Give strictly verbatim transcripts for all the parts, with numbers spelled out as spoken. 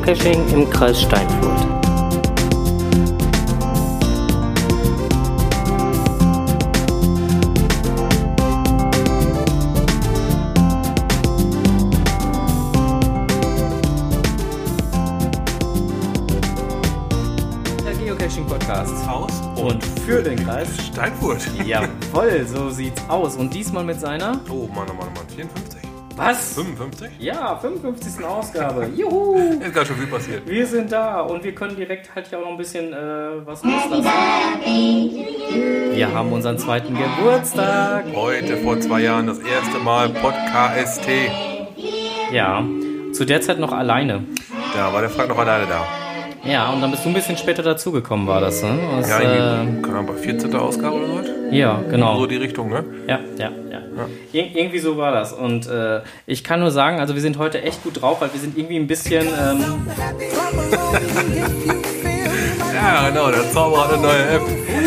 Geocaching im Kreis Steinfurt. Der Geocaching-Podcast aus und für den Kreis Steinfurt. Jawohl, so sieht's aus. Und diesmal mit seiner... Oh, Mann, oh Mann, oh Mann, vierundfünfzig. Was? fünfundfünfzig? Ja, fünfundfünfzigste Ausgabe. Juhu! Ist gerade schon viel passiert. Wir sind da und wir können direkt halt ja auch noch ein bisschen äh, was loslassen. Wir haben unseren zweiten Geburtstag. Heute vor zwei Jahren das erste Mal Podcast. Ja, zu der Zeit noch alleine. Da war der Frank noch alleine da. Ja, und dann bist du ein bisschen später dazugekommen, war das, ne? Das, Ja, äh, irgendwie, keine Ahnung, bei vierzehnten Ausgabe oder so? ja, genau. So die Richtung, ne? Ja, ja, ja. Ir- irgendwie so war das. Und äh, ich kann nur sagen, also wir sind heute echt gut drauf, weil wir sind irgendwie ein bisschen... Ähm, Ja, genau, der Zauberer hat eine neue App.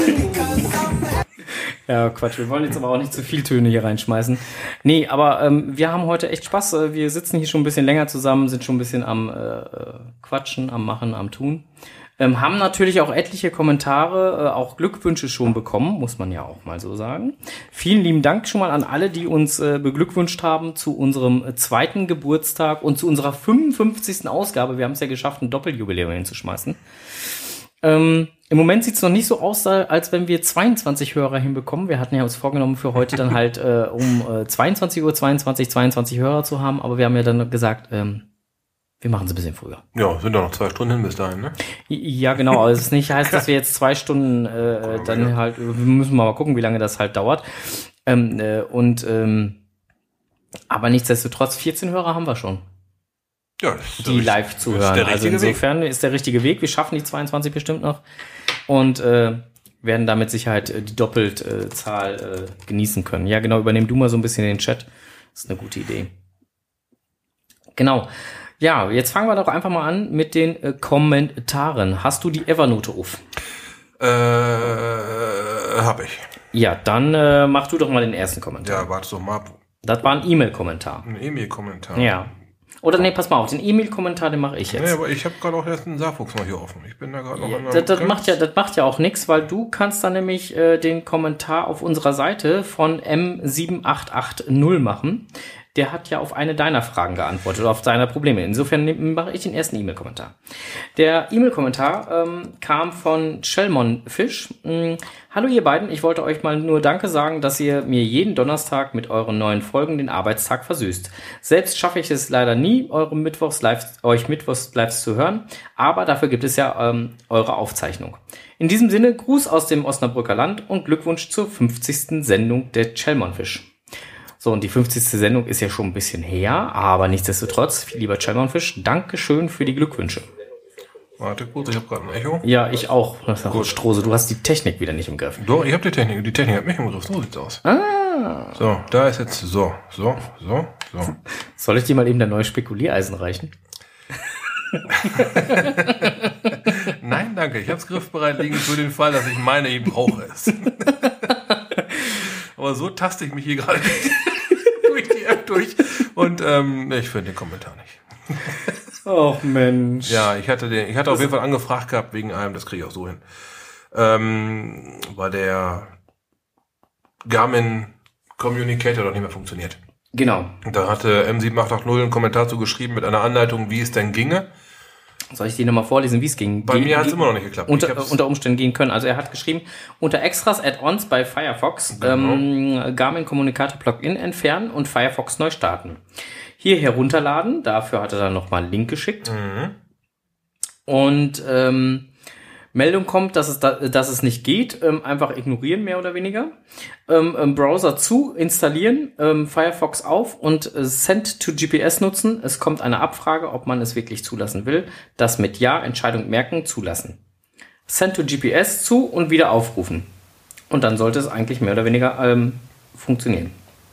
Ja, Quatsch, wir wollen jetzt aber auch nicht zu viel Töne hier reinschmeißen. Nee, aber ähm, wir haben heute echt Spaß. Äh, Wir sitzen hier schon ein bisschen länger zusammen, sind schon ein bisschen am äh, Quatschen, am Machen, am Tun. Ähm, haben natürlich auch etliche Kommentare, äh, auch Glückwünsche schon bekommen, muss man ja auch mal so sagen. Vielen lieben Dank schon mal an alle, die uns äh, beglückwünscht haben zu unserem äh, zweiten Geburtstag und zu unserer fünfundfünfzigsten Ausgabe. Wir haben es ja geschafft, ein Doppeljubiläum hinzuschmeißen. Ähm, Im Moment sieht es noch nicht so aus, als wenn wir zweiundzwanzig Hörer hinbekommen. Wir hatten ja uns vorgenommen, für heute dann halt äh, um äh, zweiundzwanzig Uhr zweiundzwanzig, zweiundzwanzig Hörer zu haben. Aber wir haben ja dann gesagt, ähm, wir machen es ein bisschen früher. Ja, sind doch noch zwei Stunden hin bis dahin, ne? Ja, genau. Also es ist nicht heißt, dass wir jetzt zwei Stunden äh, dann halt, wir müssen mal gucken, wie lange das halt dauert. Ähm, äh, und ähm, aber nichtsdestotrotz, vierzehn Hörer haben wir schon, Ja, das ist die der live richt- zuhören. ist der Also richtige Weg. insofern ist der richtige Weg. Wir schaffen die zweiundzwanzig bestimmt noch und äh, werden damit Sicherheit äh, die Doppelzahl äh, Zahl, äh, genießen können. Ja, genau. Übernehm du mal so ein bisschen den Chat. Das ist eine gute Idee. Genau. Ja, jetzt fangen wir doch einfach mal an mit den äh, Kommentaren. Hast du die Evernote auf? Äh, hab ich. Ja, dann äh, mach du doch mal den ersten Kommentar. Ja, warte doch mal ab. Das war ein E-Mail-Kommentar. Ein E-Mail-Kommentar. Ja. Oder nee, pass mal auf, den E-Mail-Kommentar, den mache ich jetzt. Nee, aber ich habe gerade auch erst einen Saarfuchs noch hier offen. Ich bin da gerade noch an der Das, das, macht ja, das macht ja auch nichts, weil du kannst dann nämlich äh, den Kommentar auf unserer Seite von M sieben acht acht null machen. Der hat ja auf eine deiner Fragen geantwortet oder auf deiner Probleme. Insofern nehm- mache ich den ersten E-Mail-Kommentar. Der E-Mail-Kommentar ähm, kam von Shellmon Fish. Mm, Hallo ihr beiden, ich wollte euch mal nur Danke sagen, dass ihr mir jeden Donnerstag mit euren neuen Folgen den Arbeitstag versüßt. Selbst schaffe ich es leider nie, eure Mittwochs live, euch Mittwochs live zu hören, aber dafür gibt es ja ähm, eure Aufzeichnung. In diesem Sinne, Gruß aus dem Osnabrücker Land und Glückwunsch zur fünfzigsten Sendung der Shellmon Fish. So, und die fünfzigste Sendung ist ja schon ein bisschen her, aber nichtsdestotrotz, viel lieber Shellmon Fish, Dankeschön für die Glückwünsche. Warte kurz, ich habe gerade ein Echo. Ja, ich auch. Gut. Strose, du hast die Technik wieder nicht im Griff. Doch, ich habe die Technik. Die Technik hat mich im Griff. So sieht's aus. Ah. So, da ist jetzt so, so, so, so. Soll ich dir mal eben der neue Spekuliereisen reichen? Nein, danke. Ich hab's griffbereit liegen für den Fall, dass ich meine, ich brauche es. Aber so taste ich mich hier gerade durch die App durch. Und ähm, ich finde den Kommentar nicht. Och Mensch. Ja, ich hatte den, ich hatte auf jeden Fall angefragt gehabt wegen einem, das kriege ich auch so hin. Ähm, weil der Garmin Communicator doch nicht mehr funktioniert. Genau. Und da hatte M sieben acht acht null einen Kommentar zu geschrieben mit einer Anleitung, wie es denn ginge. Soll ich dir nochmal vorlesen, wie es ging? Bei Ge- mir hat es ge- immer noch nicht geklappt. Ich Unter, hab's- unter Umständen gehen können. Also er hat geschrieben, unter Extras Add-ons bei Firefox Genau. ähm, Garmin Kommunikator Plugin entfernen und Firefox neu starten. Hier herunterladen, dafür hat er dann nochmal einen Link geschickt. Mhm. Und ähm, Meldung kommt, dass es, da, dass es nicht geht. Ähm, einfach ignorieren, mehr oder weniger. Ähm, ähm, Browser zu, installieren, ähm, Firefox auf und äh, Send to G P S nutzen. Es kommt eine Abfrage, ob man es wirklich zulassen will. Das mit Ja, Entscheidung merken, zulassen. Send to G P S zu und wieder aufrufen. Und dann sollte es eigentlich mehr oder weniger ähm, funktionieren.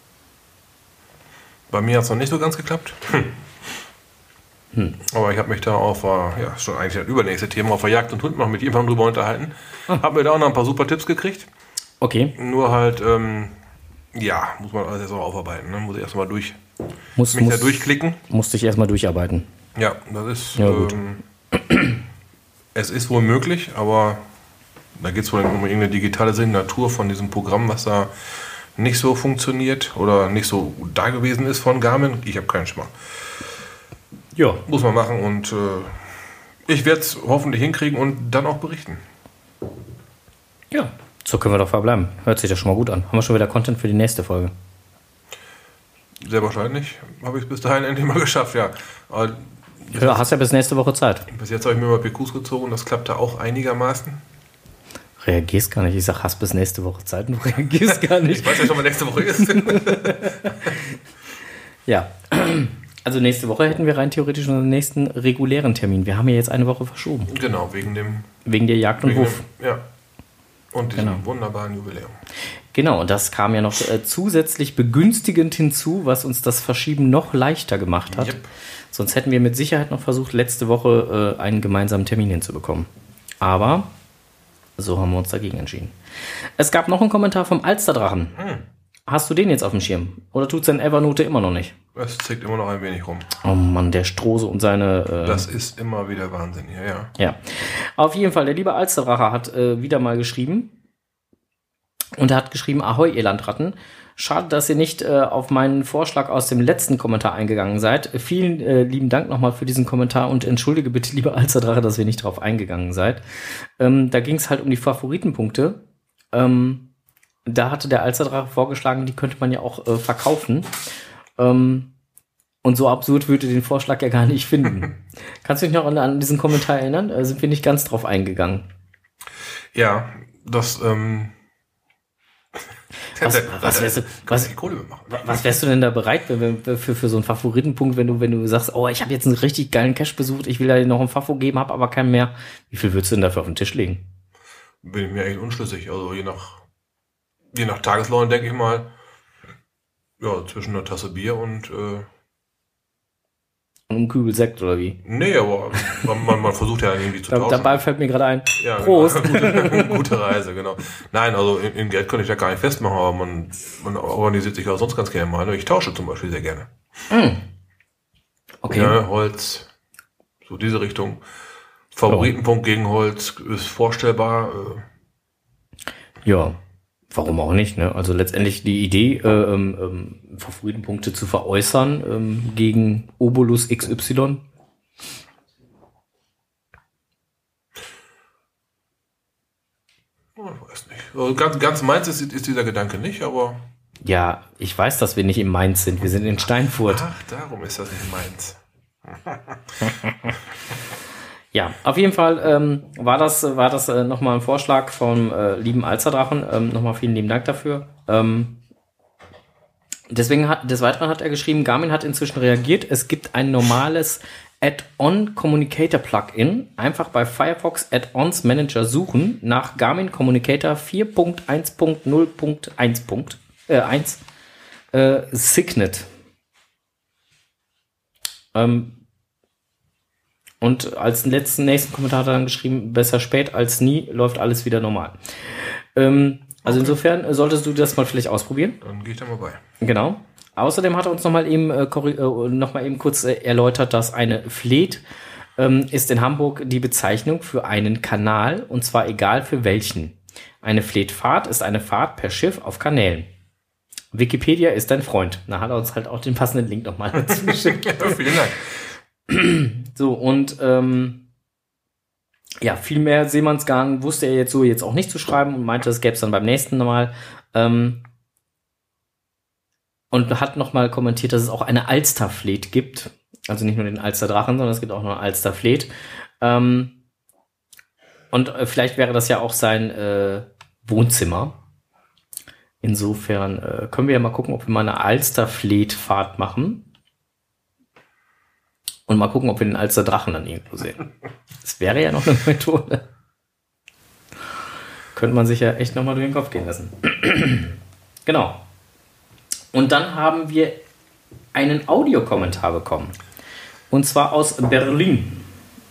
Bei mir hat es noch nicht so ganz geklappt. Hm. Hm. Aber ich habe mich da auf, äh, ja, schon eigentlich das übernächste Thema auf der Jagd und Hund noch mit jemandem drüber unterhalten. Ah. Hab mir da auch noch ein paar super Tipps gekriegt. Okay. Nur halt, ähm, ja, muss man alles erst mal aufarbeiten. Ne? Muss ich erst mal durch, Muss, mich muss, da durchklicken. musste ich erstmal durcharbeiten. Ja, das ist, Ja, gut. ähm, es ist wohl möglich, aber da geht es wohl um irgendeine digitale Signatur von diesem Programm, was da nicht so funktioniert oder nicht so da gewesen ist von Garmin. Ich habe keinen Schimmer. Ja. Muss man machen und äh, ich werde es hoffentlich hinkriegen und dann auch berichten. Ja, so können wir doch verbleiben. Hört sich das schon mal gut an. Haben wir schon wieder Content für die nächste Folge? Sehr wahrscheinlich habe ich es bis dahin endlich mal geschafft, ja. Aber ja, hast ja bis nächste Woche Zeit. bis jetzt habe ich mir mal P Qs gezogen, das klappte auch einigermaßen. Reagierst gar nicht. Ich sag, hast bis nächste Woche Zeit und du reagierst gar nicht. Ich weiß ja schon, was nächste Woche ist. Ja, also nächste Woche hätten wir rein theoretisch unseren nächsten regulären Termin. Wir haben ja jetzt eine Woche verschoben. Genau, wegen dem... Wegen der Jagd und wegen Wurf. dem, ja. Und diesem Genau. wunderbaren Jubiläum. Genau, und das kam ja noch äh, zusätzlich begünstigend hinzu, was uns das Verschieben noch leichter gemacht hat. Yep. Sonst hätten wir mit Sicherheit noch versucht, letzte Woche äh, einen gemeinsamen Termin hinzubekommen. Aber so haben wir uns dagegen entschieden. Es gab noch einen Kommentar vom Alsterdrachen. Hm. Hast du den jetzt auf dem Schirm? Oder tut sein Evernote immer noch nicht? Es zickt immer noch ein wenig rum. Oh Mann, der Strose und seine... Äh, Das ist immer wieder Wahnsinn hier, ja. Ja, auf jeden Fall, der liebe Alsterdrache hat äh, wieder mal geschrieben. Und er hat geschrieben, Ahoi, ihr Landratten. Schade, dass ihr nicht äh, auf meinen Vorschlag aus dem letzten Kommentar eingegangen seid. Vielen äh, lieben Dank nochmal für diesen Kommentar und entschuldige bitte, lieber Alsterdrache, dass ihr nicht drauf eingegangen seid. Ähm, da ging es halt um die Favoritenpunkte. Ähm, da hatte der Alsterdrache vorgeschlagen, die könnte man ja auch äh, verkaufen. Ähm, und so absurd würde den Vorschlag ja gar nicht finden. Kannst du dich noch an, an diesen Kommentar erinnern? Äh, sind wir nicht ganz drauf eingegangen. Ja, das, ähm... Was, was, wärst du, was, was wärst du denn da bereit für, für, für so einen Favoritenpunkt, wenn du, wenn du sagst, oh, ich habe jetzt einen richtig geilen Cache besucht, ich will da noch einen Favo geben, habe aber keinen mehr. Wie viel würdest du denn dafür auf den Tisch legen? Bin ich mir echt unschlüssig. Also je nach, je nach Tageslaune denke ich mal, ja, zwischen einer Tasse Bier und äh, Und einen Kübel Sekt oder wie? nee, aber man, man, man versucht ja irgendwie zu Da, tauschen. dabei fällt mir gerade ein, Ja, Prost. Genau. Gute, gute Reise, genau. Nein, also in, in Geld könnte ich da gar nicht festmachen, aber man, man organisiert sich auch sonst ganz gerne mal. Ich tausche zum Beispiel sehr gerne. Mm. Okay. Ja, Holz, so diese Richtung. Favoritenpunkt gegen Holz ist vorstellbar. Ja, warum auch nicht, ne? Also letztendlich die Idee, äh, ähm, Favoritenpunkte zu veräußern ähm, gegen Obolus X Y. Ich weiß nicht. Also ganz, ganz meins ist, ist dieser Gedanke nicht, aber... Ja, ich weiß, dass wir nicht in Mainz sind. Wir sind in Steinfurt. Ach, darum ist das nicht meins. Ja, auf jeden Fall ähm, war das, war das äh, nochmal ein Vorschlag vom äh, lieben Alsterdrachen. Ähm, nochmal vielen lieben Dank dafür. Ähm, deswegen hat, des Weiteren hat er geschrieben, Garmin hat inzwischen reagiert. Es gibt ein normales Add-on Communicator Plugin. Einfach bei Firefox Add-ons Manager suchen nach Garmin Communicator vier Punkt eins Punkt null Punkt eins äh, eins äh, Signet. Ähm, Und als letzten nächsten Kommentar hat er dann geschrieben, besser spät als nie, läuft alles wieder normal. Ähm, also okay. Insofern solltest du das mal vielleicht ausprobieren. Dann gehe ich da mal bei. Genau. Außerdem hat er uns nochmal eben, äh, äh, noch mal eben kurz äh, erläutert, dass eine Fleet ähm, ist in Hamburg die Bezeichnung für einen Kanal, und zwar egal für welchen. Eine Fleetfahrt ist eine Fahrt per Schiff auf Kanälen. Wikipedia ist dein Freund. Da hat er uns halt auch den passenden Link nochmal dazu geschickt. Ja, vielen Dank. So, und ähm, ja, viel mehr Seemannsgarn wusste er jetzt so jetzt auch nicht zu schreiben und meinte, das gäbe es dann beim nächsten Mal. Ähm, und hat nochmal kommentiert, dass es auch eine Alsterfleet gibt. Also nicht nur den Alsterdrachen, sondern es gibt auch noch eine Alsterfleet. Ähm, und äh, vielleicht wäre das ja auch sein äh, Wohnzimmer. Insofern äh, können wir ja mal gucken, ob wir mal eine Alsterfleet-Fahrt machen. Und mal gucken, ob wir den Alsterdrachen dann irgendwo sehen. Das wäre ja noch eine Methode. Könnte man sich ja echt nochmal durch den Kopf gehen lassen. Genau. Und dann haben wir einen Audiokommentar bekommen. Und zwar aus Berlin.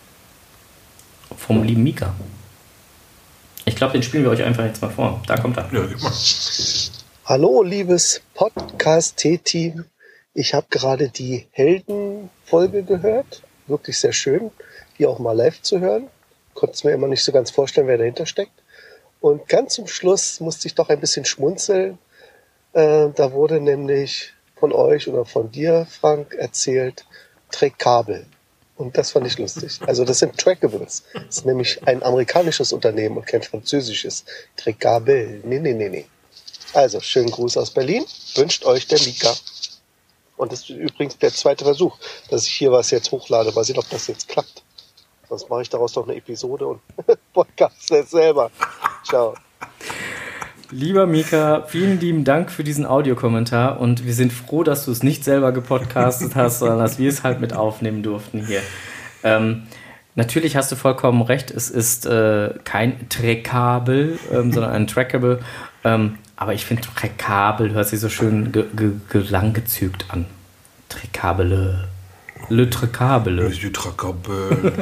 Vom lieben Mika. Ich glaube, den spielen wir euch einfach jetzt mal vor. Da kommt er. Ja, gib mal. Hallo, liebes Podcast-T-Team. Ich habe gerade die Heldenfolge gehört, wirklich sehr schön, die auch mal live zu hören. Konnte es mir immer nicht so ganz vorstellen, wer dahinter steckt. Und ganz zum Schluss musste ich doch ein bisschen schmunzeln. Äh, da wurde nämlich von euch oder von dir, Frank, erzählt, Trackable. Und das fand ich lustig. Also das sind Trackables. Das ist nämlich ein amerikanisches Unternehmen und kein französisches. Trackable. Nee, nee, nee, nee. Also, schönen Gruß aus Berlin. Wünscht euch der Mika. Und das ist übrigens der zweite Versuch, dass ich hier was jetzt hochlade. Mal sehen, ob das jetzt klappt. Sonst mache ich daraus doch eine Episode und Podcast jetzt selber. Ciao. Lieber Mika, vielen lieben Dank für diesen Audiokommentar und wir sind froh, dass du es nicht selber gepodcastet hast, sondern dass wir es halt mit aufnehmen durften hier. Ähm, natürlich hast du vollkommen recht, es ist äh, kein Trackable, ähm, sondern ein Trackable. Ähm, aber ich finde, Trackable hört sich so schön ge- ge- gelanggezügt an. Trackable. Le Trackable. Le Trackable.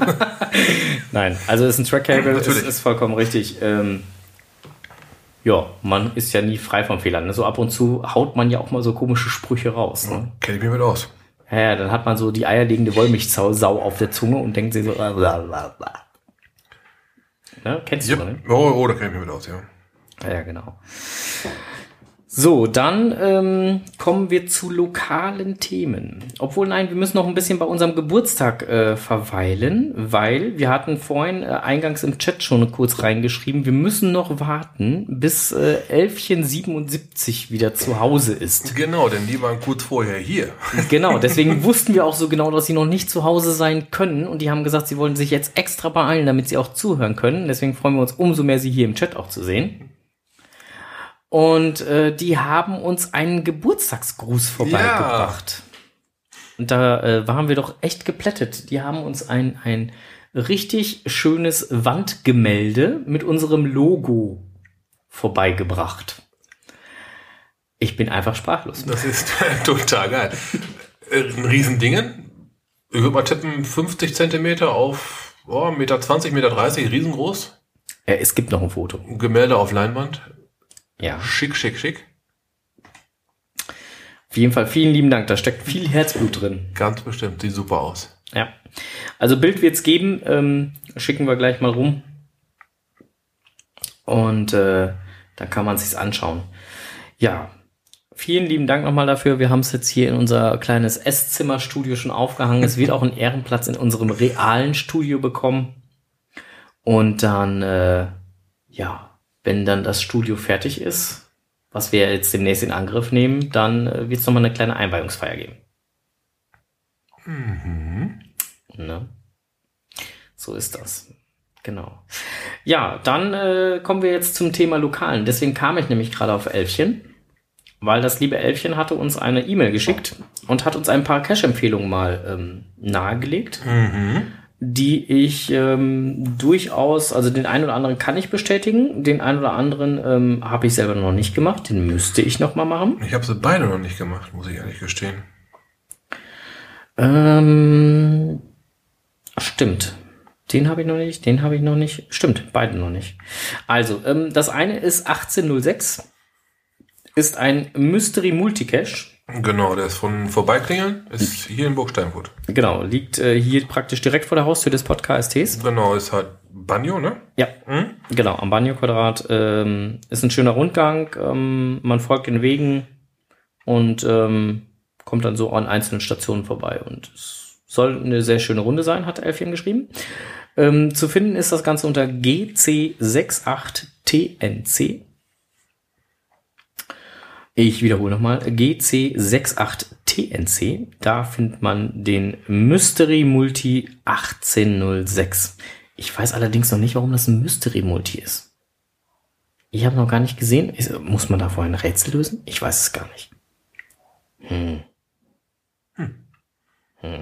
Nein, also es ist ein Trackable, ja, ist, ist vollkommen richtig. Ähm, ja, man ist ja nie frei von Fehlern. Ne? So ab und zu haut man ja auch mal so komische Sprüche raus. Ne? Kenn ich mich mit aus. Ja, dann hat man so die eierlegende Wollmilchsau Sau auf der Zunge und denkt sich so, blablabla. Ne? Kennst yep. du, ne? Oh, oh, da kenn ich mich mit aus, ja. Ja, genau. So, dann ähm, kommen wir zu lokalen Themen. Obwohl, nein, wir müssen noch ein bisschen bei unserem Geburtstag äh, verweilen, weil wir hatten vorhin äh, eingangs im Chat schon kurz reingeschrieben, wir müssen noch warten, bis äh, Elfchen siebenundsiebzig wieder zu Hause ist. Genau, denn die waren kurz vorher hier. Genau, deswegen wussten wir auch so genau, dass sie noch nicht zu Hause sein können und die haben gesagt, sie wollen sich jetzt extra beeilen, damit sie auch zuhören können. Deswegen freuen wir uns umso mehr, sie hier im Chat auch zu sehen. Und äh, die haben uns einen Geburtstagsgruß vorbeigebracht. Ja. Und da äh, waren wir doch echt geplättet. Die haben uns ein, ein richtig schönes Wandgemälde mit unserem Logo vorbeigebracht. Ich bin einfach sprachlos. Das ist total geil. Ein Riesendingen. Ich würde mal tippen, fünfzig Zentimeter auf oh, eins Meter zwanzig, eins Meter dreißig, riesengroß. Ja, es gibt noch ein Foto. Gemälde auf Leinwand. Ja. Schick, schick, schick. Auf jeden Fall vielen lieben Dank. Da steckt viel Herzblut drin. Ganz bestimmt. Sieht super aus. Ja. Also Bild wird's geben. Ähm, schicken wir gleich mal rum. Und äh, dann kann man sich's anschauen. Ja. Vielen lieben Dank nochmal dafür. Wir haben es jetzt hier in unser kleines Esszimmerstudio schon aufgehangen. Es wird auch einen Ehrenplatz in unserem realen Studio bekommen. Und dann, äh, ja, wenn dann das Studio fertig ist, was wir jetzt demnächst in Angriff nehmen, dann äh, wird es nochmal eine kleine Einweihungsfeier geben. Mhm. Ne? So ist das. Genau. Ja, dann äh, kommen wir jetzt zum Thema Lokalen. Deswegen kam ich nämlich gerade auf Elfchen, weil das liebe Elfchen hatte uns eine E-Mail geschickt und hat uns ein paar Cache-Empfehlungen mal ähm, nahegelegt. Mhm. Die ich ähm, durchaus, also den einen oder anderen kann ich bestätigen, den einen oder anderen ähm, habe ich selber noch nicht gemacht, den müsste ich noch mal machen. Ich habe sie beide noch nicht gemacht, muss ich ehrlich gestehen. Ähm, stimmt. Den habe ich noch nicht, den habe ich noch nicht. Stimmt, beide noch nicht. Also, ähm, das eine ist achtzehn null sechs, ist ein Mystery Multicache. Genau, der ist von Vorbeiklingeln, ist hier in Burgsteinfurt. Genau, liegt äh, hier praktisch direkt vor der Haustür des Podcasts. Genau, ist halt Banjo, ne? Ja, Mhm. genau, am Banjo-Quadrat. Ähm, ist ein schöner Rundgang, ähm, man folgt den Wegen und ähm, kommt dann so an einzelnen Stationen vorbei. Und es soll eine sehr schöne Runde sein, hat Elfchen geschrieben. Ähm, zu finden ist das Ganze unter G C acht T N C. Ich wiederhole nochmal, G C acht T N C, da findet man den Mystery Multi achtzehn null sechs. Ich weiß allerdings noch nicht, warum das ein Mystery Multi ist. Ich habe noch gar nicht gesehen. Ist, muss man da vorher ein Rätsel lösen? Ich weiß es gar nicht. Hm. Hm. Hm.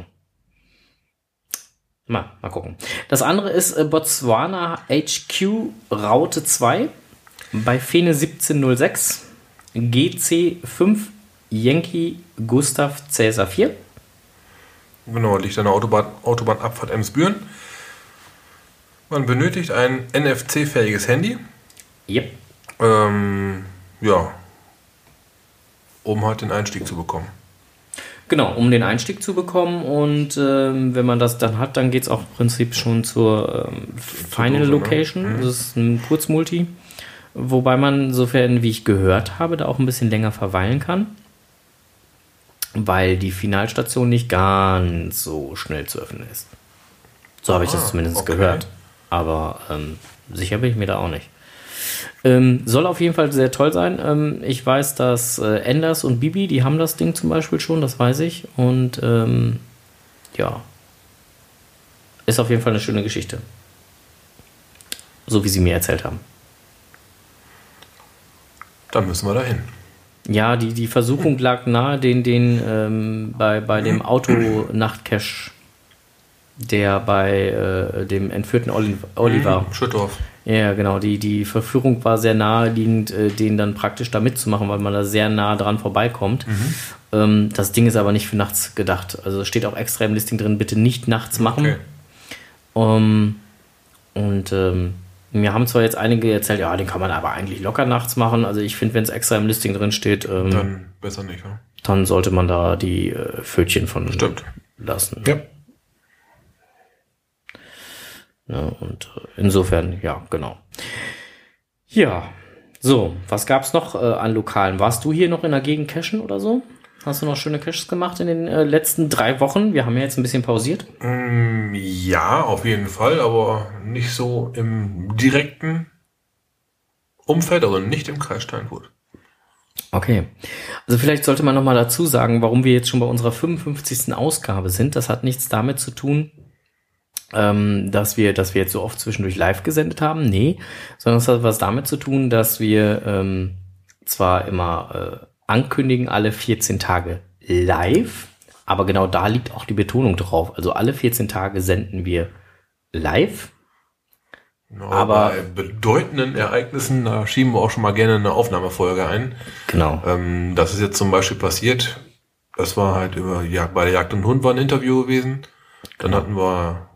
Mal, mal gucken. Das andere ist äh, Botswana H Q Raute zwei bei Fene siebzehn null sechs. G C fünf Yankee Gustav Cäsar vier. Genau, liegt an der Autobahn, Autobahnabfahrt Emsbüren. Man benötigt ein N F C-fähiges Handy. Yep. Ähm, ja. Um halt den Einstieg zu bekommen. Genau, um den Einstieg zu bekommen und ähm, wenn man das dann hat, dann geht es auch im Prinzip schon zur ähm, Final Dose, Location. ne? Mhm. Das ist ein Kurzmulti, wobei man, sofern wie ich gehört habe, da auch ein bisschen länger verweilen kann, weil die Finalstation nicht ganz so schnell zu öffnen ist. So habe ich das Ah, zumindest okay. gehört, aber ähm, sicher bin ich mir da auch nicht. Ähm, soll auf jeden Fall sehr toll sein. Ähm, ich weiß, dass äh, Enders und Bibi, die haben das Ding zum Beispiel schon, das weiß ich. Und ähm, ja, ist auf jeden Fall eine schöne Geschichte. So wie sie mir erzählt haben. Dann müssen wir dahin. Ja, die, die Versuchung lag nahe, den, den ähm, bei, bei dem Auto-Nachtcache, der bei äh, dem entführten Oli- Oliver. Mhm, Schüttorf. Ja, genau. Die, die Verführung war sehr naheliegend, äh, den dann praktisch da mitzumachen, weil man da sehr nah dran vorbeikommt. Mhm. Ähm, das Ding ist aber nicht für nachts gedacht. Also es steht auch extra im Listing drin, bitte nicht nachts machen. Okay. Um, und ähm, mir haben zwar jetzt einige erzählt, ja, den kann man aber eigentlich locker nachts machen. Also ich finde, wenn es extra im Listing drin steht, ähm, dann, Dann besser nicht, ja? dann sollte man da die äh, Pfötchen von Stimmt. lassen. Ja. Ja, und äh, insofern, ja, genau. Ja, so, was gab's noch äh, an Lokalen? Warst du hier noch in der Gegend cashen oder so? Hast du noch schöne Caches gemacht in den äh, letzten drei Wochen? Wir haben ja jetzt ein bisschen pausiert. Mm, ja, auf jeden Fall, aber nicht so im direkten Umfeld, also nicht im Kreis Steinfurt. Okay. Also vielleicht sollte man noch mal dazu sagen, warum wir jetzt schon bei unserer fünfundfünfzigsten Ausgabe sind. Das hat nichts damit zu tun, ähm, dass wir, dass wir jetzt so oft zwischendurch live gesendet haben. Nee, sondern es hat was damit zu tun, dass wir ähm, zwar immer äh, ankündigen, alle vierzehn Tage live, aber genau da liegt auch die Betonung drauf. Also alle vierzehn Tage senden wir live. No, Aber- bei bedeutenden Ereignissen, da schieben wir auch schon mal gerne eine Aufnahmefolge ein. Genau. Ähm, das ist jetzt zum Beispiel passiert. Das war halt über Jagd, bei der Jagd und Hund war ein Interview gewesen. Dann hatten wir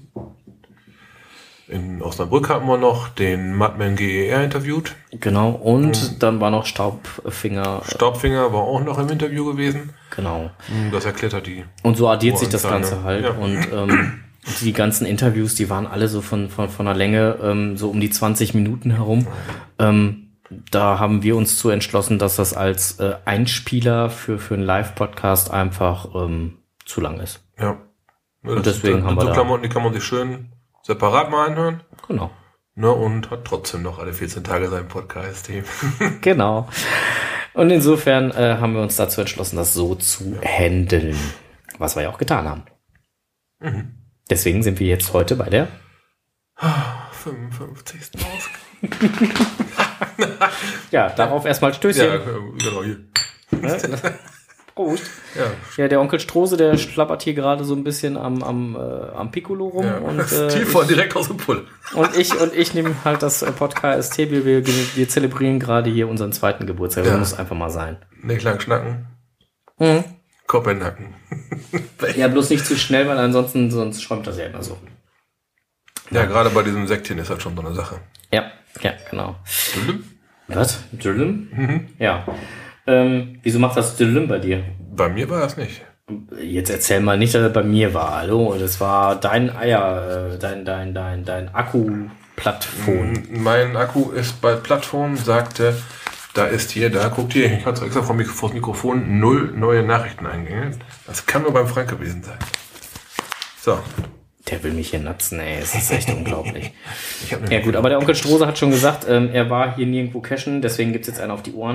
in Osnabrück hatten wir noch den Madman G E R interviewt. Genau. Und dann war noch Staubfinger. Staubfinger war auch noch im Interview gewesen. Genau. Das erklärt hat die. Und so addiert sich das Ohrenzahl, Ganze ne? halt. Ja. Und ähm, die ganzen Interviews, die waren alle so von, von, von der Länge ähm, so um die zwanzig Minuten herum. Ähm, da haben wir uns zu entschlossen, dass das als äh, Einspieler für, für einen Live-Podcast einfach ähm, zu lang ist. Ja. Und deswegen haben wir so da- Klamotten, die kann man sich schön separat mal anhören. Genau. Ne, und hat trotzdem noch alle vierzehn Tage seinen Podcast-Team. Genau. Und insofern äh, haben wir uns dazu entschlossen, das so zu handeln. Was wir ja auch getan haben. Mhm. Deswegen sind wir jetzt heute bei der fünfundfünfzigsten Ausgabe. Ja, darauf erstmal Stößchen. Ja, genau hier. Ne? Prost. Ja, Ja, der Onkel Strose, der schlappert hier gerade so ein bisschen am, am, äh, am Piccolo rum. ja. Und, Das äh, ist tief von direkt aus dem Pull. und ich und ich nehme halt das äh, Podcast T. Wir, wir, wir zelebrieren gerade hier unseren zweiten Geburtstag. Das Ja. muss einfach mal sein. Nicht lang schnacken, Mhm. Kopf in den Nacken. Ja, bloß nicht zu schnell, weil ansonsten sonst schäumt das ja immer so. Ja, gerade bei diesem Sektchen ist das schon so eine Sache. Ja, ja, genau. Dülüm? Was? Dülüm? Mhm. Ja. Ähm, wieso macht das Dülüm bei dir? Bei mir war das nicht. Jetzt erzähl mal nicht, dass er bei mir war. Hallo, das war dein Eier, äh, dein, dein, dein, dein Akku-Plattphone. Mein Akku ist bei Plattform, sagte, da ist hier, da guckt hier, ich hatte extra vom Mikro, vor das Mikrofon null neue Nachrichteneingänge. Das kann nur beim Frank gewesen sein. So. Der will mich hier natzen, ey. Es ist echt unglaublich. Ich hab Ja gut, aber der Onkel Strose hat schon gesagt, ähm, er war hier nirgendwo cashen, deswegen gibt's jetzt einen auf die Ohren.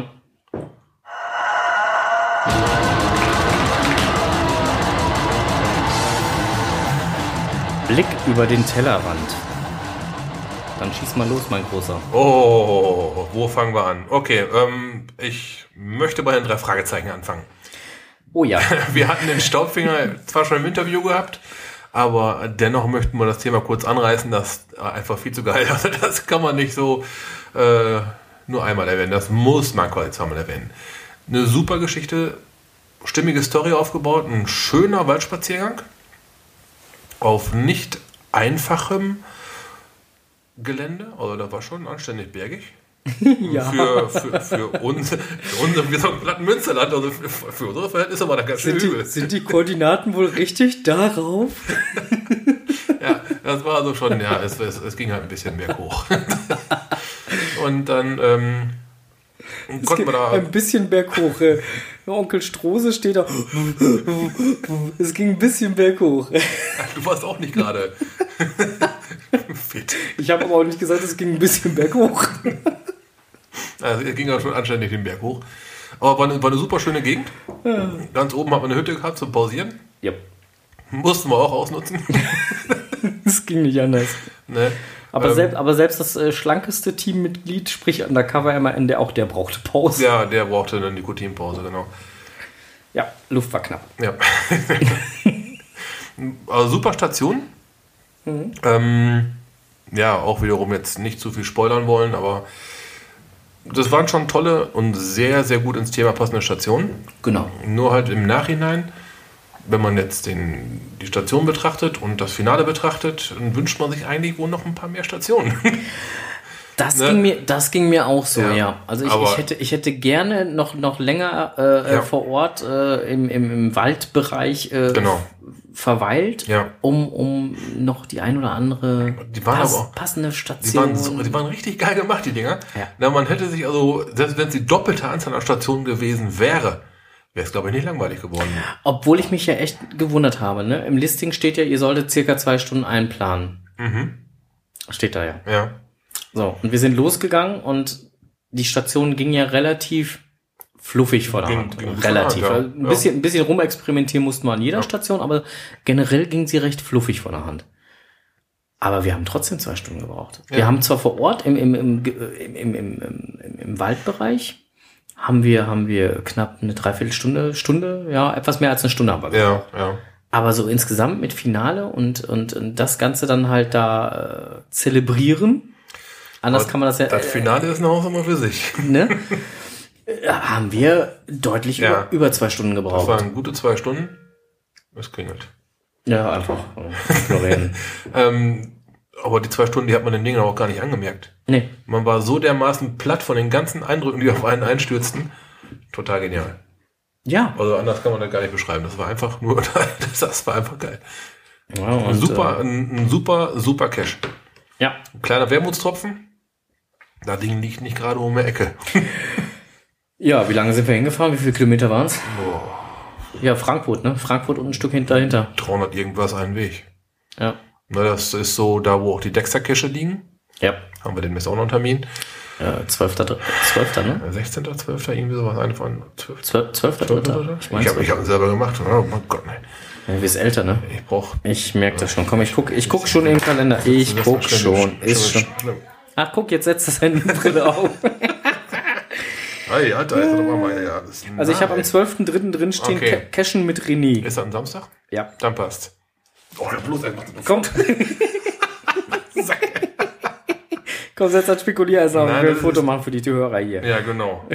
Blick über den Tellerrand. Dann schieß mal los, mein Großer. Oh, wo fangen wir an? Okay, ähm, ich möchte bei den drei Fragezeichen anfangen. Oh ja. Wir hatten den Staubfinger zwar schon im Interview gehabt, aber dennoch möchten wir das Thema kurz anreißen, das einfach viel zu geil ist. Also das kann man nicht so äh, nur einmal erwähnen. Das muss man quasi zweimal erwähnen. Eine super Geschichte, stimmige Story aufgebaut, ein schöner Waldspaziergang auf nicht einfachem Gelände. Also da war schon anständig bergig. Ja. Für, für, für uns, für uns, wir sind platten Münsterland, also für, für unsere Verhältnisse war das ganz schön Sind übel. die, sind die Koordinaten wohl richtig darauf? Ja, das war also schon, ja, es, es, es ging halt ein bisschen berghoch. Und dann ähm, konnten wir da... Ein bisschen berghoch. äh. Onkel Strose steht da. Es ging ein bisschen berghoch. Du warst auch nicht gerade fit. Ich habe aber auch nicht gesagt, es ging ein bisschen berghoch. Also es ging ja schon anständig den Berg hoch. Aber war eine, war eine super schöne Gegend. Ja. Ganz oben hat man eine Hütte gehabt zum Pausieren. Ja. Mussten wir auch ausnutzen. Es ging nicht anders. Ne? Aber, Ähm, selbst, aber selbst das äh, schlankeste Teammitglied, sprich Undercover M A N, der auch der brauchte Pause. Ja, der brauchte eine Nikotinpause, genau. Ja, Luft war knapp. Ja. Also super Station. Mhm. Ähm, ja, auch wiederum jetzt nicht zu viel spoilern wollen, aber das waren schon tolle und sehr, sehr gut ins Thema passende Stationen. Genau. Nur halt im Nachhinein, wenn man jetzt den, die Station betrachtet und das Finale betrachtet, dann wünscht man sich eigentlich wohl noch ein paar mehr Stationen. Das, Ne? ging mir, das ging mir auch so, Ja. ja. Also ich, Aber- ich, hätte, ich hätte gerne noch, noch länger äh, Ja. vor Ort äh, im, im, im Waldbereich äh, Genau. verweilt, Ja. um, um noch die ein oder andere Die waren pass, aber auch- passende Die Station. waren, so, die waren richtig geil gemacht, die Dinger. Ja. Na, man hätte sich also, selbst wenn es die doppelte Anzahl an Stationen gewesen wäre, wäre es, glaube ich, nicht langweilig geworden. Obwohl ich mich ja echt gewundert habe. Ne? Im Listing steht ja, ihr solltet circa zwei Stunden einplanen. Mhm. Steht da ja. Ja. So, und wir sind losgegangen und die Station ging ja relativ fluffig vor der Ging- Hand. ging gut Relativ. vor der Hand, ja. Ein bisschen, ein bisschen rumexperimentieren mussten wir an jeder Ja. Station, aber generell ging sie recht fluffig von der Hand. Aber wir haben trotzdem zwei Stunden gebraucht. Ja. Wir haben zwar vor Ort im, im, im, im, im, im, im, im Waldbereich haben wir, haben wir knapp eine Dreiviertelstunde, Stunde, ja, etwas mehr als eine Stunde haben wir gebraucht. Ja, ja. Aber so insgesamt mit Finale und, und, und das Ganze dann halt da äh, zelebrieren. Anders Aber kann man das ja, Das Finale ist eine Hausnummer für sich. ne? Äh, haben wir deutlich Ja. über, über zwei Stunden Das gebraucht. waren gute zwei Stunden. Es klingelt. Ja, einfach äh, ignorieren. Ähm, aber die zwei Stunden, die hat man den Ding auch gar nicht angemerkt. Nee. Man war so dermaßen platt von den ganzen Eindrücken, die auf einen einstürzten. Total genial. Ja. Also anders kann man das gar nicht beschreiben. Das war einfach nur, das war einfach geil. ja Ein und, super, Äh, ein, ein super, super Cache. ja. Ein kleiner Wermutstropfen. Das Ding liegt nicht gerade um die Ecke. Ja, wie lange sind wir hingefahren? Wie viele Kilometer waren es? Ja, Frankfurt, ne? Frankfurt und ein Stück hinter, dahinter. dreihundert irgendwas einen Weg. Ja. Na, das ist so da, wo auch die Dexter-Cache liegen. Ja. Haben wir demnächst auch noch einen Termin. Äh, zwölfter zwölfter ne? sechzehnter zwölfter irgendwie sowas. Eine von zwölf. zwölfter dritter Ich Ich meine, habe ich hab ihn selber gemacht. Oh mein Gott, nein. ja, wir sind älter, ne? Ich brauch. Ich merke das schon. Komm, ich guck, ich guck schon im Kalender. Ich guck schon. Ist schon. Ach, guck, jetzt setzt das Handy Brille auf. Hey, Alter, ist das doch mal, ja, das ist Also ich habe am nah, zwölfter dritten drin stehen, Okay. Ca- Cashen mit René. ey. Ist das ein Samstag? Ja. Dann passt. Oh, der bloß einfach. Komm. Komm, setz das Spekulier auf. Nein, Ich will ein das Foto ist- machen für die Hörer hier. Ja, genau.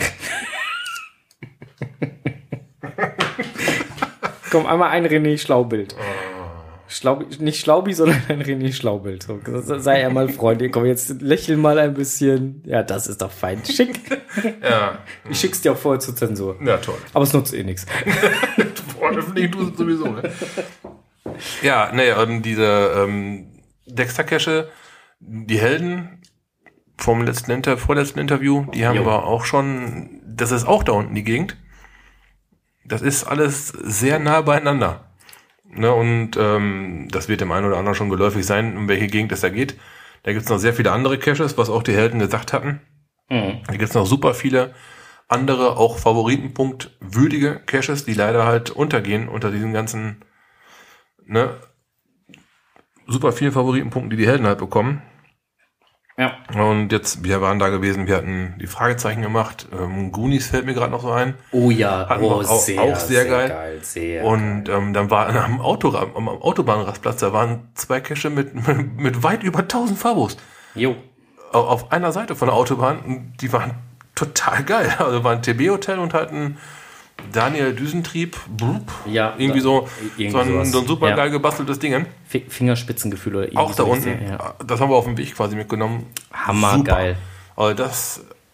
Komm, einmal ein René Schlaubild. Oh. Schlau, nicht Schlaubi, sondern ein René Schlaubild. So, sei er mal Freund. Komm, jetzt lächel mal ein bisschen. Ja, das ist doch fein. Schick. Ja, Ich schick's dir auch vorher zur Zensur. ja, toll. Aber es nutzt eh nichts. Veröffentlichen tust du sowieso, ne? Ja, ne, ähm, diese ähm, Dexter-Cache, die Helden vom letzten Inter vorletzten Interview, die haben Jo. wir auch schon, das ist auch da unten die Gegend. Das ist alles sehr nah beieinander. Ne, und ähm, das wird dem einen oder anderen schon geläufig sein, um welche Gegend es da geht. Da gibt's noch sehr viele andere Caches, was auch die Helden gesagt hatten. Mhm. Da gibt's noch super viele andere, auch Favoritenpunkt würdige Caches, die leider halt untergehen unter diesen ganzen, ne, super vielen Favoritenpunkten, die die Helden halt bekommen. Ja. Und jetzt, wir waren da gewesen, wir hatten die Fragezeichen gemacht. Ähm, Goonies fällt mir gerade noch so ein. Oh ja, Hatten oh, wir auch- sehr, auch sehr geil. sehr Und geil. ähm, dann war am, Auto, am Autobahnrastplatz, da waren zwei Cache mit, mit, mit weit über tausend Fabos. Jo. Au- Auf einer Seite von der Autobahn. Und die waren total geil. Also war ein T B-Hotel und halt ein Daniel Düsentrieb. Blub, Ja, irgendwie da- so, irgendwie so, ein, sowas. so ein super Ja. geil gebasteltes Ding. Fi- Fingerspitzengefühl oder irgendwie Auch da so unten. sehr, ja. Das haben wir auf dem Weg quasi mitgenommen. Hammergeil. Super. Also das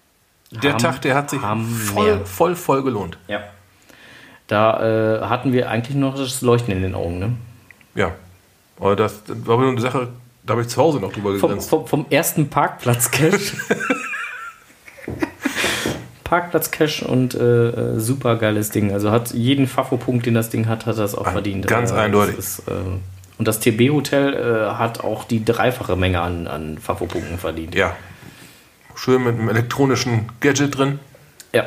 Der Ham- Tag, der hat sich Hammer. voll, voll, voll gelohnt. Ja. Da äh, hatten wir eigentlich noch das Leuchten in den Augen, ne? Ja. Aber das, das war nur eine Sache, da habe ich zu Hause noch drüber Vom, gegrinst. vom, vom ersten Parkplatz-Cache. Parkplatz-Cache und äh, super geiles Ding. Also hat jeden Fafo-Punkt, den das Ding hat, hat das auch Ein- verdient. ganz Äh, eindeutig. Das ist, äh, und das T B-Hotel äh, hat auch die dreifache Menge an, an Fafo-Punkten verdient. Ja. Schön mit einem elektronischen Gadget drin. Ja.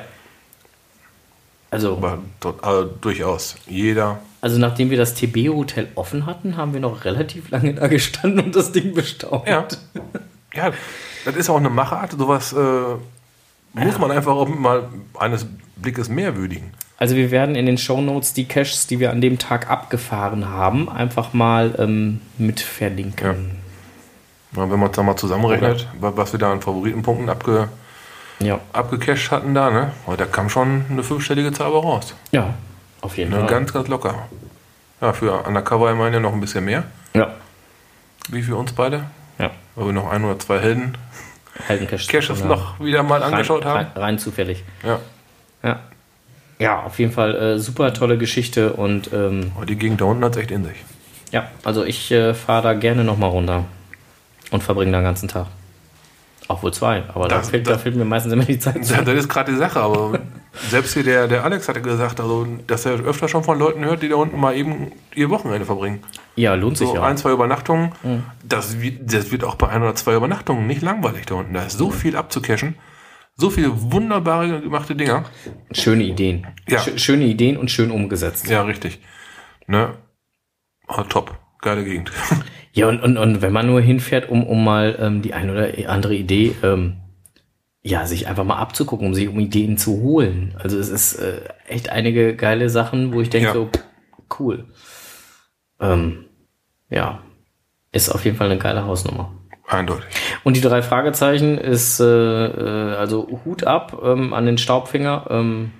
Also, Aber dort, also durchaus jeder. also nachdem wir das T B-Hotel offen hatten, haben wir noch relativ lange da gestanden und das Ding bestaunt. Ja. Ja, das ist auch eine Machart. Sowas äh, muss man einfach auch mal eines Blickes mehr würdigen. Also wir werden in den Shownotes die Caches, die wir an dem Tag abgefahren haben, einfach mal ähm, mit verlinken. Ja, wenn man es da mal zusammenrechnet, was wir da an Favoritenpunkten abge, Ja, abgecached hatten da, ne? Und da kam schon eine fünfstellige Zahl raus. ja, auf jeden Ne? Fall. Ganz, ganz locker. Ja, für Undercover immerhin ja noch ein bisschen mehr. Ja, Wie für uns beide. ja. Weil wir noch ein oder zwei Helden Heldencaches Caches ja. noch wieder mal angeschaut rein, haben. Rein, rein zufällig. Ja. Ja. Ja, auf jeden Fall äh, super tolle Geschichte und ähm, Aber die Gegend da unten hat es echt in sich. ja, also ich äh, fahre da gerne nochmal runter und verbringe da den ganzen Tag. Auch wohl zwei, aber da, Das- fehlt, das- da fehlt mir meistens immer die Zeit zu. Ja, das ist gerade die Sache, aber selbst hier der, der Alex hatte gesagt, also, dass er öfter schon von Leuten hört, die da unten mal eben ihr Wochenende verbringen. Ja, lohnt sich So ja. ein, zwei Übernachtungen, Mhm. das, wird, das wird auch bei ein oder zwei Übernachtungen nicht langweilig da unten. Da ist so viel abzucachen, so viele wunderbare gemachte Dinger. Schöne Ideen. Ja. Sch schöne Ideen und schön umgesetzt. Ja, richtig. Ne? Ah, top, geile Gegend. Ja, und, und, und wenn man nur hinfährt, um, um mal ähm, die eine oder andere Idee, ähm, ja, sich einfach mal abzugucken, um sich um Ideen zu holen. Also es ist äh, echt einige geile Sachen, wo ich denke Ja. so, pff, cool. Ähm, ja, ist auf jeden Fall eine geile Hausnummer. Eindeutig. Und die drei Fragezeichen ist, äh, äh, also Hut ab ähm, an den Staubfinger. Ähm,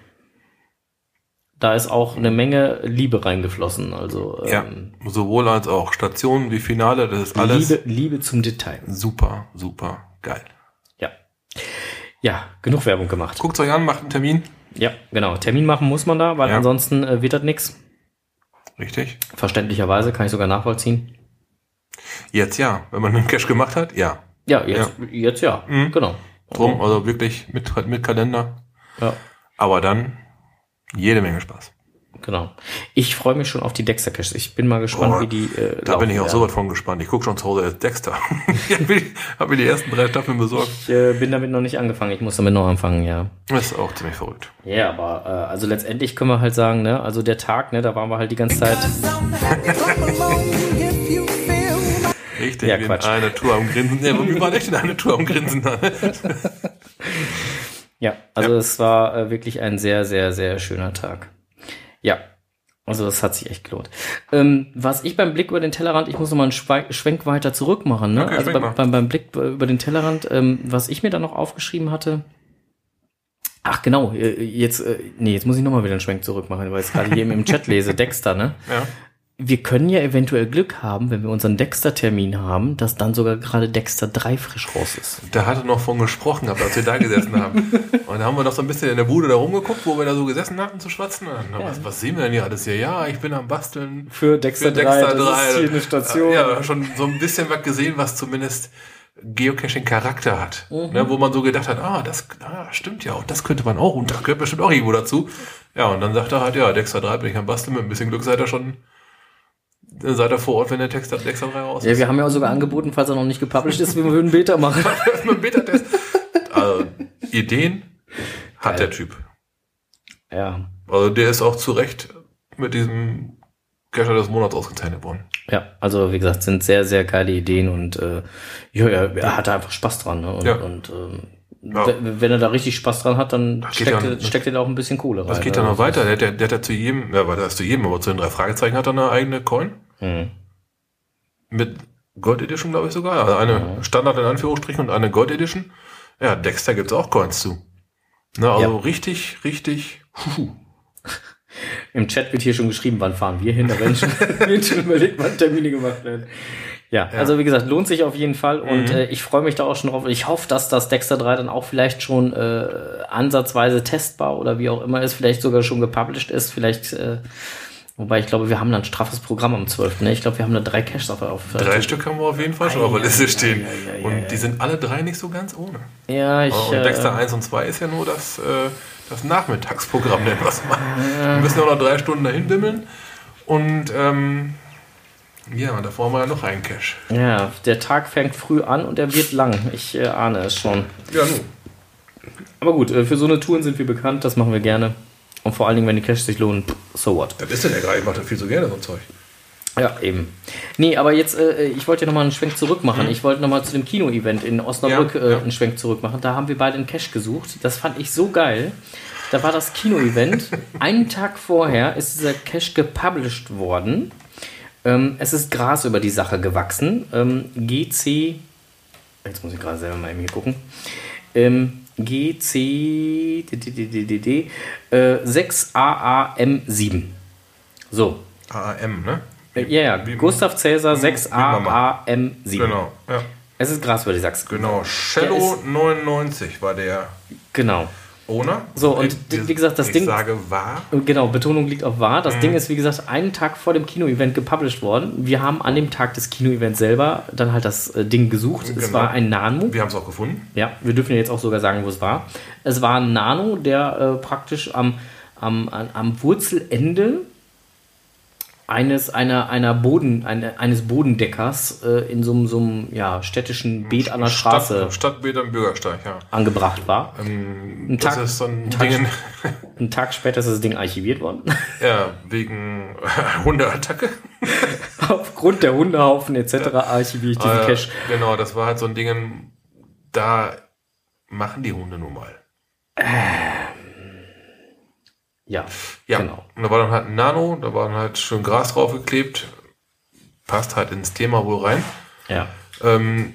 da ist auch eine Menge Liebe reingeflossen. Also Ja, ähm, sowohl als auch Stationen wie Finale, das ist alles Liebe, Liebe zum Detail. super, super geil. Ja. Ja, genug Werbung gemacht. Guckt euch an, macht einen Termin. Ja, genau. Termin machen muss man da, weil Ja. ansonsten äh, wird das nix. Richtig. Verständlicherweise kann ich sogar nachvollziehen. Jetzt ja, wenn man einen Cash gemacht hat, ja. Ja, jetzt ja. Jetzt ja. Mhm. Genau. Drum, also wirklich mit, mit Kalender. Ja, Aber dann jede Menge Spaß. genau. Ich freue mich schon auf die Dexter-Caches. Ich bin mal gespannt, Oh, wie die äh, Da bin ich auch laufen so weit von gespannt. Ich gucke schon zu Hause als Dexter. Ich habe mir, hab mir die ersten drei Staffeln besorgt. Ich äh, bin damit noch nicht angefangen. Ich muss damit noch anfangen, ja. Das ist auch ziemlich verrückt. Ja, aber äh, also letztendlich können wir halt sagen, ne, also der Tag, ne, da waren wir halt die ganze Zeit. Richtig, Ja, wie Quatsch. eine Tour am Grinsen. Ja, wie war echt in eine Tour am Grinsen? Ja, also es war äh, wirklich ein sehr, sehr, sehr schöner Tag. Ja, also das hat sich echt gelohnt. Ähm, was ich beim Blick über den Tellerrand, ich muss noch mal einen Schwe- Schwenk weiter zurück machen, ne? Okay, also schwenk beim, mal. beim, beim Blick über den Tellerrand, ähm, was ich mir da noch aufgeschrieben hatte. Ach genau, äh, jetzt, äh, nee, jetzt muss ich noch mal wieder einen Schwenk zurück machen, weil ich es gerade hier im Chat lese, Dexter, ne? Ja. Wir können ja eventuell Glück haben, wenn wir unseren Dexter-Termin haben, dass dann sogar gerade Dexter drei frisch raus ist. Da hatte noch von gesprochen gehabt, als wir da gesessen haben. Und da haben wir noch so ein bisschen in der Bude da rumgeguckt, wo wir da so gesessen hatten zu schwatzen. Und dann, was, was sehen wir denn hier alles hier? Ja, ich bin am Basteln. Für Dexter, Für Dexter drei, das drei. ist hier eine Station. Ja, schon so ein bisschen was gesehen, was zumindest Geocaching-Charakter hat. Mhm. Ne, wo man so gedacht hat, ah, das ah, stimmt ja, und das könnte man auch, und das gehört bestimmt auch irgendwo dazu. Ja, und dann sagt er halt, ja, Dexter drei bin ich am Basteln, mit ein bisschen Glück seid ihr schon, seid ihr vor Ort, wenn der Text ab Dexter drei raus Ja, ist. wir haben ja auch sogar angeboten, falls er noch nicht gepublished ist, wir würden Beta machen. Mit dem Beta-Test. Also, Ideen hat Geil. der Typ. Ja, Also, der ist auch zu Recht mit diesem Cacher des Monats ausgezeichnet worden. ja, also wie gesagt, sind sehr, sehr geile Ideen und äh, ja, er, er hat da einfach Spaß dran. Ne? Und, Ja. und ähm, Ja. w- wenn er da richtig Spaß dran hat, dann geht steckt, ja- er, steckt er da auch ein bisschen Kohle rein. Das geht ne? ja noch weiter. Der, der, der hat ja zu jedem, ja, warte, das zu jedem, aber zu den drei Fragezeichen hat er eine eigene Coin. Mhm. Mit Gold Edition, glaube ich sogar. Also eine Ja. Standard in Anführungsstrichen und eine Gold Edition. Ja, Dexter gibt's auch Coins zu. Na, also Ja. richtig, richtig. Huhu. Im Chat wird hier schon geschrieben, wann fahren wir hin, da werden schon, wird schon überlegt, wann Termine gemacht werden. Ja, Ja. also wie gesagt, lohnt sich auf jeden Fall und Mhm. äh, ich freue mich da auch schon drauf. Ich hoffe, dass das Dexter drei dann auch vielleicht schon äh, ansatzweise testbar oder wie auch immer ist, vielleicht sogar schon gepublished ist, vielleicht, äh, wobei ich glaube, wir haben da ein straffes Programm am zwölften Ne? Ich glaube, wir haben da drei Caches auf, auf Drei Stück haben wir auf jeden Fall schon Ei, auf der Liste ei, stehen. ei, ei, ei, und ei, die ei. sind alle drei nicht so ganz ohne. Ja, ich. Und Dexter äh, eins und zwei ist ja nur das, äh, das Nachmittagsprogramm, nennen wir es mal. Wir müssen ja auch noch drei Stunden dahin bimmeln. Und ähm, ja, davor haben wir ja noch einen Cache. Ja, der Tag fängt früh an und er wird lang. Ich äh, ahne es schon. Ja, nun. Aber gut, äh, für so eine Touren sind wir bekannt, das machen wir gerne. Und vor allen Dingen, wenn die Caches sich lohnen, pff, so what. Das ist denn ja gerade, ich mache das viel zu gerne, so ein Zeug. Ja, eben. Nee, aber jetzt, äh, ich wollte ja nochmal einen Schwenk zurück machen. Ich wollte nochmal zu dem Kino-Event in Osnabrück Ja, äh, ja. einen Schwenk zurück machen. Da haben wir beide einen Cache gesucht. Das fand ich so geil. Da war das Kino-Event. Einen Tag vorher ist dieser Cache gepublished worden. Ähm, es ist Gras über die Sache gewachsen. Ähm, G C, jetzt muss ich gerade selber mal eben hier gucken. Ähm, G C D, D, D, D, D, D, äh, sechs A A M sieben. So. A A M, ne? Äh, Ja, ja, Wie- Gustav Cäsar sechs wie A Mama. A M sieben. Genau, ja. Es ist Gras über die Sachsen. Genau. Cello neunundneunzig war der Genau. Owner. So, und Ich- wie gesagt, das ich Ding- sage war. Und Genau, Betonung liegt auf wahr. Mhm. Das Ding ist, wie gesagt, einen Tag vor dem Kino-Event gepublished worden. Wir haben an dem Tag des Kino-Events selber dann halt das äh, Ding gesucht. Es Genau. war ein Nano. Wir haben es auch gefunden. Ja, wir dürfen ja jetzt auch sogar sagen, wo es war. Es war ein Nano, der äh, praktisch am, am, an- am Wurzelende eines einer einer Boden eine, eines Bodendeckers äh, in so einem so einem, ja, städtischen Beet an der Straße Stadt, Stadtbild am Bürgersteig, ja. angebracht war. Ähm, Tag- das ist so ein Tag- Ding, Einen Tag später ist das Ding archiviert worden. ja, wegen Hundeattacke. Aufgrund der Hundehaufen et cetera archiviere ich diesen Äh, Cache. Genau, das war halt so ein Ding, da machen die Hunde nun mal. Ja, Ja, genau. und da war dann halt ein Nano, da war dann halt schön Gras draufgeklebt. Passt halt ins Thema wohl rein. Ja. Ähm,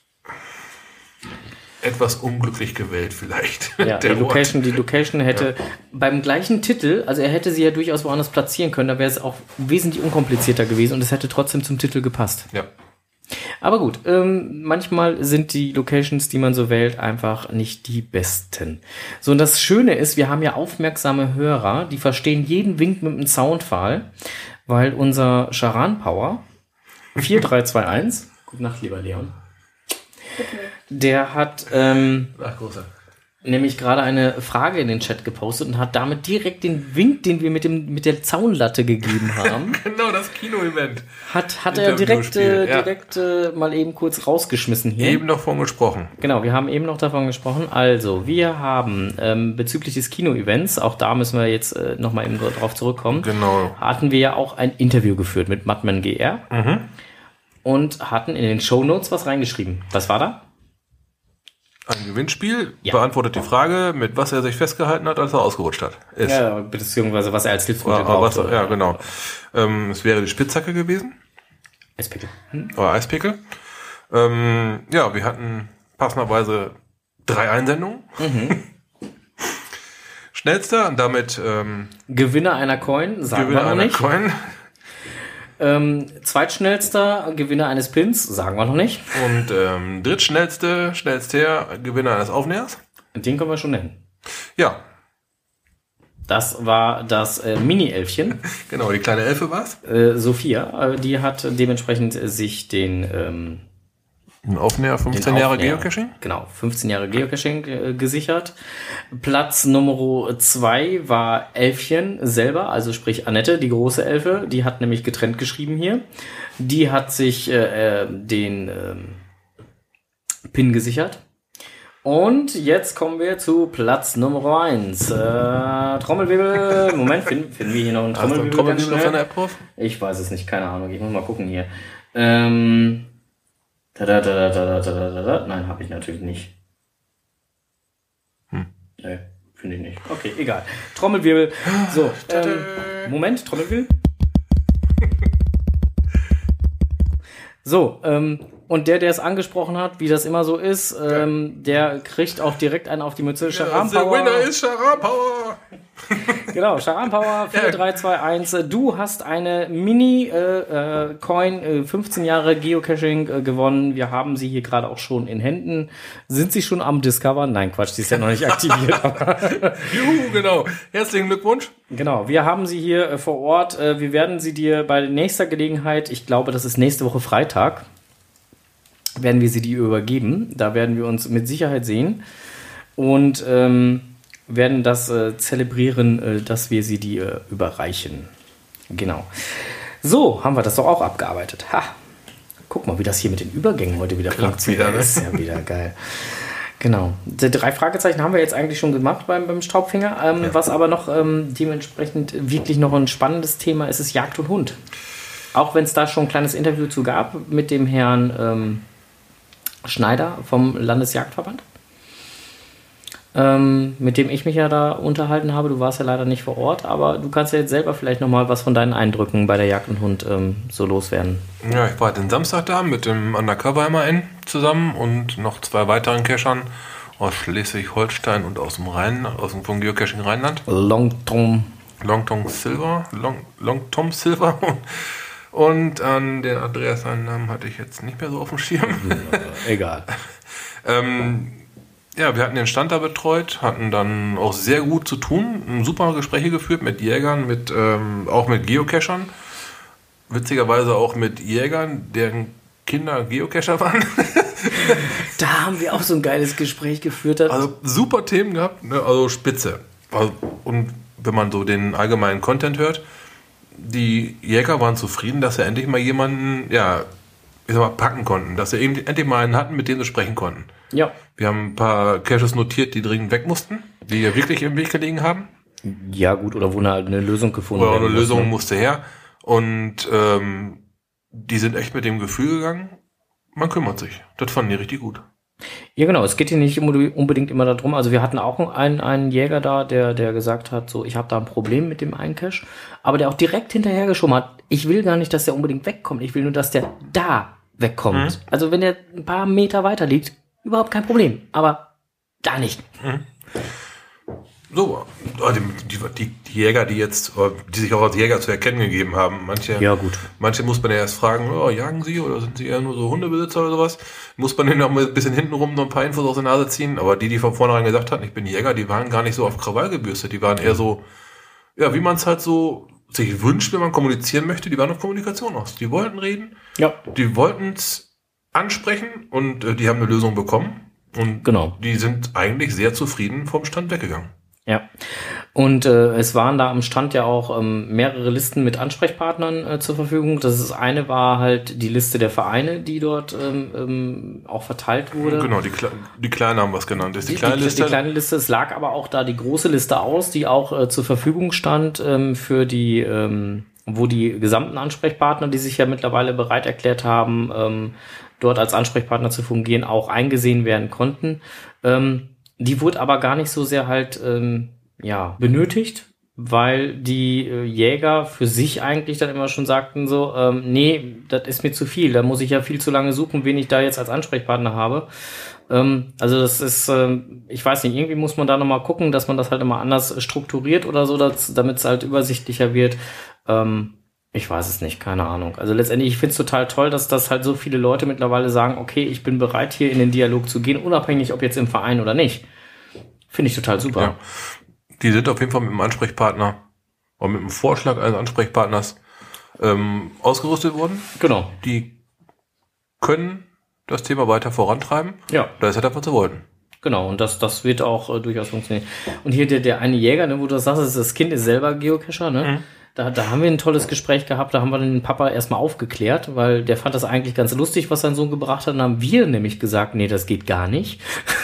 etwas unglücklich gewählt vielleicht. Ja, die der Ort. Location, die Location hätte beim gleichen Titel, also er hätte sie ja durchaus woanders platzieren können, da wäre es auch wesentlich unkomplizierter gewesen und es hätte trotzdem zum Titel gepasst. Ja. Aber gut, ähm, manchmal sind die Locations, die man so wählt, einfach nicht die besten. So, und das Schöne ist, wir haben ja aufmerksame Hörer, die verstehen jeden Wink mit einem Soundfall, weil unser Charan Power vier drei zwei eins, gute Nacht, lieber Leon, der hat ähm, Ach, großer. nämlich gerade eine Frage in den Chat gepostet und hat damit direkt den Wink, den wir mit dem mit der Zaunlatte gegeben haben, Genau, das Kino-Event. hat hat er direkt Interviewspiel, äh, ja. direkt äh, mal eben kurz rausgeschmissen hier. Eben noch von gesprochen. Genau, wir haben eben noch davon gesprochen. Also, wir haben ähm, bezüglich des Kino-Events, auch da müssen wir jetzt äh, nochmal eben drauf zurückkommen, Genau. hatten wir ja auch ein Interview geführt mit Madman G R und hatten in den Shownotes was reingeschrieben. Was war da? Ein Gewinnspiel Ja. beantwortet die Frage, mit was er sich festgehalten hat, als er ausgerutscht hat. Ist. Ja, beziehungsweise was er als Hilfsmittel Oder, was, brauchte. ja, genau. Ähm, es wäre die Spitzhacke gewesen. S P K. Hm? Oder Eispickel. Ähm, ja, wir hatten passenderweise drei Einsendungen. Mhm. Schnellster und damit ähm, Gewinner einer Coin, sagen Gewinner wir noch einer nicht. Coin. Ähm, zweitschnellster Gewinner eines Pins, sagen wir noch nicht. Und ähm, drittschnellste, schnellster Gewinner eines Aufnähers. Den können wir schon nennen. Ja, Das war das äh, Mini-Elfchen, genau, die kleine Elfe war's. äh, Sophia. Äh, die hat dementsprechend äh, sich den, ähm, Ein Aufnäher, den fünfzehn Jahre Aufnäher- Geocaching. Genau, fünfzehn Jahre Geocaching äh, gesichert. Platz Nummer zwei war Elfchen selber, also sprich Annette, die große Elfe. Die hat nämlich getrennt geschrieben hier. Die hat sich äh, äh, den ähm, Pin gesichert. Und jetzt kommen wir zu Platz Nummer eins. Äh, Trommelwirbel. Moment, finden, finden wir hier noch einen Hast du einen Trommelwirbel? ganz Trommelwirbel auf schnell? deiner App drauf? Ich weiß es nicht, keine Ahnung. Ich muss mal gucken hier. Ähm, da, da, da, da, da, da, da, da. Nein, habe ich natürlich nicht. Hm. Nee, finde ich nicht. Okay, egal. Trommelwirbel. So, ähm, Moment, Trommelwirbel. So, ähm, und der, der es angesprochen hat, wie das immer so ist, ähm, der kriegt auch direkt einen auf die Mütze. Ja, Charan the Power. winner is Charan Power. Genau, Charan Power vier drei zwei eins. Du hast eine Mini-Coin, äh, äh, fünfzehn Jahre Geocaching äh, gewonnen. Wir haben sie hier gerade auch schon in Händen. Sind sie schon am Discovern? Nein, Quatsch, die ist ja noch nicht aktiviert. Juhu, genau. Herzlichen Glückwunsch. Genau, wir haben sie hier äh, vor Ort. Äh, wir werden sie dir bei nächster Gelegenheit, ich glaube, das ist nächste Woche Freitag, werden wir sie dir übergeben. Da werden wir uns mit Sicherheit sehen. Und ähm, werden das äh, zelebrieren, äh, dass wir sie dir äh, überreichen. Genau. So, haben wir das doch auch abgearbeitet. Ha! Guck mal, wie das hier mit den Übergängen heute wieder Klappt funktioniert. wieder, ne? Das ist ja wieder geil. Genau. Die drei Fragezeichen haben wir jetzt eigentlich schon gemacht beim, beim Staubfinger. Ähm, Ja. Was aber noch ähm, dementsprechend wirklich noch ein spannendes Thema ist, ist Jagd und Hund. Auch wenn es da schon ein kleines Interview zu gab mit dem Herrn ähm, Schneider vom Landesjagdverband. Ähm, mit dem ich mich ja da unterhalten habe. Du warst ja leider nicht vor Ort, aber du kannst ja jetzt selber vielleicht nochmal was von deinen Eindrücken bei der Jagd und Hund ähm, so loswerden. Ja, ich war den Samstag da mit dem Undercover M A N zusammen und noch zwei weiteren Cachern aus Schleswig-Holstein und aus dem Rhein, aus dem vom Geocaching Rheinland. Long Tom. Long Tom Silver, Long, Long Tom Silver und an den Andreas, seinen Namen hatte ich jetzt nicht mehr so auf dem Schirm. Egal. ähm, Ja, wir hatten den Stand da betreut, hatten dann auch sehr gut zu tun, super Gespräche geführt mit Jägern, mit ähm, auch mit Geocachern. Witzigerweise auch mit Jägern, deren Kinder Geocacher waren. Da haben wir auch so ein geiles Gespräch geführt. Also super Themen gehabt, ne? Also spitze. Also, und wenn man so den allgemeinen Content hört, die Jäger waren zufrieden, dass sie endlich mal jemanden, ja, ich sag mal, packen konnten, dass sie eben endlich mal einen hatten, mit dem sie sprechen konnten. Ja. Wir haben ein paar Caches notiert, die dringend weg mussten, die ja wirklich im Weg gelegen haben. Ja, gut, oder wo eine, eine Lösung gefunden Oder eine werden Lösung muss, ne? musste her. Und ähm, die sind echt mit dem Gefühl gegangen, man kümmert sich. Das fanden die richtig gut. Ja, genau. Es geht hier nicht unbedingt immer darum. Also wir hatten auch einen, einen Jäger da, der, der gesagt hat, so, ich habe da ein Problem mit dem einen Cache, aber der auch direkt hinterhergeschoben hat. Ich will gar nicht, dass der unbedingt wegkommt. Ich will nur, dass der da wegkommt. Mhm. Also wenn der ein paar Meter weiter liegt, überhaupt kein Problem. Aber da nicht. So, die, die, die Jäger, die jetzt, die sich auch als Jäger zu erkennen gegeben haben, manche, Ja, gut. manche muss man ja erst fragen, oh, jagen sie oder sind sie eher nur so Hundebesitzer oder sowas? Muss man denen noch mal ein bisschen hintenrum noch ein paar Infos aus der Nase ziehen? Aber die, die von vornherein gesagt hatten, ich bin Jäger, die waren gar nicht so auf Krawall gebürstet. Die waren eher so, ja, wie man es halt so sich wünscht, wenn man kommunizieren möchte, die waren auf Kommunikation aus. Die wollten reden, Ja. die wollten es ansprechen und äh, die haben eine Lösung bekommen. Und Genau. die sind eigentlich sehr zufrieden vom Stand weggegangen. Ja, und äh, es waren da am Stand ja auch ähm, mehrere Listen mit Ansprechpartnern äh, zur Verfügung. Das ist eine war halt die Liste der Vereine, die dort ähm, ähm, auch verteilt wurde. Genau, die, Kle die Kleinen haben was genannt. Das ist die, Die, kleine die, Liste. die kleine Liste, es lag aber auch da die große Liste aus, die auch äh, zur Verfügung stand ähm, für die, ähm, wo die gesamten Ansprechpartner, die sich ja mittlerweile bereit erklärt haben, ähm, dort als Ansprechpartner zu fungieren, auch eingesehen werden konnten. Ähm, die wurde aber gar nicht so sehr halt ähm, ja benötigt, weil die äh, Jäger für sich eigentlich dann immer schon sagten so, ähm, nee, das ist mir zu viel, da muss ich ja viel zu lange suchen, wen ich da jetzt als Ansprechpartner habe. Ähm, also das ist, ähm, ich weiß nicht, irgendwie muss man da nochmal gucken, dass man das halt immer anders strukturiert oder so, damit es halt übersichtlicher wird. Ähm, Ich weiß es nicht, keine Ahnung. Also letztendlich, ich finde es total toll, dass das halt so viele Leute mittlerweile sagen, okay, ich bin bereit, hier in den Dialog zu gehen, unabhängig, ob jetzt im Verein oder nicht. Finde ich total super. Ja. Die sind auf jeden Fall mit dem Ansprechpartner oder mit dem Vorschlag eines Ansprechpartners ähm, ausgerüstet worden. Genau. Die können das Thema weiter vorantreiben. Ja. Da ist ja das, was sie wollten. Genau, und das, das wird auch äh, durchaus funktionieren. Und hier der, der eine Jäger, ne, wo du das sagst, das Kind ist selber Geocacher, ne? Mhm. Da, da haben wir ein tolles Gespräch gehabt, da haben wir den Papa erstmal aufgeklärt, weil der fand das eigentlich ganz lustig, was sein Sohn gebracht hat. Dann haben wir nämlich gesagt, nee, das geht gar nicht.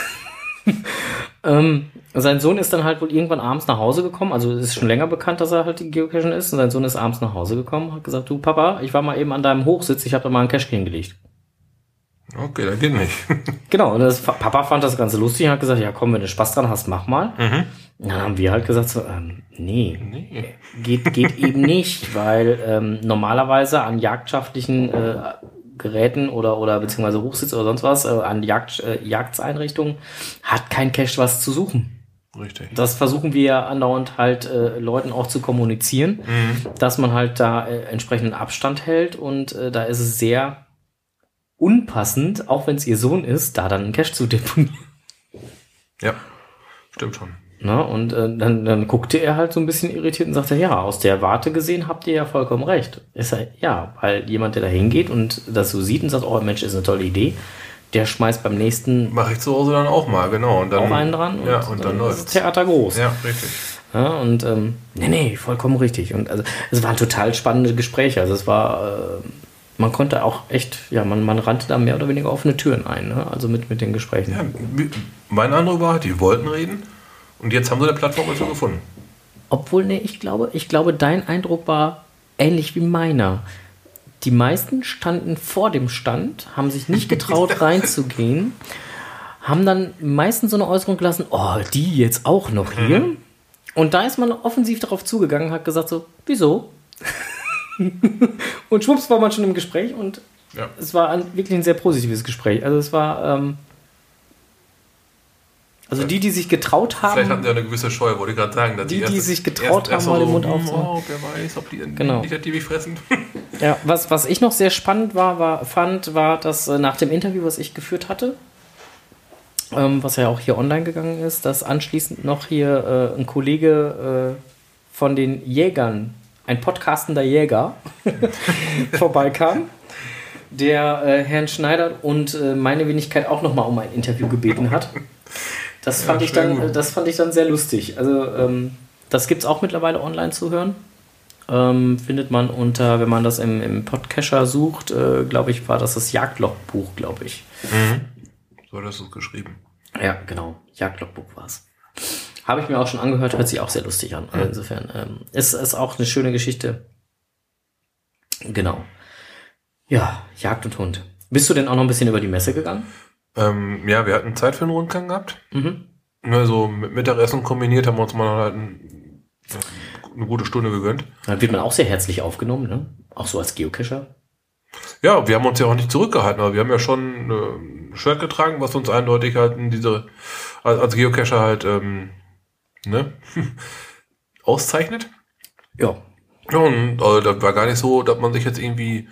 ähm, sein Sohn ist dann halt wohl irgendwann abends nach Hause gekommen, also es ist schon länger bekannt, dass er halt Geocaching ist. Und sein Sohn ist abends nach Hause gekommen, hat gesagt, du Papa, ich war mal eben an deinem Hochsitz, ich habe da mal einen Cache hingelegt. Okay, das geht nicht. Genau, und das, Papa fand das Ganze lustig und hat gesagt, ja komm, wenn du Spaß dran hast, mach mal. Mhm. Dann haben wir halt gesagt, so, ähm, nee, Nee. geht, geht eben nicht, weil ähm, normalerweise an jagdschaftlichen äh, Geräten oder oder beziehungsweise Hochsitz oder sonst was, äh, an Jagd, äh, Jagdeinrichtungen hat kein Cache was zu suchen. Richtig. Das versuchen wir ja andauernd halt äh, Leuten auch zu kommunizieren, mhm. dass man halt da äh, entsprechenden Abstand hält und äh, da ist es sehr unpassend, auch wenn es ihr Sohn ist, da dann einen Cash zu deponieren. Ja, stimmt schon. Na, und äh, dann, dann guckte er halt so ein bisschen irritiert und sagte, ja, aus der Warte gesehen habt ihr ja vollkommen recht. Ist er, ja, weil jemand, der da hingeht und das so sieht und sagt, oh Mensch, ist eine tolle Idee, der schmeißt beim nächsten... Mache ich zu Hause dann auch mal, genau. Und dann, auch einen dran. Und ja, und dann, dann läuft das Theater groß. Ja, richtig. Ja, und ähm, nee, nee, vollkommen richtig. Und also es waren total spannende Gespräche. Also es war, äh, man konnte auch echt, ja, man, man rannte da mehr oder weniger offene Türen ein, ne? Also mit, mit den Gesprächen. Ja, mein Eindruck war, die wollten reden und jetzt haben sie eine Plattform dazu gefunden. Obwohl, nee, ich glaube, ich glaube, dein Eindruck war ähnlich wie meiner. Die meisten standen vor dem Stand, haben sich nicht getraut reinzugehen, haben dann meistens so eine Äußerung gelassen, oh, die jetzt auch noch hier. Mhm. Und da ist man offensiv darauf zugegangen, hat gesagt so, wieso? Und schwupps war man schon im Gespräch und ja. Es war ein, wirklich ein sehr positives Gespräch. Also es war, ähm, also die, die sich getraut haben... Vielleicht hatten sie ja eine gewisse Scheu, wollte ich gerade sagen. Dass die, die, erste, die sich getraut erst, haben, mal so, den Mund aufzumachen. Oh, wer weiß, ob die genau. nicht die fressen. Ja, was, was ich noch sehr spannend war, war, fand, war, dass äh, nach dem Interview, was ich geführt hatte, ähm, was ja auch hier online gegangen ist, dass anschließend noch hier äh, ein Kollege äh, von den Jägern, ein podcastender Jäger, vorbeikam, der äh, Herrn Schneider und äh, meine Wenigkeit auch nochmal um ein Interview gebeten hat. Das fand, ja, ich dann, gut. das fand ich dann sehr lustig. Also ähm, das gibt es auch mittlerweile online zu hören. Ähm, findet man unter, wenn man das im, im Podcatcher sucht, äh, glaube ich, war das das Jagdlogbuch, glaube ich. Mhm. So hast du es geschrieben. Ja, genau. Jagdlogbuch war es. Habe ich mir auch schon angehört, hört sich auch sehr lustig an. Also insofern ähm, ist es auch eine schöne Geschichte. Genau. Ja, Jagd und Hund. Bist du denn auch noch ein bisschen über die Messe gegangen? Ähm, ja, wir hatten Zeit für einen Rundgang gehabt. Mhm. Also mit Mittagessen kombiniert haben wir uns mal halt ein, eine gute Stunde gegönnt. Da wird man auch sehr herzlich aufgenommen, ne? Auch so als Geocacher. Ja, wir haben uns ja auch nicht zurückgehalten, aber wir haben ja schon äh, ein Shirt getragen, was uns eindeutig halt in diese, als Geocacher halt ähm, ne? auszeichnet. Ja. Ja, und also, das war gar nicht so, dass man sich jetzt irgendwie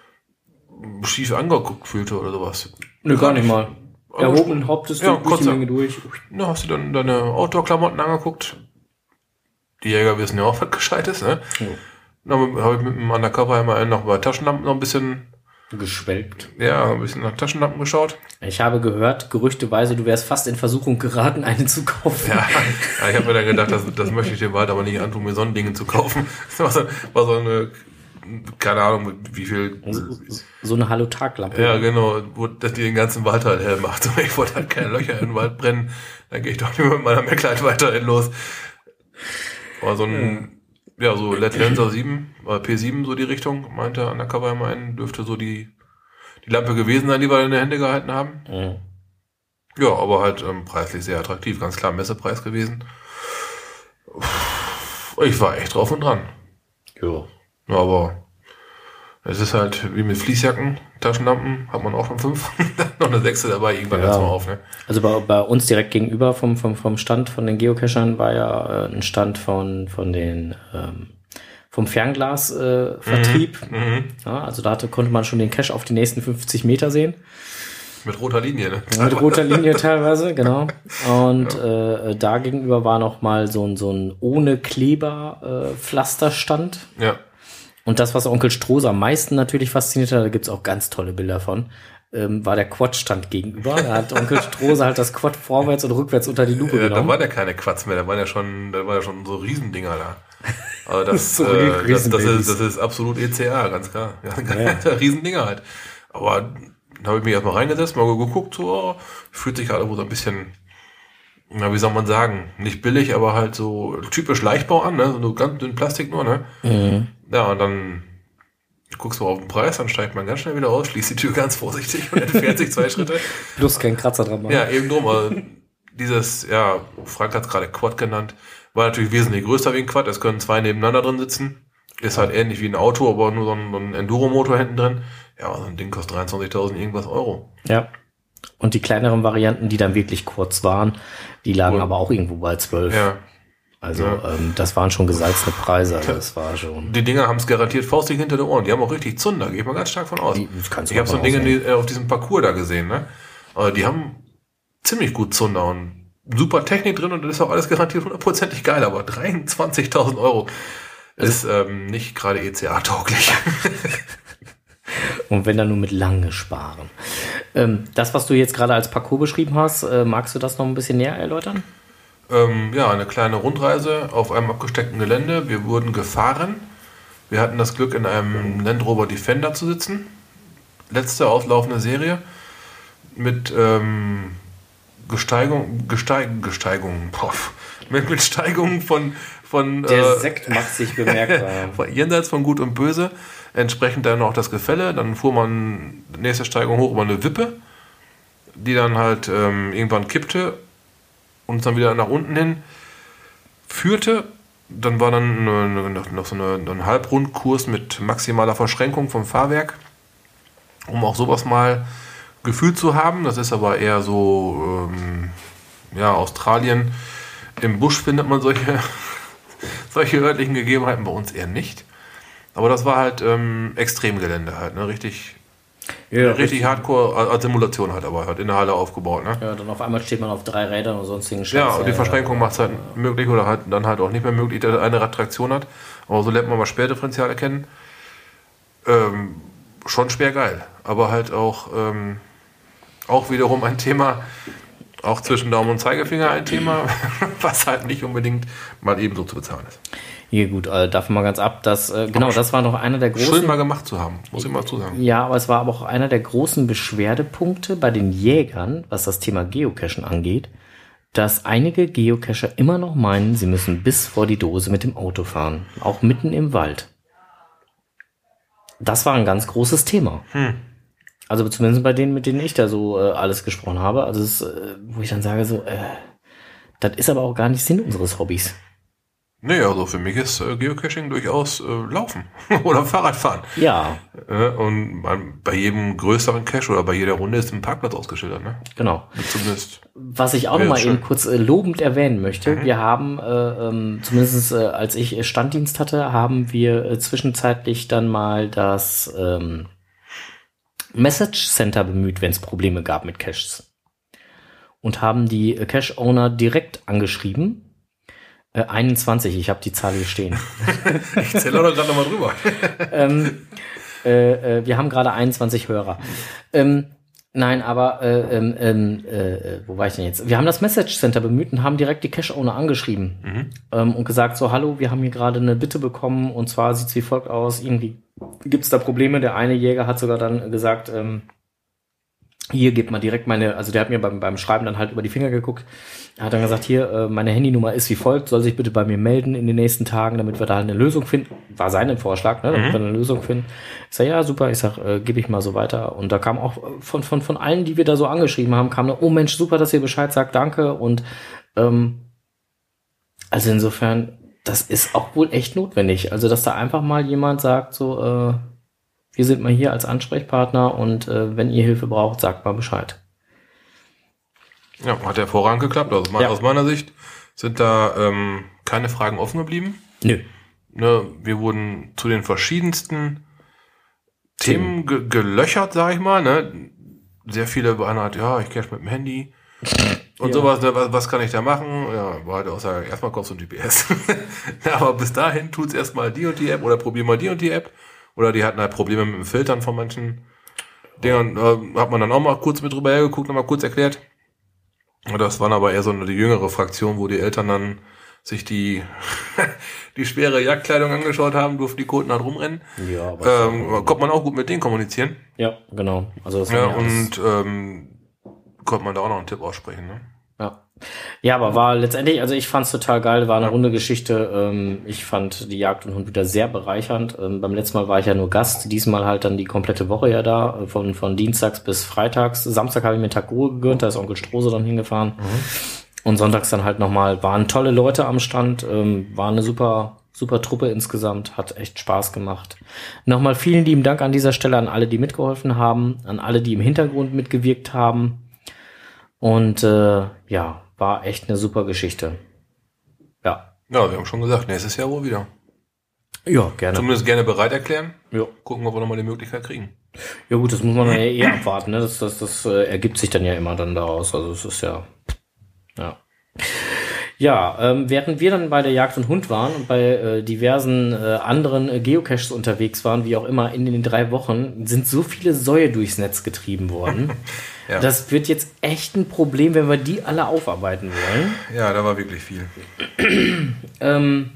schief angeguckt fühlte oder sowas. Nö, gar nicht mal. Erhobenen Hauptes ja, durch die Menge durch. Na, hast du dann deine Outdoor-Klamotten angeguckt? Die Jäger wissen ja auch, was gescheit ist, ne? Ja. Dann habe ich mit dem Undercover einmal noch bei Taschenlampen noch ein bisschen geschwelgt. Ja, ein bisschen nach Taschenlampen geschaut. Ich habe gehört, gerüchteweise, du wärst fast in Versuchung geraten, eine zu kaufen. Ja, ja ich habe mir dann gedacht, das, das möchte ich dir bald aber nicht antun, mir so ein Ding zu kaufen. Das war so, war so eine, keine Ahnung, wie viel... So, so eine Hallo-Tag-Lampe. Ja, genau, wo, dass die den ganzen Wald halt hell macht. Ich wollte halt keine Löcher in den Wald brennen. Dann gehe ich doch nicht mit meiner MacLight weiterhin los. War so ein... Ja, so L E D Lenser sieben, P sieben, so die Richtung, meinte Undercover immer einen, dürfte so die, die Lampe gewesen sein, die wir in der Hände gehalten haben. Mhm. Ja, aber halt ähm, preislich sehr attraktiv, ganz klar Messepreis gewesen. Ich war echt drauf und dran. Ja. Ja, aber es ist halt wie mit Fließjacken, Taschenlampen, hat man auch schon fünf, noch eine sechste dabei, irgendwann ja. hört's mal auf, ne? Also bei, bei uns direkt gegenüber vom, vom, vom Stand von den Geocachern war ja äh, ein Stand von, von den ähm, vom Fernglas-Vertrieb. Äh, mhm. Ja, also da hatte, konnte man schon den Cache auf die nächsten fünfzig Meter sehen. Mit roter Linie, ne? Ja, mit roter Linie teilweise, genau. Und ja. äh, da gegenüber war noch mal so ein, so ein ohne Kleber äh, Pflasterstand. Ja. Und das, was Onkel Strohse am meisten natürlich fasziniert hat, da gibt's auch ganz tolle Bilder von, ähm, war der Quad-Stand gegenüber. Da hat Onkel Strohse halt das Quad vorwärts und rückwärts unter die Lupe ja, genommen. Da waren ja keine Quads mehr, da waren ja schon, da waren ja schon so Riesendinger da. Aber das, so äh, das, das, ist, das ist absolut E C A, ganz klar. Ja, ja. Riesendinger halt. Aber da habe ich mich erstmal reingesetzt, mal geguckt, so, oh, fühlt sich halt wo so ein bisschen, na, wie soll man sagen, nicht billig, aber halt so typisch Leichtbau an, ne? So ganz dünn Plastik nur, ne? Mhm. Ja, und dann guckst du auf den Preis, dann steigt man ganz schnell wieder aus, schließt die Tür ganz vorsichtig und entfernt sich zwei Schritte. Plus kein Kratzer dran machen. Ja, eben drum. Also dieses, ja, Frank hat es gerade Quad genannt, war natürlich wesentlich größer wie ein Quad. Es können zwei nebeneinander drin sitzen. Ist halt ähnlich wie ein Auto, aber nur so ein, so ein Enduro-Motor hinten drin. Ja, so ein Ding kostet dreiundzwanzigtausend irgendwas Euro. Ja. Und die kleineren Varianten, die dann wirklich kurz waren, die lagen Cool. aber auch irgendwo bei zwölf. Ja. Also Ja. ähm, das waren schon gesalzene Preise. Also das war schon... Die Dinger haben es garantiert faustig hinter den Ohren. Die haben auch richtig Zunder, gehe ich mal ganz stark von aus. Die- das kannst du ich habe so davon Dinge ausgehen. die, äh, auf diesem Parcours da gesehen, ne? Aber die haben ziemlich gut Zunder und super Technik drin und das ist auch alles garantiert hundertprozentig geil, aber dreiundzwanzigtausend Euro ist ähm, nicht gerade E C A-tauglich. Und wenn dann nur mit lange sparen. Ähm, das, was du jetzt gerade als Parcours beschrieben hast, äh, magst du das noch ein bisschen näher erläutern? Ähm, ja, eine kleine Rundreise auf einem abgesteckten Gelände. Wir wurden gefahren. Wir hatten das Glück, in einem Land Rover Defender zu sitzen. Letzte auslaufende Serie. Mit ähm, Gesteigung, Gesteig, Gesteigung, boah, mit, mit Steigungen von, von, Der äh, Sekt macht sich bemerkbar. von jenseits von Gut und Böse. Entsprechend dann noch das Gefälle. Dann fuhr man nächste Steigung hoch über eine Wippe, die dann halt ähm, irgendwann kippte und dann wieder nach unten hin führte. Dann war dann eine, noch, noch so eine, ein Halbrundkurs mit maximaler Verschränkung vom Fahrwerk, um auch sowas mal gefühlt zu haben. Das ist aber eher so, ähm, ja, Australien. Im Busch findet man solche, solche örtlichen Gegebenheiten, bei uns eher nicht. Aber das war halt ähm, Extremgelände halt, ne? Richtig, Ja, richtig hardcore, als Simulation halt, aber halt in der Halle aufgebaut, ne? Ja, dann auf einmal steht man auf drei Rädern und sonstigen Scheiß. Ja, und die Verschränkung macht es halt möglich oder halt dann halt auch nicht mehr möglich, dass eine Radtraktion hat. Aber so lernt man mal Sperrdifferentiale kennen. Ähm, schon schwer geil. Aber halt auch, ähm, auch wiederum ein Thema, auch zwischen Daumen und Zeigefinger ein Thema, was halt nicht unbedingt mal ebenso zu bezahlen ist. Hier gut, äh, davon mal ganz ab, dass, äh, genau, Aber das war noch einer der Schön großen... mal gemacht zu haben, muss ich mal zusagen. Ja, aber es war aber auch einer der großen Beschwerdepunkte bei den Jägern, was das Thema Geocachen angeht, dass einige Geocacher immer noch meinen, sie müssen bis vor die Dose mit dem Auto fahren, auch mitten im Wald. Das war ein ganz großes Thema. Hm. Also zumindest bei denen, mit denen ich da so äh, alles gesprochen habe, also es, äh, wo ich dann sage so, äh, das ist aber auch gar nicht Sinn unseres Hobbys. Nee, also für mich ist äh, Geocaching durchaus äh, Laufen oder Fahrradfahren. Ja, Äh, und man, bei jedem größeren Cache oder bei jeder Runde ist ein Parkplatz ausgeschildert, ne? genau. Zumindest. Was ich auch Ja, noch mal schön. eben kurz äh, lobend erwähnen möchte, wir haben, äh, ähm, zumindest äh, als ich äh, Standdienst hatte, haben wir äh, zwischenzeitlich dann mal das ähm, Message Center bemüht, wenn es Probleme gab mit Caches. Und haben die äh, Cache-Owner direkt angeschrieben. Äh, einundzwanzig, ich habe die Zahl hier stehen. Ich zähle doch gerade nochmal drüber. ähm, äh, äh, wir haben gerade einundzwanzig Hörer. Ähm, nein, aber äh, ähm, ähm, äh, wo war ich denn jetzt? Wir haben das Message Center bemüht und haben direkt die Cache-Owner angeschrieben Mhm. ähm, und gesagt so, hallo, wir haben hier gerade eine Bitte bekommen und zwar sieht's wie folgt aus, irgendwie gibt's da Probleme. Der eine Jäger hat sogar dann gesagt, ähm, hier gebt mal direkt meine, also der hat mir beim, beim Schreiben dann halt über die Finger geguckt. Er hat dann gesagt, hier, äh, meine Handynummer ist wie folgt, soll sich bitte bei mir melden in den nächsten Tagen, damit wir da eine Lösung finden. War sein Vorschlag, ne, damit Mhm. wir eine Lösung finden. Ich sag, ja, super, ich sag, äh, gebe ich mal so weiter. Und da kam auch von, von, von allen, die wir da so angeschrieben haben, kam eine, oh Mensch, super, dass ihr Bescheid sagt, danke. Und ähm, also insofern, das ist auch wohl echt notwendig. Also, dass da einfach mal jemand sagt, so, äh, wir sind mal hier als Ansprechpartner und äh, wenn ihr Hilfe braucht, sagt mal Bescheid. Ja, hat hervorragend geklappt. Also Ja. aus meiner Sicht sind da ähm, keine Fragen offen geblieben. Nö. Ne, wir wurden zu den verschiedensten Themen ge gelöchert, sag ich mal. Ne? Sehr viele bei einer Art, ja, ich cache mit dem Handy und Ja. sowas. Ne? Was, was kann ich da machen? Ja, war halt Aussage, erstmal kaufst du ein G P S. Ja, aber bis dahin tut's erstmal die und die App oder probier mal die und die App. Oder die hatten halt Probleme mit dem Filtern von manchen Dingern. Äh, hat man dann auch mal kurz mit drüber hergeguckt und mal kurz erklärt. Das waren aber eher so eine die jüngere Fraktion, wo die Eltern dann sich die die schwere Jagdkleidung angeschaut haben, durften die Koten halt rumrennen. Ja, aber Ähm, konnte man auch gut mit denen kommunizieren. ja, genau. Also das Ja, war ja alles- und ähm, konnte man da auch noch einen Tipp aussprechen. Ne? ja. Ja, aber war letztendlich, also ich fand's total geil, war eine runde Geschichte. Ähm, ich fand die Jagd und Hund wieder sehr bereichernd. Ähm, beim letzten Mal war ich ja nur Gast, diesmal halt dann die komplette Woche ja da, äh, von, von Dienstags bis Freitags. Samstag habe ich mir einen Tag Ruhe gegönnt, da ist Onkel Strose dann hingefahren. Und sonntags dann halt nochmal, waren tolle Leute am Stand, ähm, war eine super, super Truppe insgesamt, hat echt Spaß gemacht. Nochmal vielen lieben Dank an dieser Stelle an alle, die mitgeholfen haben, an alle, die im Hintergrund mitgewirkt haben. Und äh, ja, war echt eine super Geschichte. Ja. Ja, wir haben schon gesagt, nächstes Jahr wohl wieder. Ja, gerne. Zumindest gerne bereit erklären. Ja. Gucken, ob wir nochmal die Möglichkeit kriegen. Ja gut, das muss man ja eh abwarten, ne? Das, das, das äh, ergibt sich dann ja immer dann daraus. Also es ist ja. Ja. Ja, ähm, während wir dann bei der Jagd und Hund waren und bei äh, diversen äh, anderen äh, Geocaches unterwegs waren, wie auch immer, in den drei Wochen, sind so viele Säue durchs Netz getrieben worden. Ja. Das wird jetzt echt ein Problem, wenn wir die alle aufarbeiten wollen. Ja, da war wirklich viel. ähm,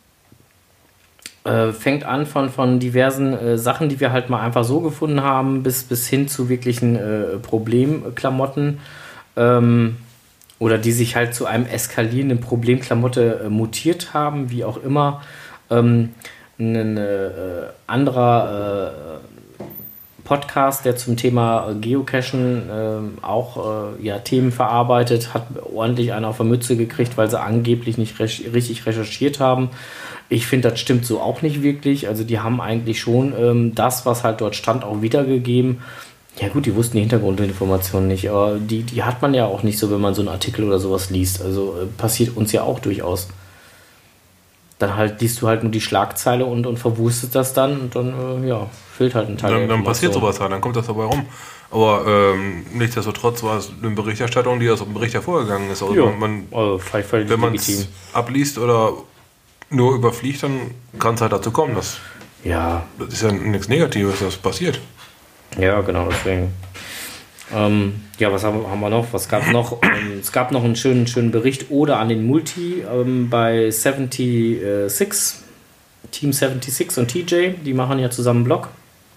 äh, fängt an von, von diversen äh, Sachen, die wir halt mal einfach so gefunden haben, bis, bis hin zu wirklichen äh, Problemklamotten. Ähm, oder die sich halt zu einem eskalierenden Problemklamotte äh, mutiert haben, wie auch immer. Ähm, ein äh, anderer äh, Podcast, der zum Thema Geocachen äh, auch äh, ja, Themen verarbeitet, hat ordentlich einen auf der Mütze gekriegt, weil sie angeblich nicht recht, richtig recherchiert haben. Ich finde, das stimmt so auch nicht wirklich. Also die haben eigentlich schon ähm, das, was halt dort stand, auch wiedergegeben. Ja gut, die wussten die Hintergrundinformationen nicht, aber die, die hat man ja auch nicht so, wenn man so einen Artikel oder sowas liest. Also äh, passiert uns ja auch durchaus. Dann halt liest du halt nur die Schlagzeile und, und verwustest das dann und dann, äh, ja, fehlt halt ein Teil Dann, dann passiert sowas halt, dann kommt das dabei rum. Aber ähm, nichtsdestotrotz war es eine Berichterstattung, die aus dem Bericht hervorgegangen ist. Also ja, man, also wenn man es abliest oder nur überfliegt, dann kann es halt dazu kommen. Das, ja. das ist ja nichts Negatives, das passiert. Ja, genau, deswegen. Ähm, ja, was haben, haben wir noch? Was gab noch? Ähm, es gab noch einen schönen, schönen Bericht Ode an den Multi ähm, bei sechsundsiebzig, Team sechsundsiebzig und T J, die machen ja zusammen einen Blog.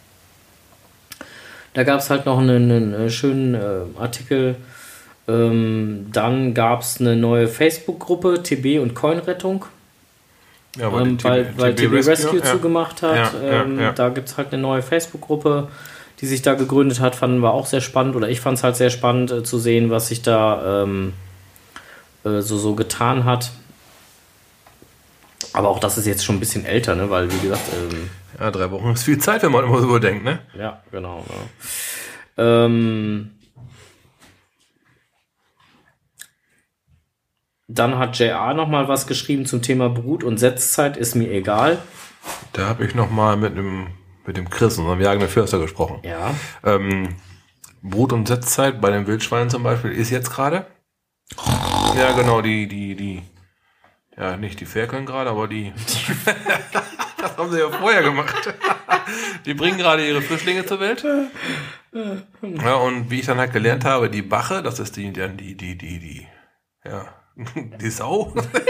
Da gab es halt noch einen, einen schönen äh, Artikel. Ähm, dann gab es eine neue Facebook-Gruppe, T B und Coinrettung. Ja, weil, ähm, weil, weil T B Rescue, Rescue ja. zugemacht hat. Ja, ähm, ja, ja. Da gibt es halt eine neue Facebook-Gruppe, die sich da gegründet hat, fanden wir auch sehr spannend, oder ich fand es halt sehr spannend äh, zu sehen, was sich da ähm, äh, so, so getan hat. Aber auch das ist jetzt schon ein bisschen älter, ne? Weil, wie gesagt... Ähm, ja, drei Wochen ist viel Zeit, wenn man immer so überdenkt, ne? Ja, genau. Ja. Ähm, dann hat J R nochmal was geschrieben zum Thema Brut- und Setzzeit, ist mir egal. Da habe ich nochmal mit einem... mit dem Chris, unserem jagenden Förster, gesprochen. Ja. Ähm, Brut- und Setzzeit bei den Wildschweinen zum Beispiel ist jetzt gerade. Ja, genau, die, die, die, ja, nicht die Ferkeln gerade, aber die, das haben sie ja vorher gemacht. Die bringen gerade ihre Frischlinge zur Welt. Ja, und wie ich dann halt gelernt habe, die Bache, das ist die, die, die, die, die, die ja, die Sau.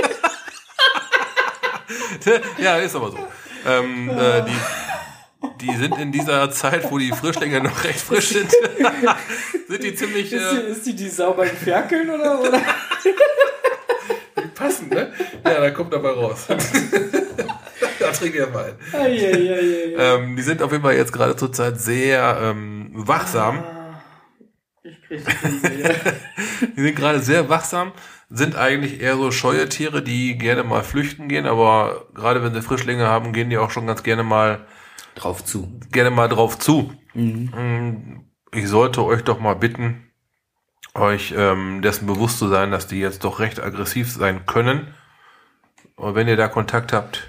Ja, ist aber so. Ähm, äh, die, Die sind in dieser Zeit, wo die Frischlinge noch recht frisch sind, sind die ziemlich... Ist die, äh, ist die, die Sau beim Ferkeln oder? oder? Die passen, ne? Ja, da kommt dabei raus. Da trinke ich ja mal ein. Ai, ai, ai, ai. Ähm, die sind auf jeden Fall jetzt gerade zur Zeit sehr ähm, wachsam. Ah, ich krieg die Die sind gerade sehr wachsam, sind eigentlich eher so scheue Tiere, die gerne mal flüchten gehen, aber gerade wenn sie Frischlinge haben, gehen die auch schon ganz gerne mal drauf zu. Gerne mal drauf zu. Mhm. Ich sollte euch doch mal bitten, euch ähm, dessen bewusst zu sein, dass die jetzt doch recht aggressiv sein können. Und wenn ihr da Kontakt habt,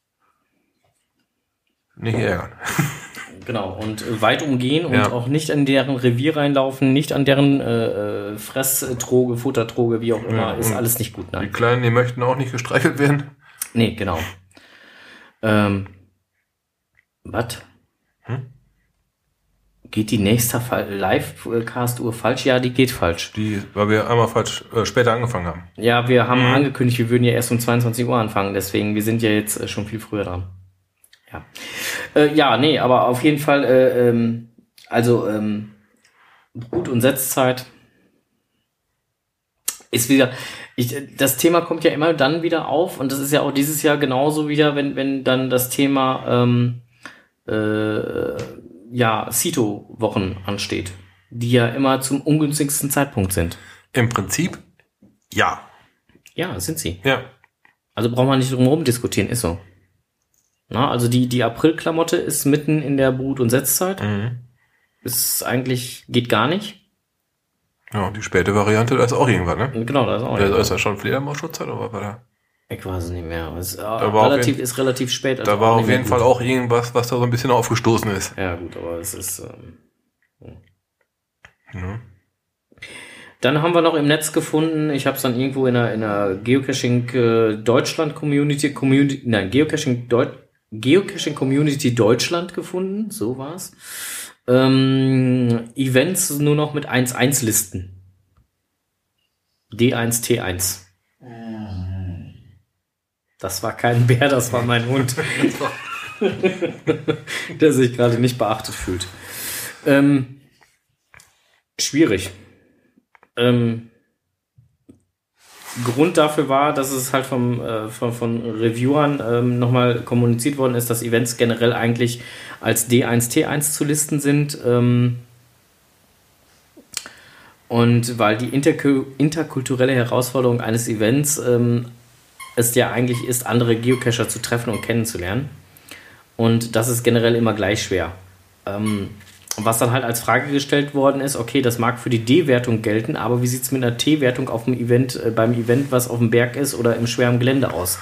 nicht ärgern. Genau, und weit umgehen und ja. auch nicht an deren Revier reinlaufen, nicht an deren äh, Fresstroge, Futtertroge, wie auch immer, ja, ist alles nicht gut. Nein. Die Kleinen, die möchten auch nicht gestreichelt werden. Nee, genau. Ähm, was? Hm? Geht die nächste Live-Cast-Uhr falsch? Ja, die geht falsch. Die, weil wir einmal falsch äh, später angefangen haben. Ja, wir haben mhm. angekündigt, wir würden ja erst um zweiundzwanzig Uhr anfangen, deswegen, wir sind ja jetzt äh, schon viel früher dran. Ja, äh, ja, nee, aber auf jeden Fall, äh, ähm, also ähm, Brut- und Setzzeit ist wieder, ich, das Thema kommt ja immer dann wieder auf und das ist ja auch dieses Jahr genauso wieder, wenn, wenn dann das Thema ähm, äh, ja, Cito-Wochen ansteht, die ja immer zum ungünstigsten Zeitpunkt sind. Im Prinzip, ja. Ja, sind sie. Ja. Also braucht man nicht drum herum diskutieren, ist so. Na, also die, die April-Klamotte ist mitten in der Brut- und Setzzeit. Mhm. Ist eigentlich, geht gar nicht. Ja, die späte Variante, da ist auch irgendwas, ne? Genau, da ist auch Da irgendwas. ist ja schon Fledermaus-Schutzzeit, oder was war da? Ich weiß es nicht mehr. Es, Da war relativ, auf jeden- ist relativ spät. also Da war auch auf nicht mehr jeden gut. Fall auch irgendwas, was da so ein bisschen aufgestoßen ist. Ja, gut, aber es ist. Ähm, Ja. Dann haben wir noch im Netz gefunden, ich habe es dann irgendwo in einer, in einer Geocaching äh, Deutschland Community, Community, nein, Geocaching, Deu Geocaching Community Deutschland gefunden, so war's. Ähm, Events nur noch mit eins eins Listen. D eins T eins. Das war kein Bär, das war mein Hund. Der sich gerade nicht beachtet fühlt. Ähm, schwierig. Ähm, Grund dafür war, dass es halt vom, äh, von, von Reviewern ähm, nochmal kommuniziert worden ist, dass Events generell eigentlich als D eins T eins zu listen sind. Ähm, und weil die interku- interkulturelle Herausforderung eines Events ähm, es ja eigentlich ist, andere Geocacher zu treffen und kennenzulernen. Und das ist generell immer gleich schwer. Ähm, Was dann halt als Frage gestellt worden ist, okay, das mag für die D-Wertung gelten, aber wie sieht es mit einer T-Wertung auf dem Event, äh, beim Event, was auf dem Berg ist oder im schweren Gelände aus?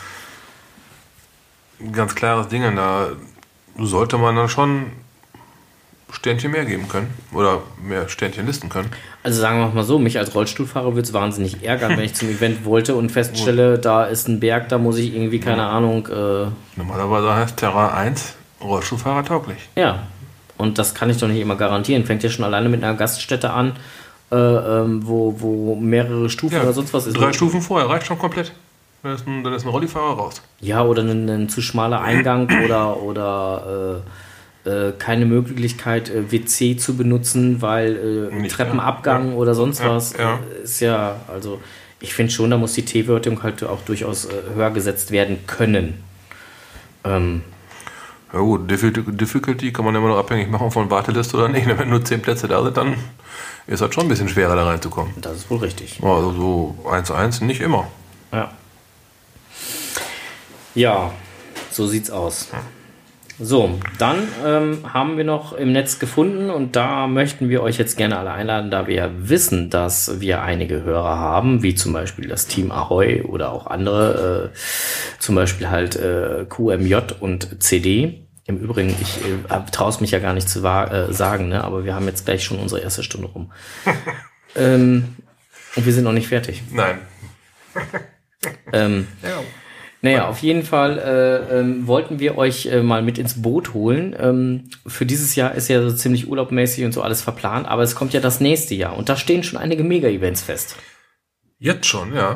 Ganz klares Ding, da sollte man dann schon Sternchen mehr geben können oder mehr Sternchen listen können. Also sagen wir mal so, mich als Rollstuhlfahrer würde es wahnsinnig ärgern, wenn ich zum Event wollte und feststelle, da ist ein Berg, da muss ich irgendwie, keine Ahnung, äh, Normalerweise heißt Terra eins Rollstuhlfahrer tauglich. ja. Und das kann ich doch nicht immer garantieren. Fängt ja schon alleine mit einer Gaststätte an, äh, ähm, wo, wo mehrere Stufen Ja, oder sonst was ist. drei Stufen vorher reicht schon komplett. Dann ist ein, dann ist ein Rollifahrer raus. Ja, oder ein, ein zu schmaler Eingang oder, oder äh, äh, keine Möglichkeit, äh, W C zu benutzen, weil äh, Nicht, Treppenabgang ja. oder sonst Ja, was ja. äh, ist ja, also ich finde schon, da muss die T-Wertung halt auch durchaus äh, höher gesetzt werden können. Ähm, Ja gut, Diffi- Difficulty kann man immer noch abhängig machen von Warteliste oder nicht. Wenn nur zehn Plätze da sind, dann ist das schon ein bisschen schwerer da reinzukommen. das ist wohl richtig. Also so eins zu eins nicht immer. Ja. Ja, so sieht's aus. So, dann ähm, haben wir noch im Netz gefunden und da möchten wir euch jetzt gerne alle einladen, da wir wissen, dass wir einige Hörer haben, wie zum Beispiel das Team Ahoy oder auch andere, äh, zum Beispiel halt äh, Q M J und C D. Im Übrigen, ich äh, traue es mich ja gar nicht zu wa- äh, sagen, ne? Aber wir haben jetzt gleich schon unsere erste Stunde rum. ähm, und wir sind noch nicht fertig. Nein. Ähm, Ja. Naja, auf jeden Fall äh, ähm, wollten wir euch äh, mal mit ins Boot holen. Ähm, für dieses Jahr ist ja so ziemlich urlaubmäßig und so alles verplant, aber es kommt ja das nächste Jahr und da stehen schon einige Mega-Events fest. Jetzt schon, ja.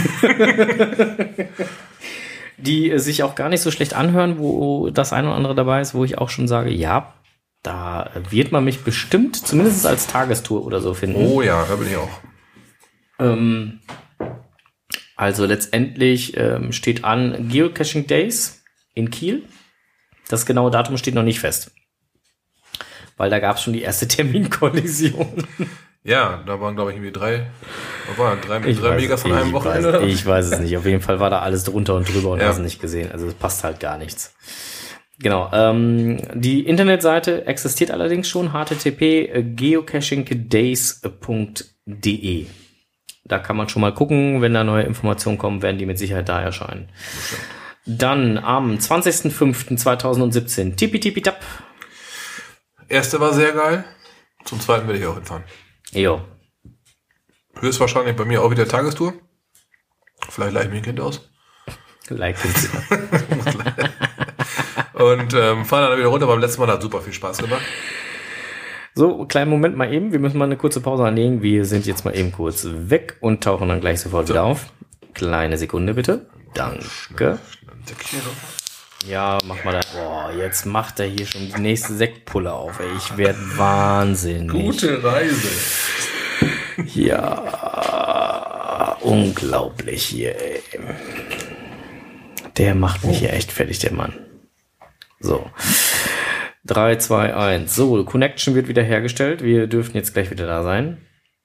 Die äh, sich auch gar nicht so schlecht anhören, wo das eine oder andere dabei ist, wo ich auch schon sage, ja, da wird man mich bestimmt, zumindest als Tagestour oder so finden. Oh ja, da bin ich auch. Ähm, also letztendlich ähm, steht an Geocaching Days in Kiel. Das genaue Datum steht noch nicht fest. Weil da gab es schon die erste Terminkollision. Ja, da waren, glaube ich, irgendwie drei, was war, drei, Ich drei weiß- Mega von einem ich Wochenende. Weiß, ich weiß es nicht. Auf jeden Fall war da alles drunter und drüber und Ja. hast nicht gesehen. Also es passt halt gar nichts. Genau. Ähm, die Internetseite existiert allerdings schon. h t t p punkt geocaching days punkt d e. Da kann man schon mal gucken. Wenn da neue Informationen kommen, werden die mit Sicherheit da erscheinen. Dann am zwanzigsten fünften zweitausendsiebzehn. Tippi tippi tap. Erste war sehr geil. Zum zweiten werde ich auch hinfahren. Jo. Höchstwahrscheinlich bei mir auch wieder Tagestour. Vielleicht leih ich mir ein Kind aus. Like it. Und ähm, fahren dann wieder runter. Beim letzten Mal hat super viel Spaß gemacht. So, kleinen Moment mal eben. Wir müssen mal eine kurze Pause anlegen. Wir sind jetzt mal eben kurz weg und tauchen dann gleich sofort wieder auf. Kleine Sekunde bitte. Danke. Ja, mach mal da. Boah, jetzt macht er hier schon die nächste Sektpulle auf. Ey. Ich werde wahnsinnig. Gute Reise. Ja, unglaublich hier, ey. Der macht mich hier echt fertig, der Mann. So. drei, zwei, eins. So, Connection wird wieder hergestellt. Wir dürfen jetzt gleich wieder da sein.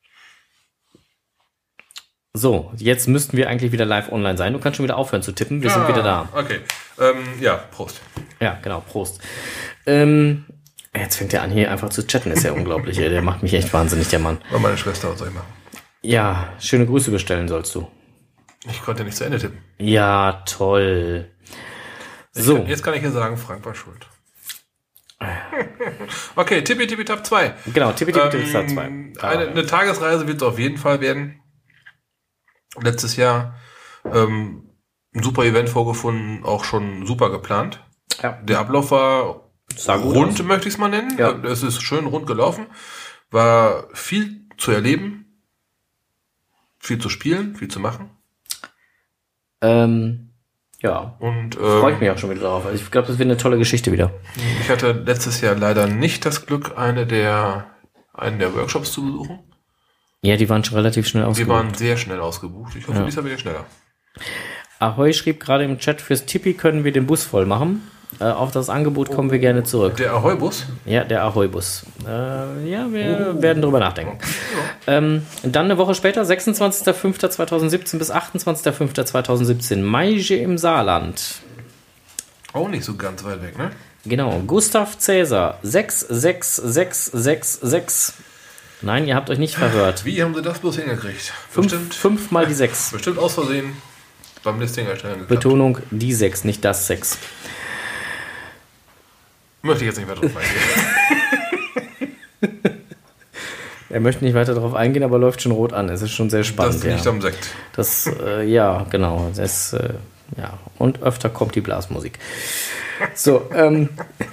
So, jetzt müssten wir eigentlich wieder live online sein. Du kannst schon wieder aufhören zu tippen. Wir sind wieder da. Okay. Ähm, ja, Prost. Ja, genau, Prost. Ähm, jetzt fängt er an, hier einfach zu chatten. Ist ja unglaublich, ey. Der macht mich echt wahnsinnig, der Mann. War meine Schwester, was soll ich machen? Ja, schöne Grüße bestellen sollst du. Ich konnte nicht zu Ende tippen. Ja, toll. Ich So. Kann, jetzt kann ich hier sagen, Frank war schuld. Okay, Tippi Tippi Tab zwei. Genau, Tippi Tippi Tippi Tab zwei. Ähm, eine, eine Tagesreise wird es auf jeden Fall werden. Letztes Jahr ähm, ein super Event vorgefunden, auch schon super geplant. Ja. Der Ablauf war Sah gut rund, aus. möchte ich es mal nennen. Ja. Es ist schön rund gelaufen. War viel zu erleben, viel zu spielen, viel zu machen. Ähm, ja, Und freue ich ähm, mich auch schon wieder drauf. Also ich glaube, das wird eine tolle Geschichte wieder. ich hatte letztes Jahr leider nicht das Glück, eine der, einen der Workshops zu besuchen. Ja, die waren schon relativ schnell Die ausgebucht. waren sehr schnell ausgebucht. Ich hoffe, Ja. diesmal wieder schneller. Ahoy schrieb gerade im Chat, fürs Tippi können wir den Bus voll machen. Äh, auf das Angebot kommen wir gerne zurück. Der Ahoi-Bus? Ja, der Ahoy-Bus. Äh, ja, wir oh. werden drüber nachdenken. Ja. Ähm, dann eine Woche später, sechsundzwanzigster fünfter zweitausendsiebzehn bis achtundzwanzigster fünfter zweitausendsiebzehn, Maige im Saarland. Auch nicht so ganz weit weg, ne? Genau, Gustav Cäsar, sechs sechs sechs sechs sechs. Nein, ihr habt euch nicht verhört. Wie haben sie das bloß hingekriegt? Fünf, Bestimmt, fünfmal die sechs. bestimmt aus Versehen beim Listing erstellen geklappt. Betonung, die sechs, nicht das sechs. Möchte ich jetzt nicht weiter drauf eingehen. Er möchte nicht weiter darauf eingehen, aber läuft schon rot an. Es ist schon sehr spannend. Das liegt ja. am Sekt. Das, äh, ja, genau. Das, äh, ja. Und öfter kommt die Blasmusik. So, ähm.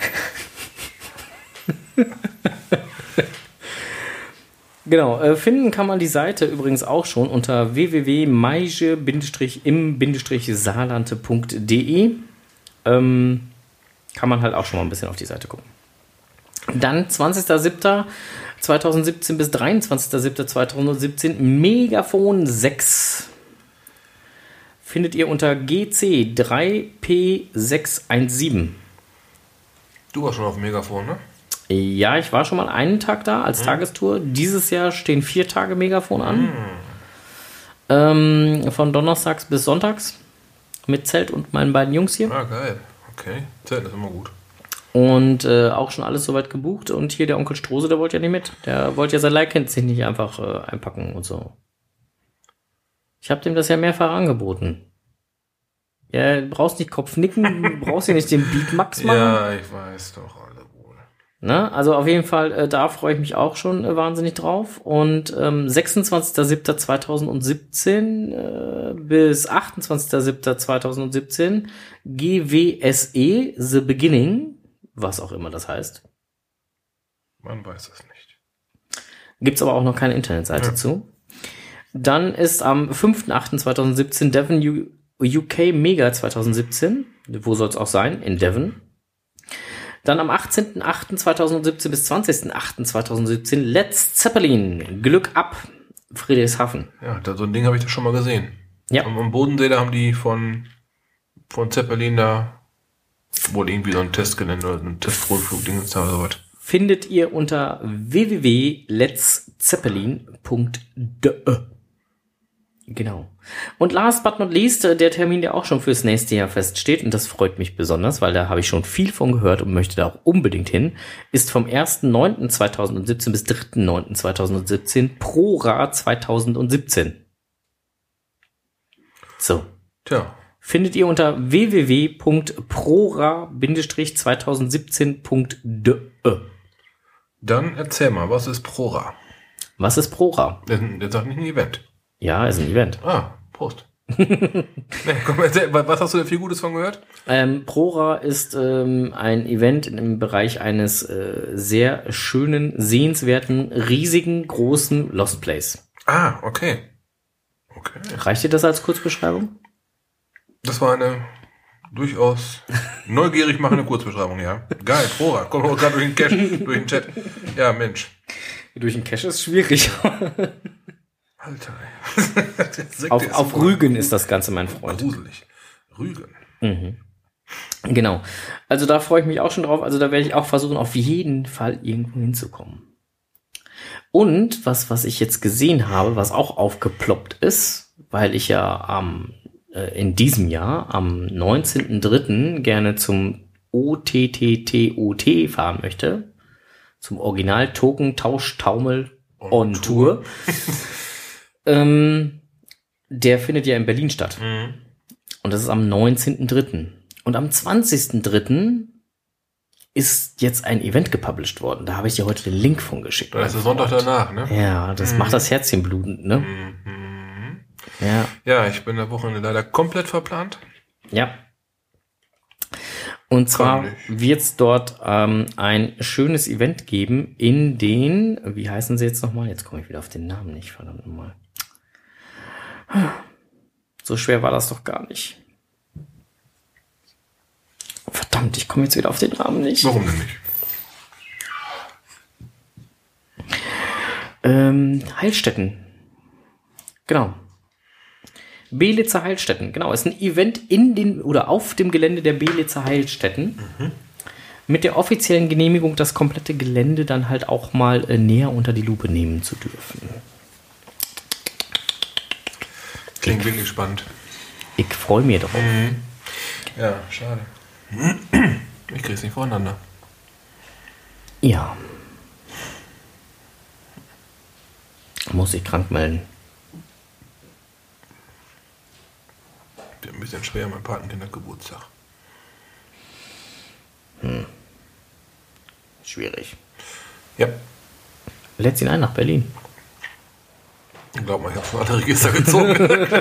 Genau, äh, finden kann man die Seite übrigens auch schon unter w w w punkt maige im saarlande punkt de. Ähm, kann man halt auch schon mal ein bisschen auf die Seite gucken. Dann zwanzigster siebter zweitausendsiebzehn bis dreiundzwanzigster siebter zweitausendsiebzehn Megafon sechs. Findet ihr unter G C drei P sechs eins sieben. Du warst schon auf dem Megafon, ne? Ja, ich war schon mal einen Tag da als mhm. Tagestour. Dieses Jahr stehen vier Tage Megafon an. Mhm. Ähm, von Donnerstags bis Sonntags. Mit Zelt und meinen beiden Jungs hier. Ah, geil. Okay, Zelt ist immer gut. Und äh, auch schon alles soweit gebucht. Und hier der Onkel Strose, der wollte ja nicht mit. Der wollte ja sein Leihkind sich nicht einfach äh, einpacken und so. Ich habe dem das ja mehrfach angeboten. Ja, du brauchst nicht Kopfnicken, du brauchst ja nicht den Beat Max machen. Ja, ich weiß doch alle wohl. Ne? Also auf jeden Fall, äh, da freue ich mich auch schon äh, wahnsinnig drauf. Und ähm, sechsundzwanzigster siebter zweitausendsiebzehn äh, bis achtundzwanzigster siebter zweitausendsiebzehn G W S E The Beginning, was auch immer das heißt. Man weiß es nicht. Gibt's aber auch noch keine Internetseite ja. zu. Dann ist am fünfter achter zweitausendsiebzehn Devon U- UK Mega zweitausendsiebzehn. Wo soll es auch sein? In Devon. Dann am achtzehnter achter zweitausendsiebzehn bis zwanzigster achter zweitausendsiebzehn Let's Zeppelin. Glück ab. Friedrichshafen. Ja, da, so ein Ding habe ich da schon mal gesehen. Ja. Am, am Bodensee, da haben die von, von Zeppelin da wohl irgendwie so ein Testgelände oder ein Testrundflugding da oder sowas. Findet ihr unter w w w punkt lets zeppelin punkt de. Genau. Und last but not least, der Termin, der auch schon fürs nächste Jahr feststeht, und das freut mich besonders, weil da habe ich schon viel von gehört und möchte da auch unbedingt hin, ist vom erster neunter zweitausendsiebzehn bis dritter neunter zweitausendsiebzehn ProRa zweitausendsiebzehn. So. Tja. Findet ihr unter w w w punkt prora zweitausendsiebzehn punkt de. Dann erzähl mal, was ist ProRa? Was ist ProRa? Der, der sagt nicht ein Event. Ja, ist ein Event. Ah, Prost. nee, komm, erzähl, was hast du da viel Gutes von gehört? Ähm, ProRa ist ähm, ein Event im Bereich eines äh, sehr schönen, sehenswerten, riesigen, großen Lost Place. Ah, okay. Okay. Reicht dir das als Kurzbeschreibung? Das war eine durchaus neugierig machende Kurzbeschreibung, ja. Geil, ProRa. Kommt auch gerade durch den Cache, durch den Chat. Ja, Mensch. Durch den Cache ist schwierig. Alter. auf auf Rügen ist das Ganze, mein Freund. Gruselig. Rügen. Mhm. Genau. Also da freue ich mich auch schon drauf. Also da werde ich auch versuchen, auf jeden Fall irgendwo hinzukommen. Und was, was ich jetzt gesehen habe, was auch aufgeploppt ist, weil ich ja am äh, in diesem Jahr am neunzehnten dritten gerne zum O T T T O T fahren möchte. Zum Original Token Tausch Taumel on, on Tour. Tour. ähm, der findet ja in Berlin statt. Mhm. Und das ist am neunzehnten dritten Und am zwanzigsten dritten ist jetzt ein Event gepublished worden. Da habe ich dir heute den Link von geschickt. Das ist der Sonntag danach, ne? Ja, das Mhm. macht das Herzchen blutend, ne? Mhm. Ja. Ja, ich bin der Wochenende leider komplett verplant. Ja. Und zwar Komm nicht. wird es dort ähm, ein schönes Event geben in den, wie heißen sie jetzt nochmal? Jetzt komme ich wieder auf den Namen nicht, verdammt nochmal. So schwer war das doch gar nicht. Verdammt, ich komme jetzt wieder auf den Namen nicht. Warum denn nicht? Ähm, Heilstätten. Genau. Belitzer Heilstätten, genau. Ist ein Event in den oder auf dem Gelände der Belitzer Heilstätten. Mhm. Mit der offiziellen Genehmigung, das komplette Gelände dann halt auch mal äh, näher unter die Lupe nehmen zu dürfen. Klingt wirklich spannend. Ich freue mich drauf. Mhm. Ja, schade. Ich krieg's nicht voneinander. Ja. Muss ich krank melden. Wird ein bisschen schwer, mein Patenkindergeburtstag. Hm. Schwierig. Ja. Lädst ihn ein nach Berlin. Glaub mal, ich habe schon alle Register gezogen.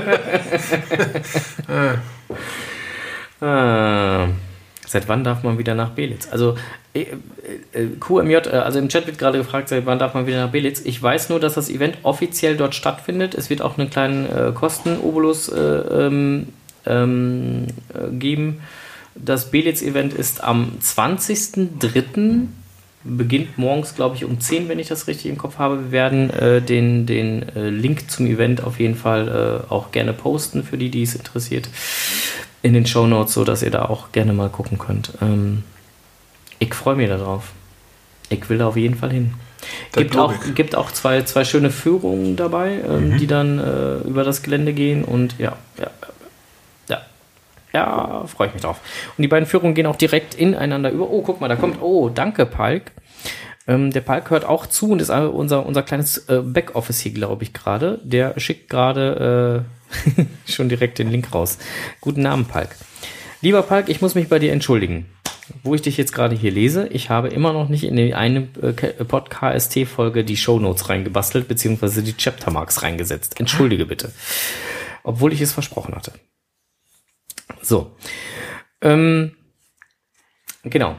ah. Seit wann darf man wieder nach Belitz? Also äh, äh, Q M J, äh, also im Chat wird gerade gefragt, seit wann darf man wieder nach Belitz? Ich weiß nur, dass das Event offiziell dort stattfindet. Es wird auch einen kleinen äh, Kosten-Obolus äh, ähm, ähm, äh, geben. Das Belitz-Event ist am zwanzigsten dritten Beginnt morgens, glaube ich, um zehn, wenn ich das richtig im Kopf habe. Wir werden äh, den, den äh, Link zum Event auf jeden Fall äh, auch gerne posten, für die, die es interessiert, in den Shownotes, so dass ihr da auch gerne mal gucken könnt. Ähm, ich freue mich darauf. Ich will da auf jeden Fall hin. Gibt auch, gibt auch zwei, zwei schöne Führungen dabei, ähm, mhm. die dann äh, über das Gelände gehen und ja, ja, ja, ja, freue ich mich drauf. Und die beiden Führungen gehen auch direkt ineinander über. Oh, guck mal, da kommt, oh, danke, Palk. Ähm, der Palk hört auch zu und ist unser, unser kleines äh, Backoffice hier, glaube ich, gerade. Der schickt gerade äh, schon direkt den Link raus. Guten Abend, Palk. Lieber Palk, ich muss mich bei dir entschuldigen. Wo ich dich jetzt gerade hier lese, ich habe immer noch nicht in die eine äh, Pod-K S T-Folge die Shownotes reingebastelt, beziehungsweise die Chaptermarks reingesetzt. Entschuldige bitte. Obwohl ich es versprochen hatte. So. Ähm, genau.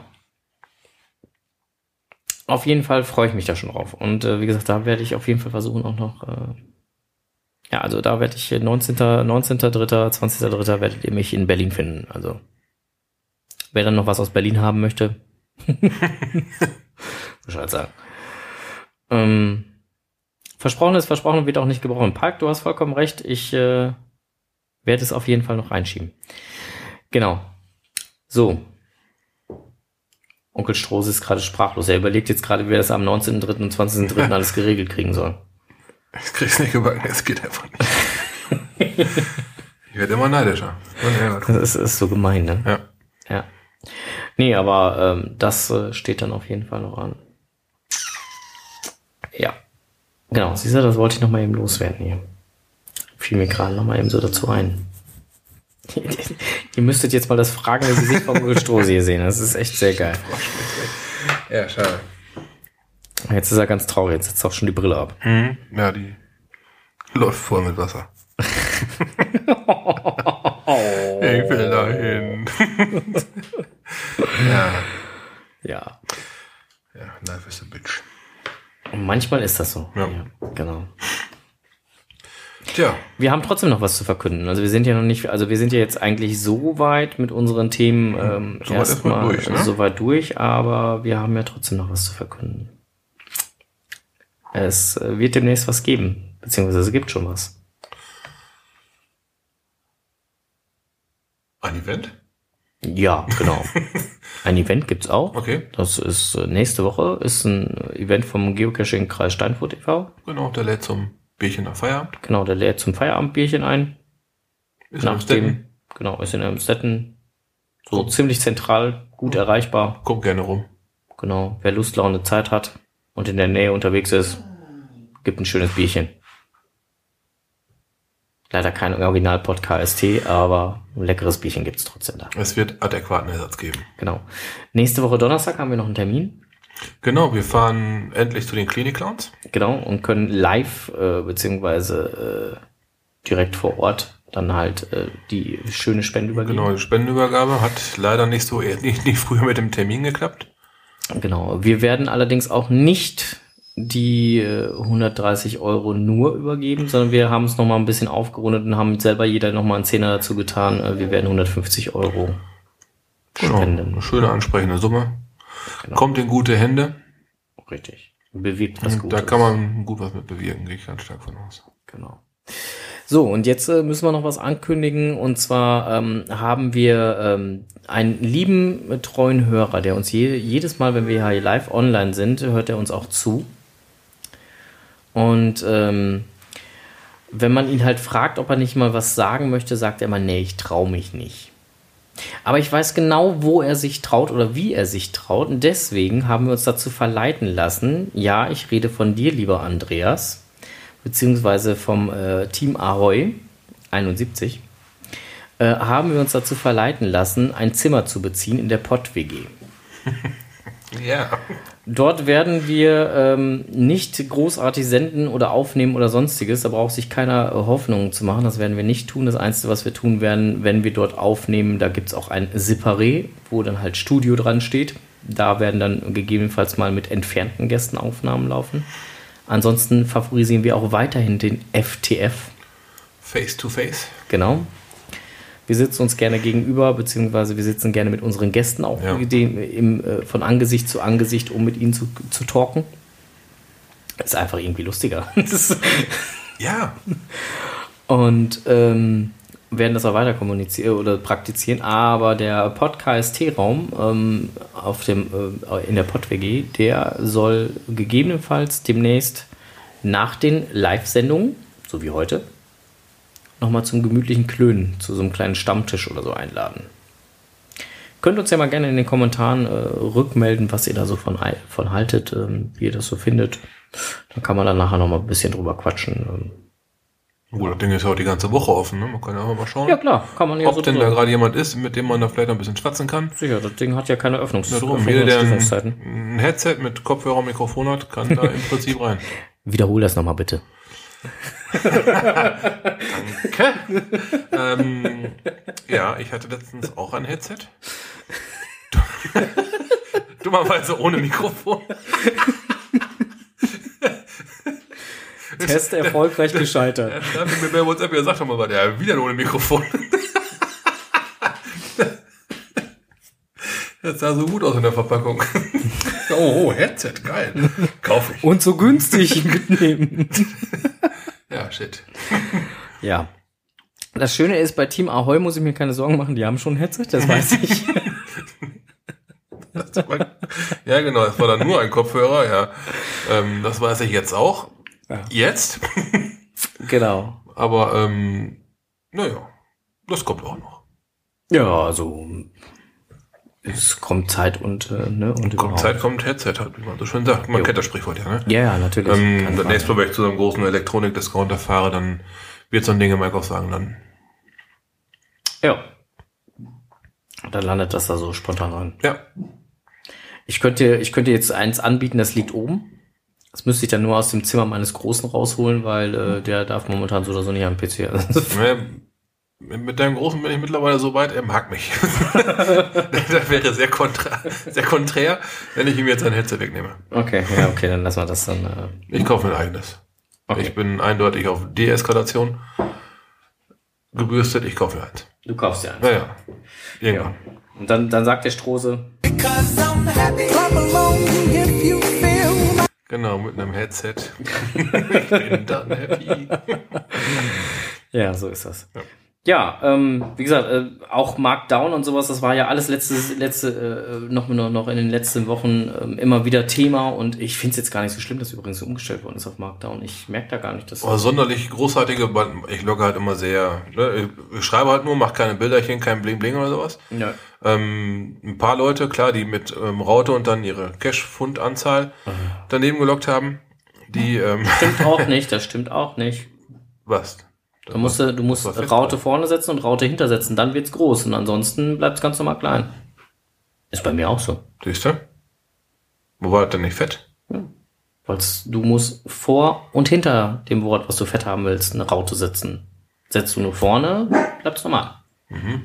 Auf jeden Fall freue ich mich da schon drauf. Und äh, wie gesagt, da werde ich auf jeden Fall versuchen auch noch, äh, ja, also da werde ich neunzehnten dritter zwanzigsten dritter werdet ihr mich in Berlin finden. Also wer dann noch was aus Berlin haben möchte, Bescheid sagen. Ähm, versprochen ist versprochen und wird auch nicht gebrochen. Park, du hast vollkommen recht. Ich äh, werde es auf jeden Fall noch reinschieben. Genau. So. Onkel Strohs ist gerade sprachlos. Er überlegt jetzt gerade, wie er das am neunzehnten dritten und zwanzigsten dritten alles geregelt kriegen soll. Ich krieg's nicht gebacken, es geht einfach nicht. Ich werde immer neidischer. Das ist, ist so gemein, ne? Ja. Ja. Nee, aber ähm, das äh, steht dann auf jeden Fall noch an. Ja. Genau, siehst du, das wollte ich noch mal eben loswerden hier. Fiel mir gerade noch mal eben so dazu ein. Ihr müsstet jetzt mal das fragende Gesicht vom Onkel Strohs hier sehen. Das ist echt sehr geil. Ja, schade. Jetzt ist er ganz traurig. Jetzt setzt auch schon die Brille ab. Mhm. Ja, die läuft voll mit Wasser. Oh. Ich will da hin. Ja. Ja. Ja, life is a bitch. Und manchmal ist das so. Ja. Ja, genau. Tja. Wir haben trotzdem noch was zu verkünden. Also wir sind ja noch nicht, also wir sind ja jetzt eigentlich so weit mit unseren Themen ähm, so erstmal durch, ne? so weit durch, aber wir haben ja trotzdem noch was zu verkünden. Es äh, wird demnächst was geben, beziehungsweise es gibt schon was. Ein Event? Ja, genau. Ein Event gibt's auch. Okay. Das ist äh, nächste Woche, ist ein Event vom Geocaching-Kreis Steinfurt e V Genau, der lädt zum Bierchen nach Feierabend. Genau, der lädt zum Feierabendbierchen ein. Ist Nach in dem, genau, ist in Emstetten. So ziemlich zentral, gut erreichbar. Guck gerne rum. Genau, wer Lust, Laune, Zeit hat und in der Nähe unterwegs ist, gibt ein schönes Bierchen. Leider kein Original-Pod-K S T, aber ein leckeres Bierchen gibt's trotzdem da. Es wird adäquaten Ersatz geben. Genau. Nächste Woche Donnerstag haben wir noch einen Termin. Genau, wir fahren endlich zu den Klinik-Clowns. Genau, und können live, äh, beziehungsweise äh, direkt vor Ort dann halt äh, die schöne Spende übergeben. Genau, die Spendenübergabe hat leider nicht so, nicht, nicht früher mit dem Termin geklappt. Genau, wir werden allerdings auch nicht die äh, hundertdreißig Euro nur übergeben, sondern wir haben es nochmal ein bisschen aufgerundet und haben selber jeder nochmal einen Zehner dazu getan. Äh, wir werden hundertfünfzig Euro spenden. Genau, eine schöne ansprechende Summe. Genau. Kommt in gute Hände. Richtig. Bewirkt was Und Gutes. da kann man gut was mit bewirken, gehe ich ganz stark von aus. Genau. So, und jetzt äh, müssen wir noch was ankündigen. Und zwar ähm, haben wir ähm, einen lieben, äh, treuen Hörer, der uns je, jedes Mal, wenn wir hier live online sind, hört er uns auch zu. Und ähm, wenn man ihn halt fragt, ob er nicht mal was sagen möchte, sagt er immer, nee, ich traue mich nicht. Aber ich weiß genau, wo er sich traut oder wie er sich traut. Und deswegen haben wir uns dazu verleiten lassen. Ja, ich rede von dir, lieber Andreas, beziehungsweise vom äh, Team Ahoy einundsiebzig, äh, haben wir uns dazu verleiten lassen, ein Zimmer zu beziehen in der Pott-W G. Ja. Dort werden wir ähm, nicht großartig senden oder aufnehmen oder sonstiges. Da braucht sich keiner Hoffnung zu machen. Das werden wir nicht tun. Das Einzige, was wir tun werden, wenn wir dort aufnehmen, da gibt es auch ein Separé, wo dann halt Studio dran steht. Da werden dann gegebenenfalls mal mit entfernten Gästen Aufnahmen laufen. Ansonsten favorisieren wir auch weiterhin den F T F. Face to face. Genau. Wir sitzen uns gerne gegenüber, beziehungsweise wir sitzen gerne mit unseren Gästen auch Ja. dem, im, äh, von Angesicht zu Angesicht, um mit ihnen zu, zu talken. Ist einfach irgendwie lustiger. Ja. Und ähm, werden das auch weiter kommunizieren oder praktizieren. Aber der Pod-K S T-Raum ähm, auf dem, äh, in der Pott-W G, der soll gegebenenfalls demnächst nach den Live-Sendungen, so wie heute, nochmal zum gemütlichen Klönen, zu so einem kleinen Stammtisch oder so einladen. Könnt uns ja mal gerne in den Kommentaren äh, rückmelden, was ihr da so von, von haltet, ähm, wie ihr das so findet. Dann kann man dann nachher nochmal ein bisschen drüber quatschen. Ähm. Gut, das Ding ist ja auch die ganze Woche offen, ne? Man kann ja auch mal schauen, Ja klar, kann man ja ob so denn drüber. da gerade jemand ist, mit dem man da vielleicht noch ein bisschen schwatzen kann. Sicher, das Ding hat ja keine Öffnungs- Ja, drum, Öffnungs- jeder, der Öffnungszeiten. ein, ein Headset mit Kopfhörer und Mikrofon hat, kann da im Prinzip rein. Wiederhol das nochmal bitte. Danke. ähm, ja, ich hatte letztens auch ein Headset. Dummerweise ohne Mikrofon. Test erfolgreich gescheitert. Da habe ich mir bei WhatsApp gesagt, mal, war der wieder ohne Mikrofon. Das sah so gut aus in der Verpackung. Oh, oh, Headset, geil. Kaufe ich. Und so günstig mitnehmen. Ja, shit. Ja. Das Schöne ist, bei Team Ahoy muss ich mir keine Sorgen machen, die haben schon ein Headset, das weiß ich. Das war, ja, genau, es war dann nur ein Kopfhörer, ja. Ähm, das weiß ich jetzt auch. Ja. Jetzt. Genau. Aber, ähm, naja, das kommt auch noch. Ja, also es kommt Zeit und, äh, ne, und Kommt überhaupt. Zeit, kommt Headset, halt, wie man so schön sagt. Man Jo. kennt das Sprichwort ja, ne? Ja, ja, natürlich. Ähm, Keine das Frage. nächste Mal, wenn ich zu so einem großen Elektronik-Discounter fahre, dann wird so ein Ding im Einkaufswagen dann. Ja. Dann landet das da so spontan rein. Ja. Ich könnte, ich könnte jetzt eins anbieten, das liegt oben. Das müsste ich dann nur aus dem Zimmer meines Großen rausholen, weil äh, der darf momentan so oder so nicht am P C. Ne, mit deinem Großen bin ich mittlerweile so weit, er mag mich. Das wäre sehr konträr, sehr konträr, wenn ich ihm jetzt ein Headset wegnehme. Okay, ja, okay, dann lassen wir das dann. Äh, Ich kaufe mir ein eigenes. Okay. Ich bin eindeutig auf Deeskalation gebürstet, ich kaufe mir eins. du kaufst ja eins. Naja, irgendwann. Und dann, dann sagt der Strose, Genau, mit einem Headset. Ich bin dann happy. ja, so ist das. Ja. Ja, ähm, wie gesagt, äh, auch Markdown und sowas, das war ja alles letzte, letzte äh, noch, noch, noch in den letzten Wochen ähm, immer wieder Thema und ich finde es jetzt gar nicht so schlimm, dass übrigens so umgestellt worden ist auf Markdown. Ich merke da gar nicht, dass... Aber sonderlich großartige, ich logge halt immer sehr, ne, ich schreibe halt nur, mache keine Bilderchen, kein Bling Bling oder sowas. Ja. Ähm, ein paar Leute, klar, die mit ähm, Raute und dann ihre Cache-Pfund-Anzahl daneben geloggt haben, die, ähm, Stimmt auch nicht, das stimmt auch nicht. was? Da musst du, du musst Raute vorne setzen und Raute hintersetzen, dann wird's groß und ansonsten bleibt's ganz normal klein. Ist bei mir auch so. Siehst du? Wo war das denn nicht fett? Ja. Weil du musst vor und hinter dem Wort, was du fett haben willst, eine Raute setzen. Setzt du nur vorne, bleibt's normal. Mhm.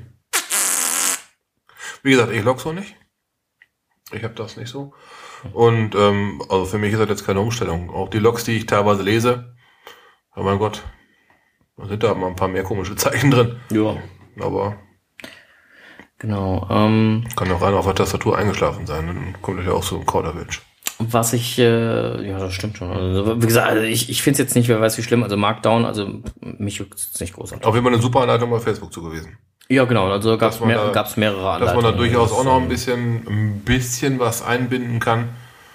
Wie gesagt, ich log so nicht. Ich habe das nicht so. Und ähm, also für mich ist das jetzt keine Umstellung. Auch die Logs, die ich teilweise lese, oh mein Gott, da sind da mal ein paar mehr komische Zeichen drin. Ja. Aber genau. Ähm, kann auch einer auf der Tastatur eingeschlafen sein. Dann kommt euch ja auch so ein Kauderwelsch. Was ich, äh, ja, das stimmt schon. Also, wie gesagt, also ich, ich finde es jetzt nicht, wer weiß wie schlimm. Also Markdown, also mich juckt es nicht großartig. Auf jeden Fall eine super Anleitung bei Facebook zu gewesen. Ja, genau. Also gab es mehr, da, gab's mehrere Anleitungen. Dass man da durchaus auch noch ein bisschen, ein bisschen was einbinden kann.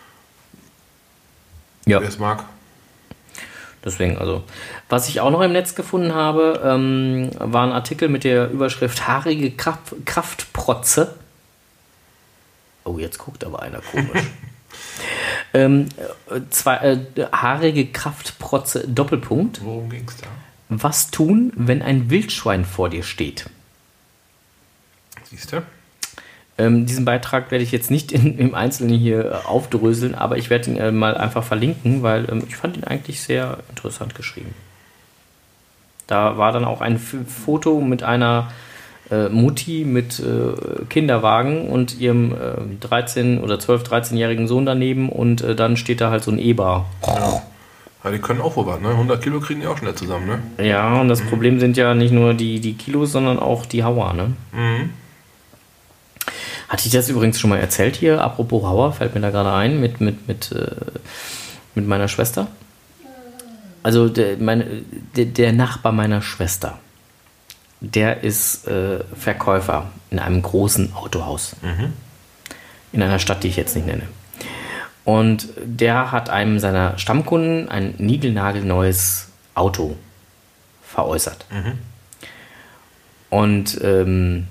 Ja. Wer es mag. Deswegen, also, was ich auch noch im Netz gefunden habe, ähm, war ein Artikel mit der Überschrift haarige Kraft, Kraftprotze. Oh, jetzt guckt aber einer komisch. ähm, zwei, äh, haarige Kraftprotze Doppelpunkt. Worum ging's da? Was tun, wenn ein Wildschwein vor dir steht? Siehst du? Ähm, diesen Beitrag werde ich jetzt nicht in, im Einzelnen hier äh, aufdröseln, aber ich werde ihn äh, mal einfach verlinken, weil ähm, ich fand ihn eigentlich sehr interessant geschrieben. Da war dann auch ein F- Foto mit einer äh, Mutti mit äh, Kinderwagen und ihrem äh, dreizehn- oder zwölf-, dreizehnjährigen Sohn daneben und äh, dann steht da halt so ein Eber. Ja. Ja, die können auch wohl was, ne? hundert Kilo kriegen die auch schnell zusammen, ne? Ja, und das mhm. Problem sind ja nicht nur die, die Kilos, sondern auch die Hauer, ne? Mhm. Hatte ich das übrigens schon mal erzählt hier? Apropos Hauer, fällt mir da gerade ein, mit, mit, mit, äh, mit meiner Schwester. Also der, meine, der, der Nachbar meiner Schwester, der ist äh, Verkäufer in einem großen Autohaus. Mhm. In einer Stadt, die ich jetzt nicht nenne. Und der hat einem seiner Stammkunden ein niegelnagelneues Auto veräußert. Mhm. Und ähm,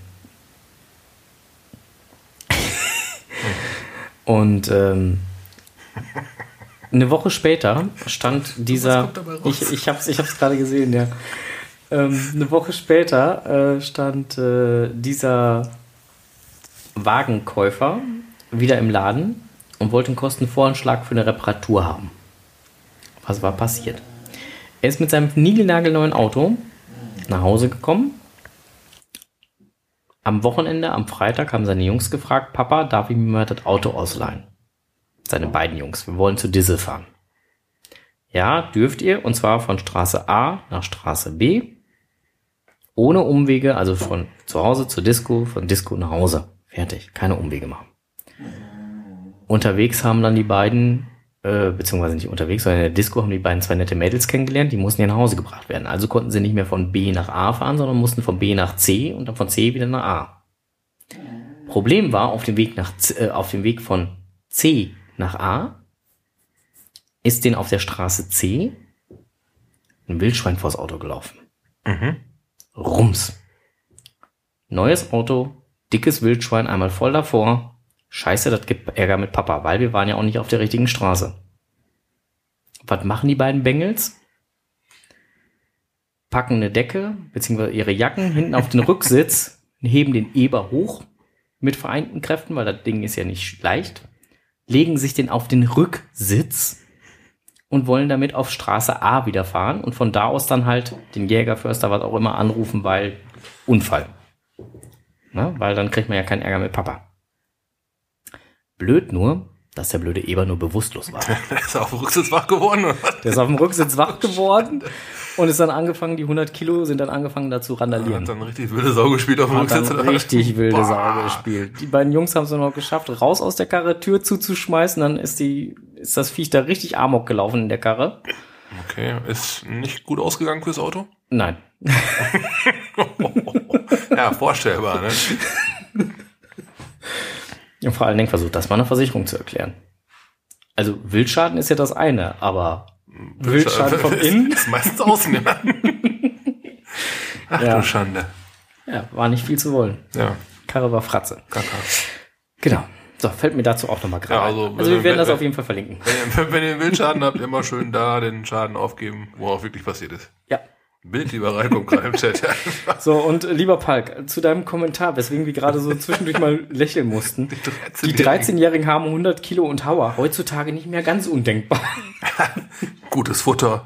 Und ähm, eine Woche später stand dieser, ich, ich habe es ich hab's gerade gesehen, ja. Ähm, eine Woche später äh, stand äh, dieser Wagenkäufer wieder im Laden und wollte einen Kostenvoranschlag für eine Reparatur haben. Was war passiert? Er ist mit seinem niegelnagelneuen Auto nach Hause gekommen. Am Wochenende, am Freitag, haben seine Jungs gefragt, Papa, darf ich mir mal das Auto ausleihen? Seine beiden Jungs, wir wollen zu Dissel fahren. Ja, dürft ihr, und zwar von Straße A nach Straße B, ohne Umwege, also von zu Hause zur Disco, von Disco nach Hause. Fertig, keine Umwege machen. Unterwegs haben dann die beiden, äh, beziehungsweise nicht unterwegs, sondern in der Disco haben die beiden zwei nette Mädels kennengelernt, die mussten ja nach Hause gebracht werden. Also konnten sie nicht mehr von B nach A fahren, sondern mussten von B nach C und dann von C wieder nach A. Problem war, auf dem Weg nach C, äh, auf dem Weg von C nach A ist denen auf der Straße C ein Wildschwein vors Auto gelaufen. Mhm. Rums. Neues Auto, dickes Wildschwein, einmal voll davor. Scheiße, das gibt Ärger mit Papa, weil wir waren ja auch nicht auf der richtigen Straße. Was machen die beiden Bengels? Packen eine Decke, beziehungsweise ihre Jacken hinten auf den Rücksitz, heben den Eber hoch mit vereinten Kräften, weil das Ding ist ja nicht leicht, legen sich den auf den Rücksitz und wollen damit auf Straße A wieder fahren und von da aus dann halt den Jägerförster, was auch immer, anrufen, weil Unfall. Na, weil dann kriegt man ja keinen Ärger mit Papa. Blöd nur, dass der blöde Eber nur bewusstlos war. Der ist auf dem Rücksitz wach geworden, oder? Der ist auf dem Rücksitz wach geworden und ist dann angefangen, die hundert Kilo sind dann angefangen da zu randalieren. Hat dann richtig wilde Sau gespielt auf dem Hat Rücksitz. dann oder? richtig wilde Boah. Sau gespielt. Die beiden Jungs haben es dann noch geschafft, raus aus der Karre, Tür zuzuschmeißen, dann ist die, ist das Viech da richtig amok gelaufen in der Karre. Okay, ist nicht gut ausgegangen fürs Auto? Nein. Ja, vorstellbar, ne? Und vor allen Dingen versucht, das mal einer Versicherung zu erklären. Also Wildschaden ist ja das eine, aber Wildschaden vom Innen ist meistens außen, ja. Ach Ja. du Schande. Ja, war nicht viel zu wollen. Ja, Karre war Fratze. Kaka. Genau. So, fällt mir dazu auch nochmal gerade Ja, ein. also, Also wir wenn- werden das wenn- auf jeden Fall verlinken. Wenn, wenn ihr einen Wildschaden habt, immer schön da den Schaden aufgeben, wo auch wirklich passiert ist. Ja. Bildlieberei kommt gerade im Chat. Ja. So, und äh, lieber Palk, zu deinem Kommentar, weswegen wir gerade so zwischendurch mal lächeln mussten. Die dreizehnjährigen haben hundert Kilo und Hauer. Heutzutage nicht mehr ganz undenkbar. Gutes Futter.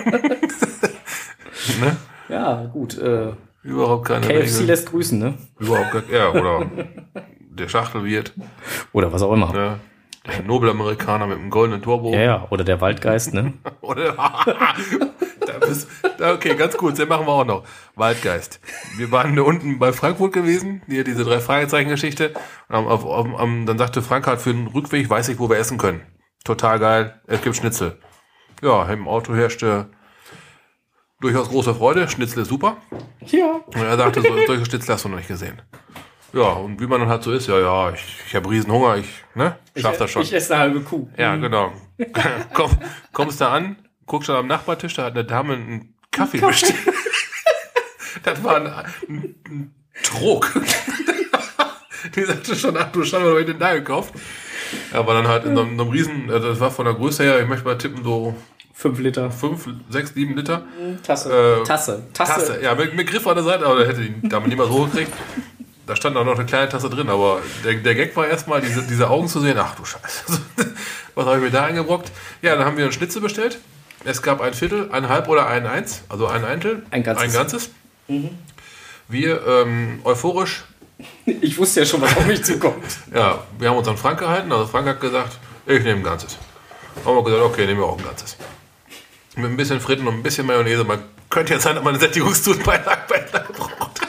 Ne? Ja, gut. Äh, Überhaupt keine K F C Regel. lässt grüßen, ne? Überhaupt gar, ja, oder der Schachtelwirt. Oder was auch immer. Ne? Der Nobelamerikaner mit dem goldenen Turbo. Ja, ja, oder der Waldgeist, ne? Oder, da bist, okay, ganz gut, den machen wir auch noch. Waldgeist. Wir waren da unten bei Frankfurt gewesen, hier diese drei Fragezeichen-Geschichte. Und am, auf, auf, am, dann sagte Frank halt, für den Rückweg weiß ich, wo wir essen können. Total geil, es gibt Schnitzel. Ja, im Auto herrschte durchaus große Freude. Schnitzel ist super. Ja. Und er sagte, so, solche Schnitzel hast du noch nicht gesehen. Ja, und wie man dann halt so ist, ja, ja, ich, ich habe riesen Hunger, ich, ne, schaff ich, das schon. Ich esse eine halbe Kuh. Ja, genau. Komm, kommst da an, guckst schon am Nachbartisch, da hat eine Dame einen Kaffee, Kaffee. bestellt. Das war ein, ein, ein Trog. Die sagte schon, ach du Schande, was hab ich denn da gekauft? Ja, aber dann halt in so einem, in einem riesen, das war von der Größe her, ich möchte mal tippen, so Fünf Liter. Fünf, sechs, sieben Liter. Tasse. Äh, Tasse. Tasse. Tasse. Ja, mit, mit Griff an der Seite, aber da hätte die Dame niemals hochgekriegt. Da stand auch noch eine kleine Tasse drin, aber der, der Gag war erstmal, diese, diese Augen zu sehen. Ach du Scheiße. Was habe ich mir da eingebrockt? Ja, dann haben wir einen Schnitzel bestellt. Es gab ein Viertel, ein Halb oder ein Eins, also ein Eintel. Ein Ganzes. Ein Ganzes. Mhm. Wir ähm, euphorisch. Ich wusste ja schon, was auf mich zukommt. Ja, wir haben uns an Frank gehalten. Also Frank hat gesagt, ich nehme ein Ganzes. Haben wir gesagt, okay, nehmen wir auch ein Ganzes. Mit ein bisschen Fritten und ein bisschen Mayonnaise. Man könnte jetzt sein, dass man eine Sättigungszubeilage braucht.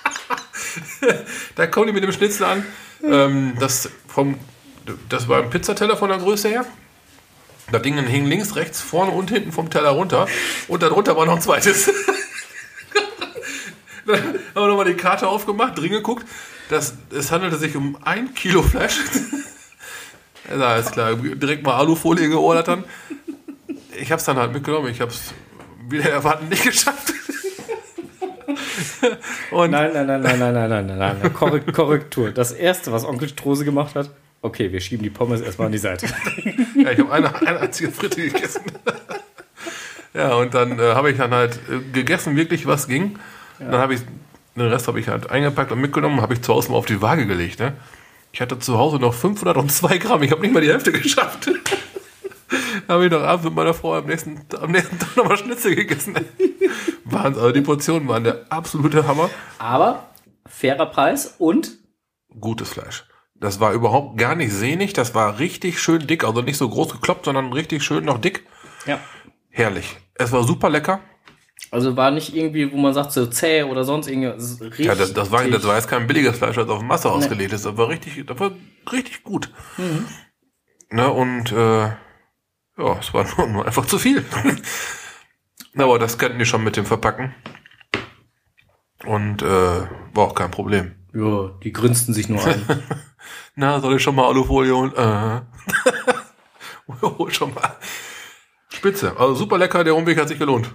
Da kommen die mit dem Schnitzel an. Ähm, das, vom, das war ein Pizzateller von der Größe her. Das Ding hing links, rechts, vorne und hinten vom Teller runter. Und darunter war noch ein zweites. Dann haben wir nochmal die Karte aufgemacht, drin geguckt. Das, es handelte sich um ein Kilo Fleisch. Ja, alles klar. Direkt mal Alufolie geordert dann. Ich habe es dann halt mitgenommen. Ich habe es wieder erwarten nicht geschafft. Und nein, nein, nein, nein, nein, nein, nein, nein, nein. Korrekt, Korrektur. Das Erste, was Onkel Strose gemacht hat, okay, wir schieben die Pommes erstmal an die Seite. Ja, ich habe eine, eine einzige Fritte gegessen. Ja, und dann äh, habe ich dann halt äh, gegessen, wirklich was ging. Ja. Dann habe ich, den Rest habe ich halt eingepackt und mitgenommen, habe ich zu Hause mal auf die Waage gelegt. Ne? Ich hatte zu Hause noch fünfhundertzwei Gramm, ich habe nicht mal die Hälfte geschafft. Da habe ich noch abends mit meiner Frau am nächsten, am nächsten Tag nochmal Schnitzel gegessen. Wahnsinn, also die Portionen waren der absolute Hammer. Aber fairer Preis und gutes Fleisch. Das war überhaupt gar nicht sehnig, das war richtig schön dick, also nicht so groß gekloppt, sondern richtig schön noch dick. Ja. Herrlich. Es war super lecker. Also war nicht irgendwie, wo man sagt, so zäh oder sonst irgendwas. Richtig. Ja, das, das, war, das war jetzt kein billiges Fleisch, das auf Masse nee. ausgelegt ist. Das war richtig, das war richtig gut. Mhm. Ne, und äh, ja, es war nur, nur einfach zu viel. Aber das kannten die schon mit dem Verpacken. Und äh, war auch kein Problem. Ja, die grinsten sich nur an. Na, soll ich schon mal Alufolie und äh. Hol schon mal. Spitze. Also super lecker, der Umweg hat sich gelohnt.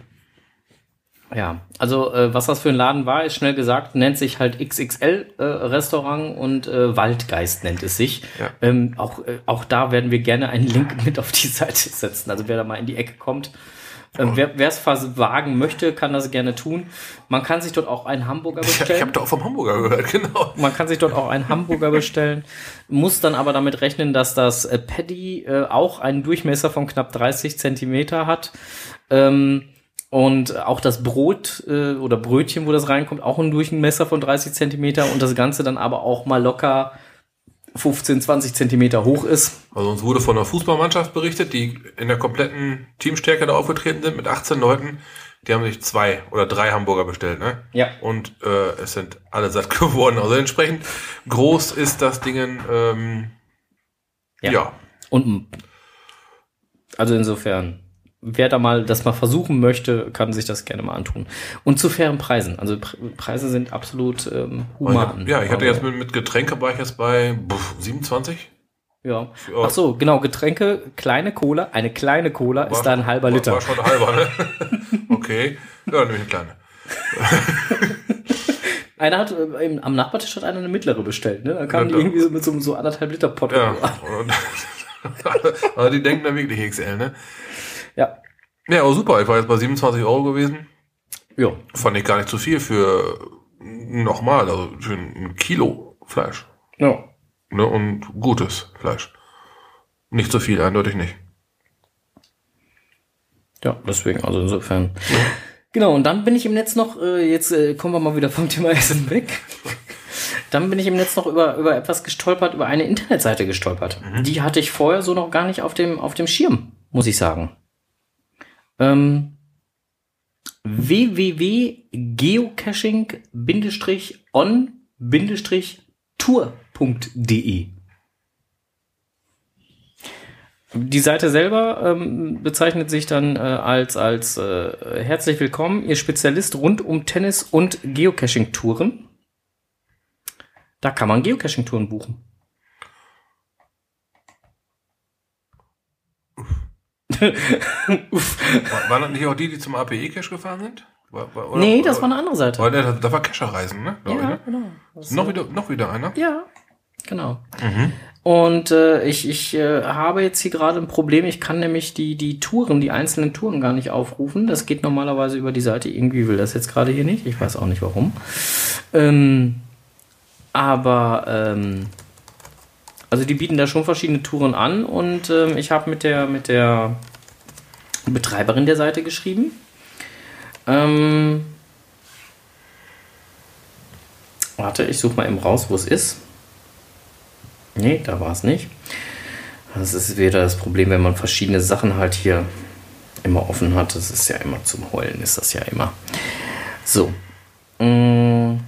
Ja, also äh, was das für ein Laden war, ist schnell gesagt, nennt sich halt X X L äh, Restaurant und äh, Waldgeist nennt es sich. Ja. Ähm, auch, äh, auch da werden wir gerne einen Link mit auf die Seite setzen. Also wer da mal in die Ecke kommt, ähm, oh. wer es wagen möchte, kann das gerne tun. Man kann sich dort auch einen Hamburger bestellen. Ich habe da auch vom Hamburger gehört, genau. Man kann sich dort auch einen Hamburger bestellen, muss dann aber damit rechnen, dass das äh, Patty äh, auch einen Durchmesser von knapp dreißig Zentimeter hat. Ähm, Und auch das Brot äh, oder Brötchen, wo das reinkommt, auch ein Durchmesser von dreißig Zentimeter und das Ganze dann aber auch mal locker fünfzehn, zwanzig Zentimeter hoch ist. Also uns wurde von einer Fußballmannschaft berichtet, die in der kompletten Teamstärke da aufgetreten sind mit achtzehn Leuten. Die haben sich zwei oder drei Hamburger bestellt, ne? Ja. Und äh, es sind alle satt geworden. Also entsprechend groß ist das Ding. Ähm, ja. ja. Und also insofern... Wer da mal das mal versuchen möchte, kann sich das gerne mal antun. Und zu fairen Preisen. Also Pre- Preise sind absolut ähm, human. Ja, ich hatte jetzt mit, mit Getränke war ich jetzt bei buff, siebenundzwanzig. Ja. Ach so, genau, Getränke, kleine Cola, eine kleine Cola war ist da ein halber war, Liter. War schon ein halber, ne? Okay. Ja, dann nehme ich eine kleine. Einer hat, äh, am Nachbartisch hat einer eine mittlere bestellt, ne? Da kam die irgendwie so mit so, so anderthalb Liter Pott. Ja. Also die denken da wirklich X L, ne? Ja. Ja, aber super. Ich war jetzt bei siebenundzwanzig Euro gewesen. Ja. Fand ich gar nicht zu viel für nochmal, also für ein Kilo Fleisch. Ja. Ne, und gutes Fleisch. Nicht so viel, eindeutig nicht. Ja, deswegen, also insofern. Ja. Genau, und dann bin ich im Netz noch, äh, jetzt äh, kommen wir mal wieder vom Thema Essen weg. Dann bin ich im Netz noch über, über etwas gestolpert, über eine Internetseite gestolpert. Mhm. Die hatte ich vorher so noch gar nicht auf dem, auf dem Schirm, muss ich sagen. Ähm, w w w punkt geocaching on tour punkt d e. Die Seite selber ähm, bezeichnet sich dann äh, als, als äh, herzlich willkommen, Ihr Spezialist rund um Tennis- und Geocaching-Touren. Da kann man Geocaching-Touren buchen. Uff. War, waren das nicht auch die, die zum A P E-Cache gefahren sind? War, war, oder, nee, das oder, war eine andere Seite. War der, da war Cacher-Reisen, ne? Ja, ich, ne? genau. Noch wieder, noch wieder einer? Ja, genau. Mhm. Und äh, ich, ich äh, habe jetzt hier gerade ein Problem. Ich kann nämlich die, die Touren, die einzelnen Touren gar nicht aufrufen. Das geht normalerweise über die Seite. Irgendwie will das jetzt gerade hier nicht. Ich weiß auch nicht warum. Ähm, aber ähm, also die bieten da schon verschiedene Touren an. Und ähm, ich habe mit der, mit der Betreiberin der Seite geschrieben. Ähm, warte, ich suche mal eben raus, wo es ist. Nee, da war es nicht. Das ist wieder das Problem, wenn man verschiedene Sachen halt hier immer offen hat. Das ist ja immer zum Heulen, ist das ja immer. So. Mm,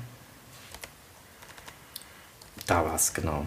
da war es, genau.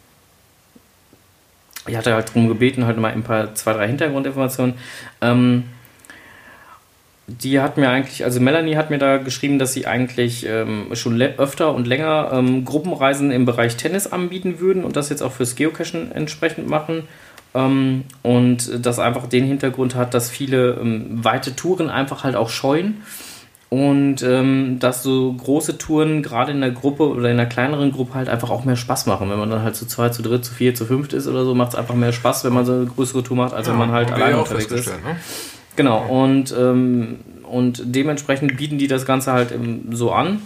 Ich hatte halt darum gebeten, halt mal ein paar, zwei, drei Hintergrundinformationen. Ähm, Die hat mir eigentlich, also Melanie hat mir da geschrieben, dass sie eigentlich ähm, schon le- öfter und länger ähm, Gruppenreisen im Bereich Tennis anbieten würden und das jetzt auch fürs Geocachen entsprechend machen. Ähm, und das einfach den Hintergrund hat, dass viele ähm, weite Touren einfach halt auch scheuen. Und ähm, dass so große Touren gerade in der Gruppe oder in einer kleineren Gruppe halt einfach auch mehr Spaß machen. Wenn man dann halt zu zweit, zu dritt, zu vier, zu fünft ist oder so, macht es einfach mehr Spaß, wenn man so eine größere Tour macht, als ja, wenn man halt alleine unterwegs ist. Ne? Genau, und, ähm, und dementsprechend bieten die das Ganze halt ähm, so an.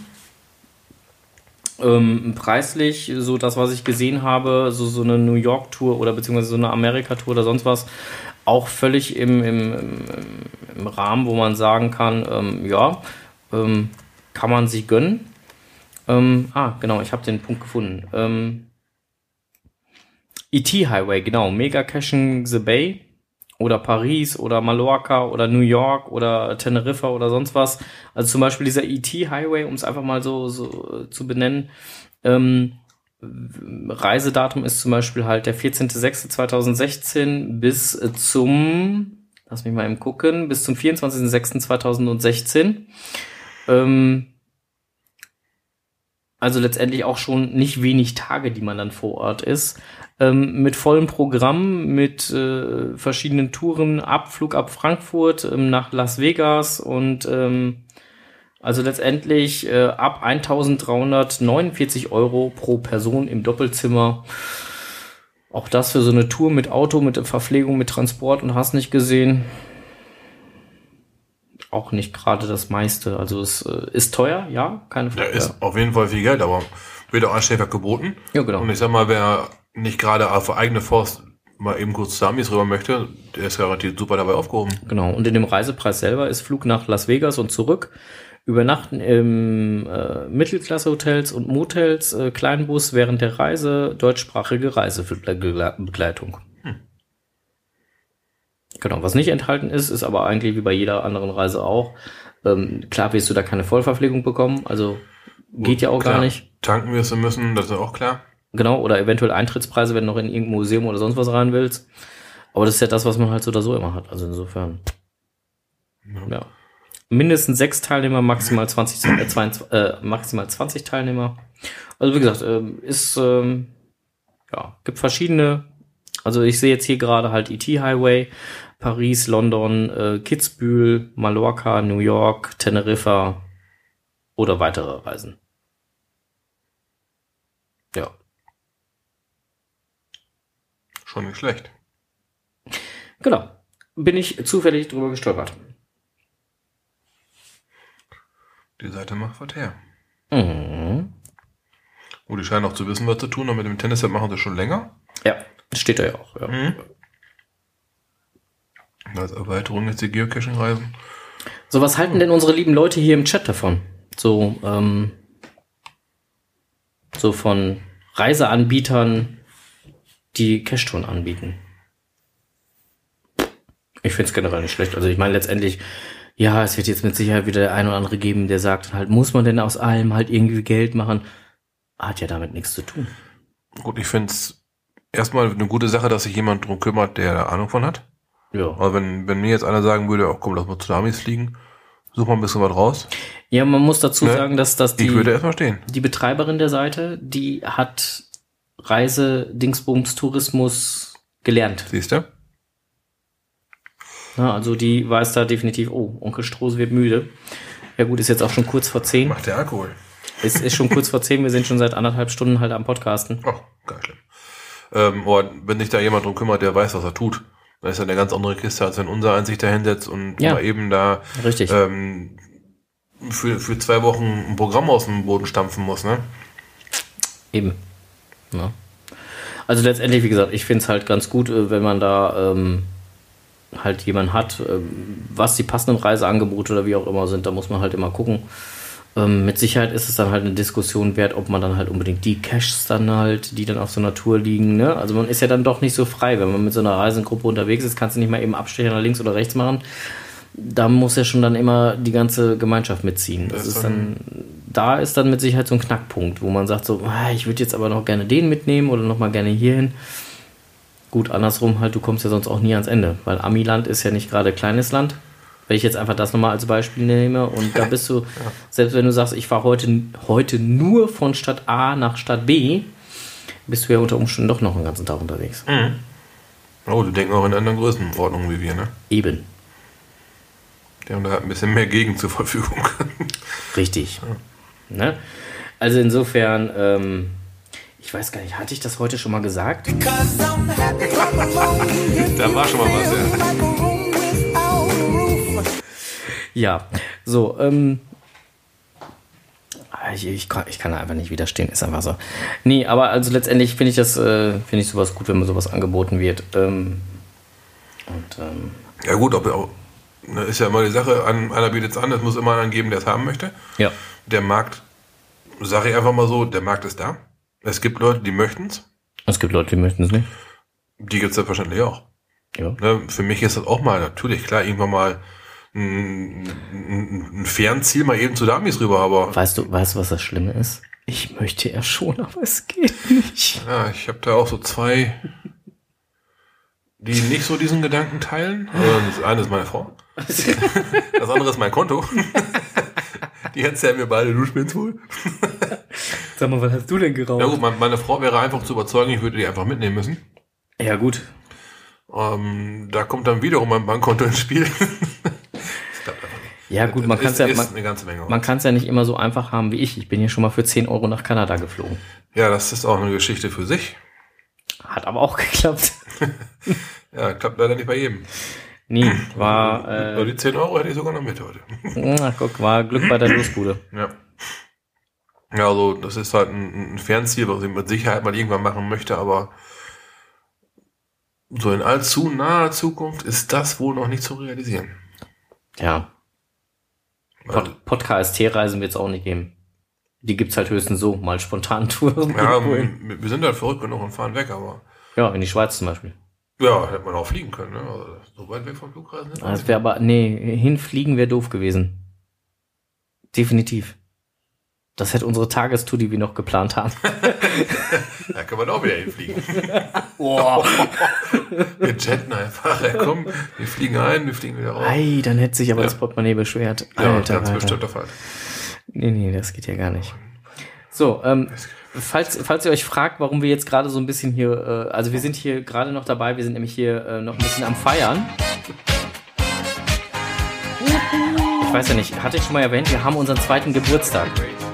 Ähm, preislich, so das, was ich gesehen habe, so, so eine New York-Tour oder beziehungsweise so eine Amerika-Tour oder sonst was, auch völlig im, im, im, im Rahmen, wo man sagen kann, ähm, ja, ähm, kann man sich gönnen. Ähm, ah, genau, ich habe den Punkt gefunden. Ähm, E T Highway, genau, Mega Caching the Bay. Oder Paris oder Mallorca oder New York oder Teneriffa oder sonst was. Also zum Beispiel dieser E T Highway, um es einfach mal so, so zu benennen. Ähm, Reisedatum ist zum Beispiel halt der vierzehnter sechster zweitausendsechzehn bis zum, lass mich mal eben gucken, bis zum vierundzwanzigster sechster zweitausendsechzehn. Ähm, also letztendlich auch schon nicht wenig Tage, die man dann vor Ort ist. Ähm, mit vollem Programm, mit äh, verschiedenen Touren, Abflug ab Frankfurt ähm, nach Las Vegas und ähm, also letztendlich äh, ab eintausenddreihundertneunundvierzig Euro pro Person im Doppelzimmer. Auch das für so eine Tour mit Auto, mit Verpflegung, mit Transport und hast nicht gesehen. Auch nicht gerade das meiste. Also es äh, ist teuer, ja, keine Frage. Ja, ist auf jeden Fall viel Geld, aber wird auch anständig geboten. Ja, genau. Und ich sag mal, wer nicht gerade auf eigene Faust mal eben kurz zu Amis rüber möchte, der ist garantiert super dabei aufgehoben. Genau, und in dem Reisepreis selber ist Flug nach Las Vegas und zurück, Übernachten im äh, Mittelklasse-Hotels und Motels, äh, Kleinbus während der Reise, deutschsprachige Reisebegleitung. Hm. Genau, was nicht enthalten ist, ist aber eigentlich wie bei jeder anderen Reise auch. Ähm, klar wirst du da keine Vollverpflegung bekommen, also geht ja auch klar, gar nicht. Tanken wirst du müssen, das ist auch klar. Genau, oder eventuell Eintrittspreise, wenn du noch in irgendein Museum oder sonst was rein willst. Aber das ist ja das, was man halt so oder so immer hat. Also insofern. Ja. ja. Mindestens sechs Teilnehmer, maximal zwanzig, äh, zweiundzwanzig, äh, maximal zwanzig Teilnehmer. Also wie gesagt, äh, ist, ähm, ja, gibt verschiedene. Also ich sehe jetzt hier gerade halt E T Highway, Paris, London, äh, Kitzbühel, Mallorca, New York, Teneriffa oder weitere Reisen. Ja. Schon nicht schlecht. Genau. Bin ich zufällig drüber gestolpert. Die Seite macht was her. Mhm. Oh, die scheinen auch zu wissen, was zu tun. Und mit dem Tennis machen sie schon länger. Ja, steht da ja auch. Ja. Mhm. Als Erweiterung jetzt die Geocaching-Reisen. So, was halten denn unsere lieben Leute hier im Chat davon? So, ähm, so von Reiseanbietern, die Cache-Touren anbieten. Ich finde es generell nicht schlecht. Also ich meine letztendlich, ja, es wird jetzt mit Sicherheit wieder der ein oder andere geben, der sagt halt, muss man denn aus allem halt irgendwie Geld machen? Hat ja damit nichts zu tun. Gut, ich finde es erstmal eine gute Sache, dass sich jemand drum kümmert, der da Ahnung von hat. Ja. Aber wenn, wenn mir jetzt einer sagen würde, oh, komm, lass mal zu Amis fliegen, such mal ein bisschen was raus. Ja, man muss dazu Ne? sagen, dass, dass die, Ich würde erstmal stehen. die Betreiberin der Seite, die hat Reise-Dingsbums Tourismus gelernt. Siehst du? Ja, also die weiß da definitiv, oh, Onkel Strohs wird müde. Ja gut, ist jetzt auch schon kurz vor zehn. Macht der Alkohol. Es ist schon kurz vor zehn, wir sind schon seit anderthalb Stunden halt am Podcasten. Oh, gar schlimm. Ähm, aber wenn sich da jemand drum kümmert, der weiß, was er tut, dann ist ja eine ganz andere Kiste, als wenn unser eins sich da hinsetzt und Ja. mal eben da Richtig. ähm, für, für zwei Wochen ein Programm aus dem Boden stampfen muss, ne? Eben. Ja. Also letztendlich, wie gesagt, ich finde es halt ganz gut, äh, wenn man da ähm, halt jemanden hat, ähm, was die passenden Reiseangebote oder wie auch immer sind, da muss man halt immer gucken. Ähm, mit Sicherheit ist es dann halt eine Diskussion wert, ob man dann halt unbedingt die Caches dann halt, die dann auf so einer Tour liegen, ne? Also man ist ja dann doch nicht so frei, wenn man mit so einer Reisegruppe unterwegs ist, kannst du nicht mal eben Abstecher nach links oder rechts machen. Da muss ja schon dann immer die ganze Gemeinschaft mitziehen. Das, Das ist ist dann, da ist dann mit Sicherheit so ein Knackpunkt, wo man sagt so, ah, ich würde jetzt aber noch gerne den mitnehmen oder noch mal gerne hierhin. Gut, andersrum halt, du kommst ja sonst auch nie ans Ende, weil Amiland ist ja nicht gerade kleines Land. Wenn ich jetzt einfach das nochmal als Beispiel nehme und da bist du, ja. Selbst wenn du sagst, ich fahre heute, heute nur von Stadt A nach Stadt B, bist du ja unter Umständen doch noch einen ganzen Tag unterwegs. Mhm. Oh, die denken auch in anderen Größenordnungen wie wir, ne? Eben. Die haben da ein bisschen mehr Gegend zur Verfügung. Richtig. Ja. Ne? Also insofern, ähm, ich weiß gar nicht, hatte ich das heute schon mal gesagt? Da war schon mal was, ja. Ja, so, ähm, ich, ich, kann, ich kann da einfach nicht widerstehen, ist einfach so. Nee, aber also letztendlich finde ich das, äh, finde ich sowas gut, wenn mir sowas angeboten wird. Ähm, und, ähm, ja gut, ob, auch, ne, ist ja immer die Sache, einer bietet es an, es muss immer einen geben, der es haben möchte. Ja. Der Markt, sage ich einfach mal so, der Markt ist da. Es gibt Leute, die möchten es. Es gibt Leute, die möchten es nicht. Die gibt es selbstverständlich auch. Ja. Ne, für mich ist das auch mal, natürlich, klar, irgendwann mal ein, ein, ein Fernziel mal eben zu Damis rüber, aber... Weißt du, weißt du, was das Schlimme ist? Ich möchte ja schon, aber es geht nicht. Ja, ich habe da auch so zwei, die nicht so diesen Gedanken teilen. Also das eine ist meine Frau. Das andere ist mein Konto. Die erzählen mir beide, du spielst wohl. Sag mal, was hast du denn geraucht? Ja gut, meine Frau wäre einfach zu überzeugen, ich würde die einfach mitnehmen müssen. Ja gut. Ähm, da kommt dann wiederum mein Bankkonto ins Spiel. Ja gut, man kann es ja, man, eine ganze Menge. Man kann es ja nicht immer so einfach haben wie ich. Ich bin hier schon mal für zehn Euro nach Kanada geflogen. Ja, das ist auch eine Geschichte für sich. Hat aber auch geklappt. Ja, klappt leider nicht bei jedem. Nee, war... Äh, Aber die zehn Euro hätte ich sogar noch mit heute. Na guck, war Glück bei der Losbude. Ja. Ja, also das ist halt ein, ein Fernziel, was ich mit Sicherheit mal irgendwann machen möchte, aber so in allzu naher Zukunft ist das wohl noch nicht zu realisieren. Ja. Pod- Pod-K S T-Reisen wird es auch nicht geben. Die gibt's halt höchstens so, mal spontan Touren. Ja, wir sind halt verrückt genug und fahren weg, aber... Ja, in die Schweiz zum Beispiel. Ja, hätte man auch fliegen können, ne? Also so weit weg vom Flugreisen. Das wäre aber, nee, hinfliegen wäre doof gewesen. Definitiv. Das hätte unsere Tagestour, die wir noch geplant haben. Da kann man auch wieder hinfliegen. Boah. Wir jetten einfach. Ja, komm, wir fliegen ein, wir fliegen wieder raus. Ei, dann hätte sich aber Ja. das Portemonnaie beschwert. Ja, Alter, ganz Alter. bestimmt der Fall. Nee, nee, das geht ja gar nicht. So, ähm, falls, falls ihr euch fragt, warum wir jetzt gerade so ein bisschen hier, äh, also wir sind hier gerade noch dabei, wir sind nämlich hier äh, noch ein bisschen am Feiern. Ich weiß ja nicht, hatte ich schon mal erwähnt, wir haben unseren zweiten Geburtstag.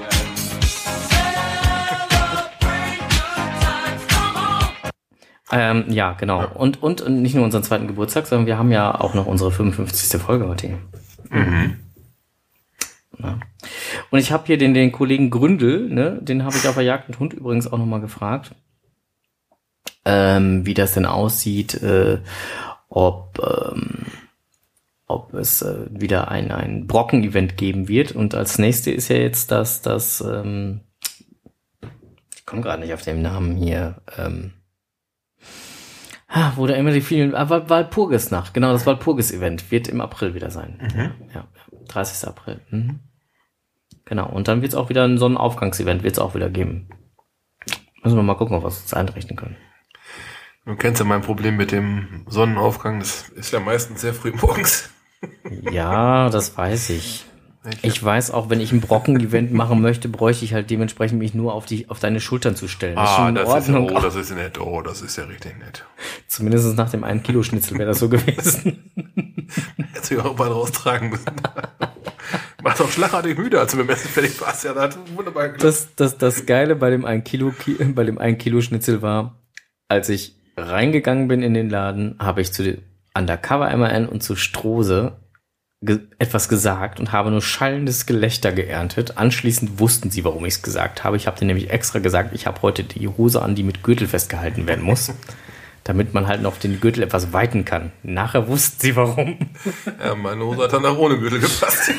Ähm, ja, genau. Und, und nicht nur unseren zweiten Geburtstag, sondern wir haben ja auch noch unsere fünfundfünfzigste Folge heute hier. Mhm. Ja. Und ich habe hier den, den Kollegen Gründel, ne, den habe ich auf der Jagd und Hund übrigens auch nochmal gefragt, ähm, wie das denn aussieht, äh, ob, ähm, ob es äh, wieder ein, ein Brocken-Event geben wird. Und als nächste ist ja jetzt das, das, ähm, ich komme gerade nicht auf den Namen hier, ähm, wo da immer die vielen, ah, Walpurgisnacht, genau, das Walpurgis-Event wird im April wieder sein. Mhm. Ja, dreißigsten April. Mhm. Genau, und dann wird es auch wieder ein Sonnenaufgangs-Event, wird es auch wieder geben. Müssen wir mal gucken, ob wir es uns einrichten können. Du kennst ja mein Problem mit dem Sonnenaufgang, das ist ja meistens sehr früh morgens. Ja, das weiß ich. Ich weiß auch, wenn ich ein Brocken-Event machen möchte, bräuchte ich halt dementsprechend mich nur auf die, auf deine Schultern zu stellen. Das ah, das ist, oh, das ist nett. Oh, das ist ja richtig nett. Zumindest nach dem einen Kilo Schnitzel wäre das so gewesen. Hättest du ja auch bald raustragen müssen. Macht auch schlagartig müde, als du beim Essen fertig warst. Ja, da hat wunderbar geklappt. Das, das, das Geile bei dem ein Kilo, bei dem ein Kilo Schnitzel war, als ich reingegangen bin in den Laden, habe ich zu den Undercover M A N und zu Strose ge- etwas gesagt und habe nur schallendes Gelächter geerntet. Anschließend wussten sie, warum ich es gesagt habe. Ich habe denen nämlich extra gesagt, ich habe heute die Hose an, die mit Gürtel festgehalten werden muss, damit man halt noch den Gürtel etwas weiten kann. Nachher wussten sie, warum. Ja, meine Hose hat dann auch ohne Gürtel gepasst.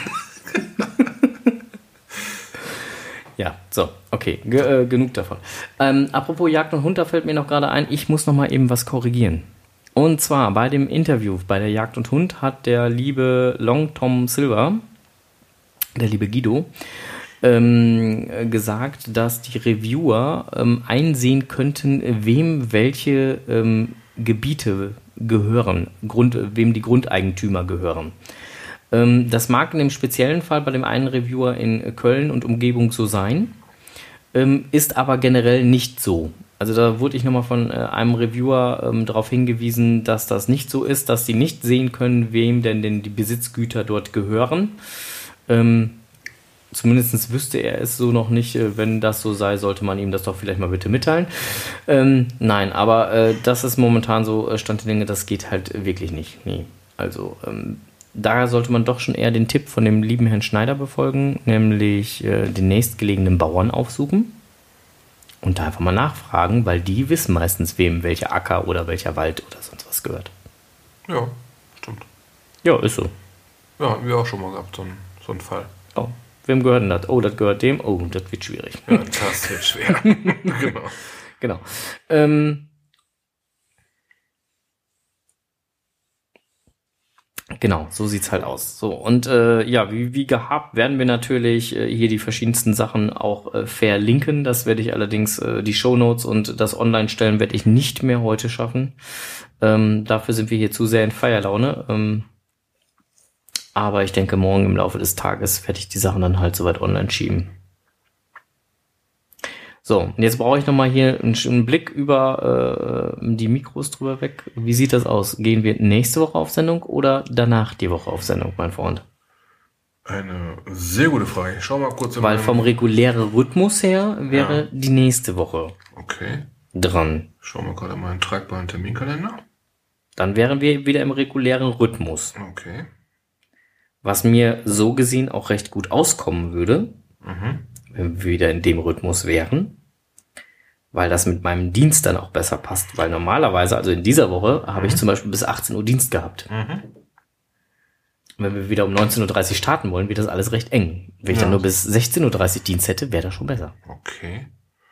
Ja, so, okay, Ge- äh, genug davon. Ähm, apropos Jagd und Hund, da fällt mir noch gerade ein, ich muss noch mal eben was korrigieren. Und zwar bei dem Interview bei der Jagd und Hund hat der liebe Long Tom Silver, der liebe Guido, ähm, gesagt, dass die Reviewer ähm, einsehen könnten, wem welche ähm, Gebiete gehören, Grund, wem die Grundeigentümer gehören. Ähm, das mag in dem speziellen Fall bei dem einen Reviewer in Köln und Umgebung so sein, ähm, ist aber generell nicht so. Also da wurde ich nochmal von äh, einem Reviewer ähm, darauf hingewiesen, dass das nicht so ist, dass sie nicht sehen können, wem denn, denn die Besitzgüter dort gehören. Ähm, zumindest wüsste er es so noch nicht. Äh, wenn das so sei, sollte man ihm das doch vielleicht mal bitte mitteilen. Ähm, nein, aber äh, das ist momentan so, äh, Stand der Dinge, das geht halt wirklich nicht. Nee. Also ähm, da sollte man doch schon eher den Tipp von dem lieben Herrn Schneider befolgen, nämlich äh, den nächstgelegenen Bauern aufsuchen. Und da einfach mal nachfragen, weil die wissen meistens, wem welcher Acker oder welcher Wald oder sonst was gehört. Ja, stimmt. Ja, ist so. Ja, hatten wir auch schon mal gehabt, so einen, so einen Fall. Oh, wem gehört denn das? Oh, das gehört dem. Oh, das wird schwierig. Ja, das wird schwer. Genau. Genau. Ähm, Genau, so sieht's halt aus. So, und äh, ja, wie, wie gehabt werden wir natürlich äh, hier die verschiedensten Sachen auch äh, verlinken. Das werde ich allerdings, äh, die Shownotes und das Online-Stellen werde ich nicht mehr heute schaffen. Ähm, dafür sind wir hier zu sehr in Feierlaune. Ähm, aber ich denke, morgen im Laufe des Tages werde ich die Sachen dann halt soweit online schieben. So, und jetzt brauche ich nochmal hier einen, einen Blick über äh, die Mikros drüber weg. Wie sieht das aus? Gehen wir nächste Woche auf Sendung oder danach die Woche auf Sendung, mein Freund? Eine sehr gute Frage. Ich schau mal kurz in Weil vom regulären Rhythmus her wäre Ja. die nächste Woche Okay. dran. Schauen wir gerade mal einen tragbaren Terminkalender. Dann wären wir wieder im regulären Rhythmus. Okay. Was mir so gesehen auch recht gut auskommen würde, Mhm. wenn wir wieder in dem Rhythmus wären. Weil das mit meinem Dienst dann auch besser passt. Weil normalerweise, also in dieser Woche, habe ich zum Beispiel bis achtzehn Uhr Dienst gehabt. Mhm. Wenn wir wieder um neunzehn Uhr dreißig starten wollen, wird das alles recht eng. Wenn ich Ja. dann nur bis sechzehn Uhr dreißig Dienst hätte, wäre das schon besser. Okay.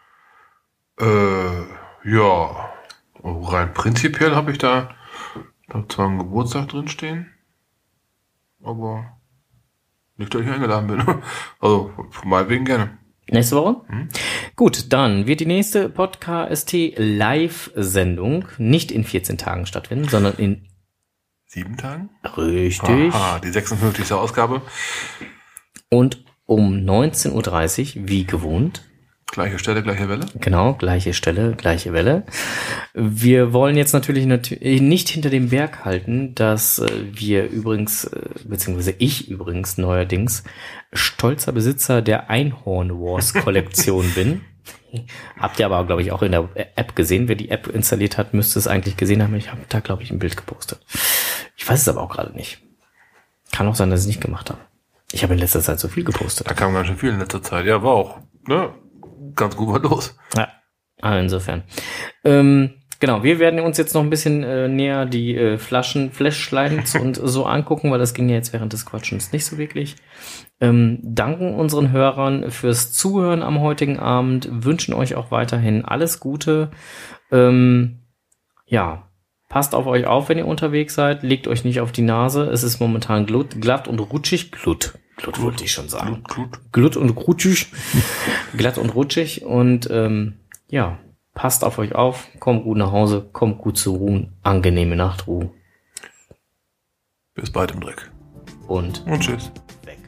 Äh, ja. Oh, rein prinzipiell habe ich da, da zwar einen Geburtstag drinstehen, aber nicht, dass ich eingeladen bin. Also, von meinetwegen gerne. Nächste Woche? Hm? Gut, dann wird die nächste Podcast Live-Sendung nicht in vierzehn Tagen stattfinden, sondern in Sieben Tagen? richtig Aha, die sechsundfünfzigste Ausgabe. und um neunzehn Uhr dreißig, wie gewohnt. Gleiche Stelle, gleiche Welle. Genau, gleiche Stelle, gleiche Welle. Wir wollen jetzt natürlich nat- nicht hinter dem Berg halten, dass äh, wir übrigens, äh, beziehungsweise ich übrigens neuerdings, stolzer Besitzer der Einhorn Wars Kollektion bin. Habt ihr aber, glaube ich, auch in der App gesehen. Wer die App installiert hat, müsste es eigentlich gesehen haben. Ich habe da, glaube ich, ein Bild gepostet. Ich weiß es aber auch gerade nicht. Kann auch sein, dass ich es nicht gemacht habe. Ich habe in letzter Zeit so viel gepostet. Da kam ganz schön viel in letzter Zeit. Ja, war auch, ne? Ganz gut was los. Ja, also insofern. Ähm, genau, wir werden uns jetzt noch ein bisschen äh, näher die äh, Flaschen, Flashslides und so angucken, weil das ging ja jetzt während des Quatschens nicht so wirklich. Ähm, danken unseren Hörern fürs Zuhören am heutigen Abend, wünschen euch auch weiterhin alles Gute. Ähm, ja, passt auf euch auf, wenn ihr unterwegs seid, legt euch nicht auf die Nase, es ist momentan glut, glatt und rutschig, glut, glut wollte ich schon sagen, Glut, glut. glut und rutschig, glatt und rutschig und ähm, ja, passt auf euch auf, kommt gut nach Hause, kommt gut zu ruhen, angenehme Nachtruhe. Bis bald im Dreck. Und, und tschüss. Weg.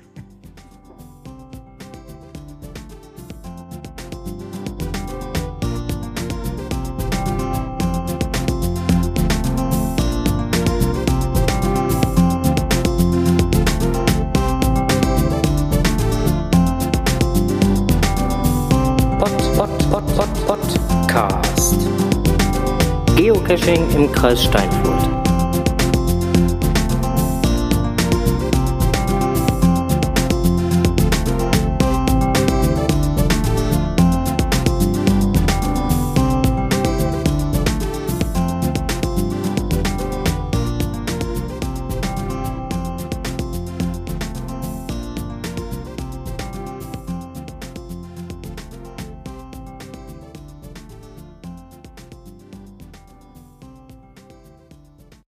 Pod, Pod, Pod, Pod, Podcast. Geocaching im Kreis Steinfurt.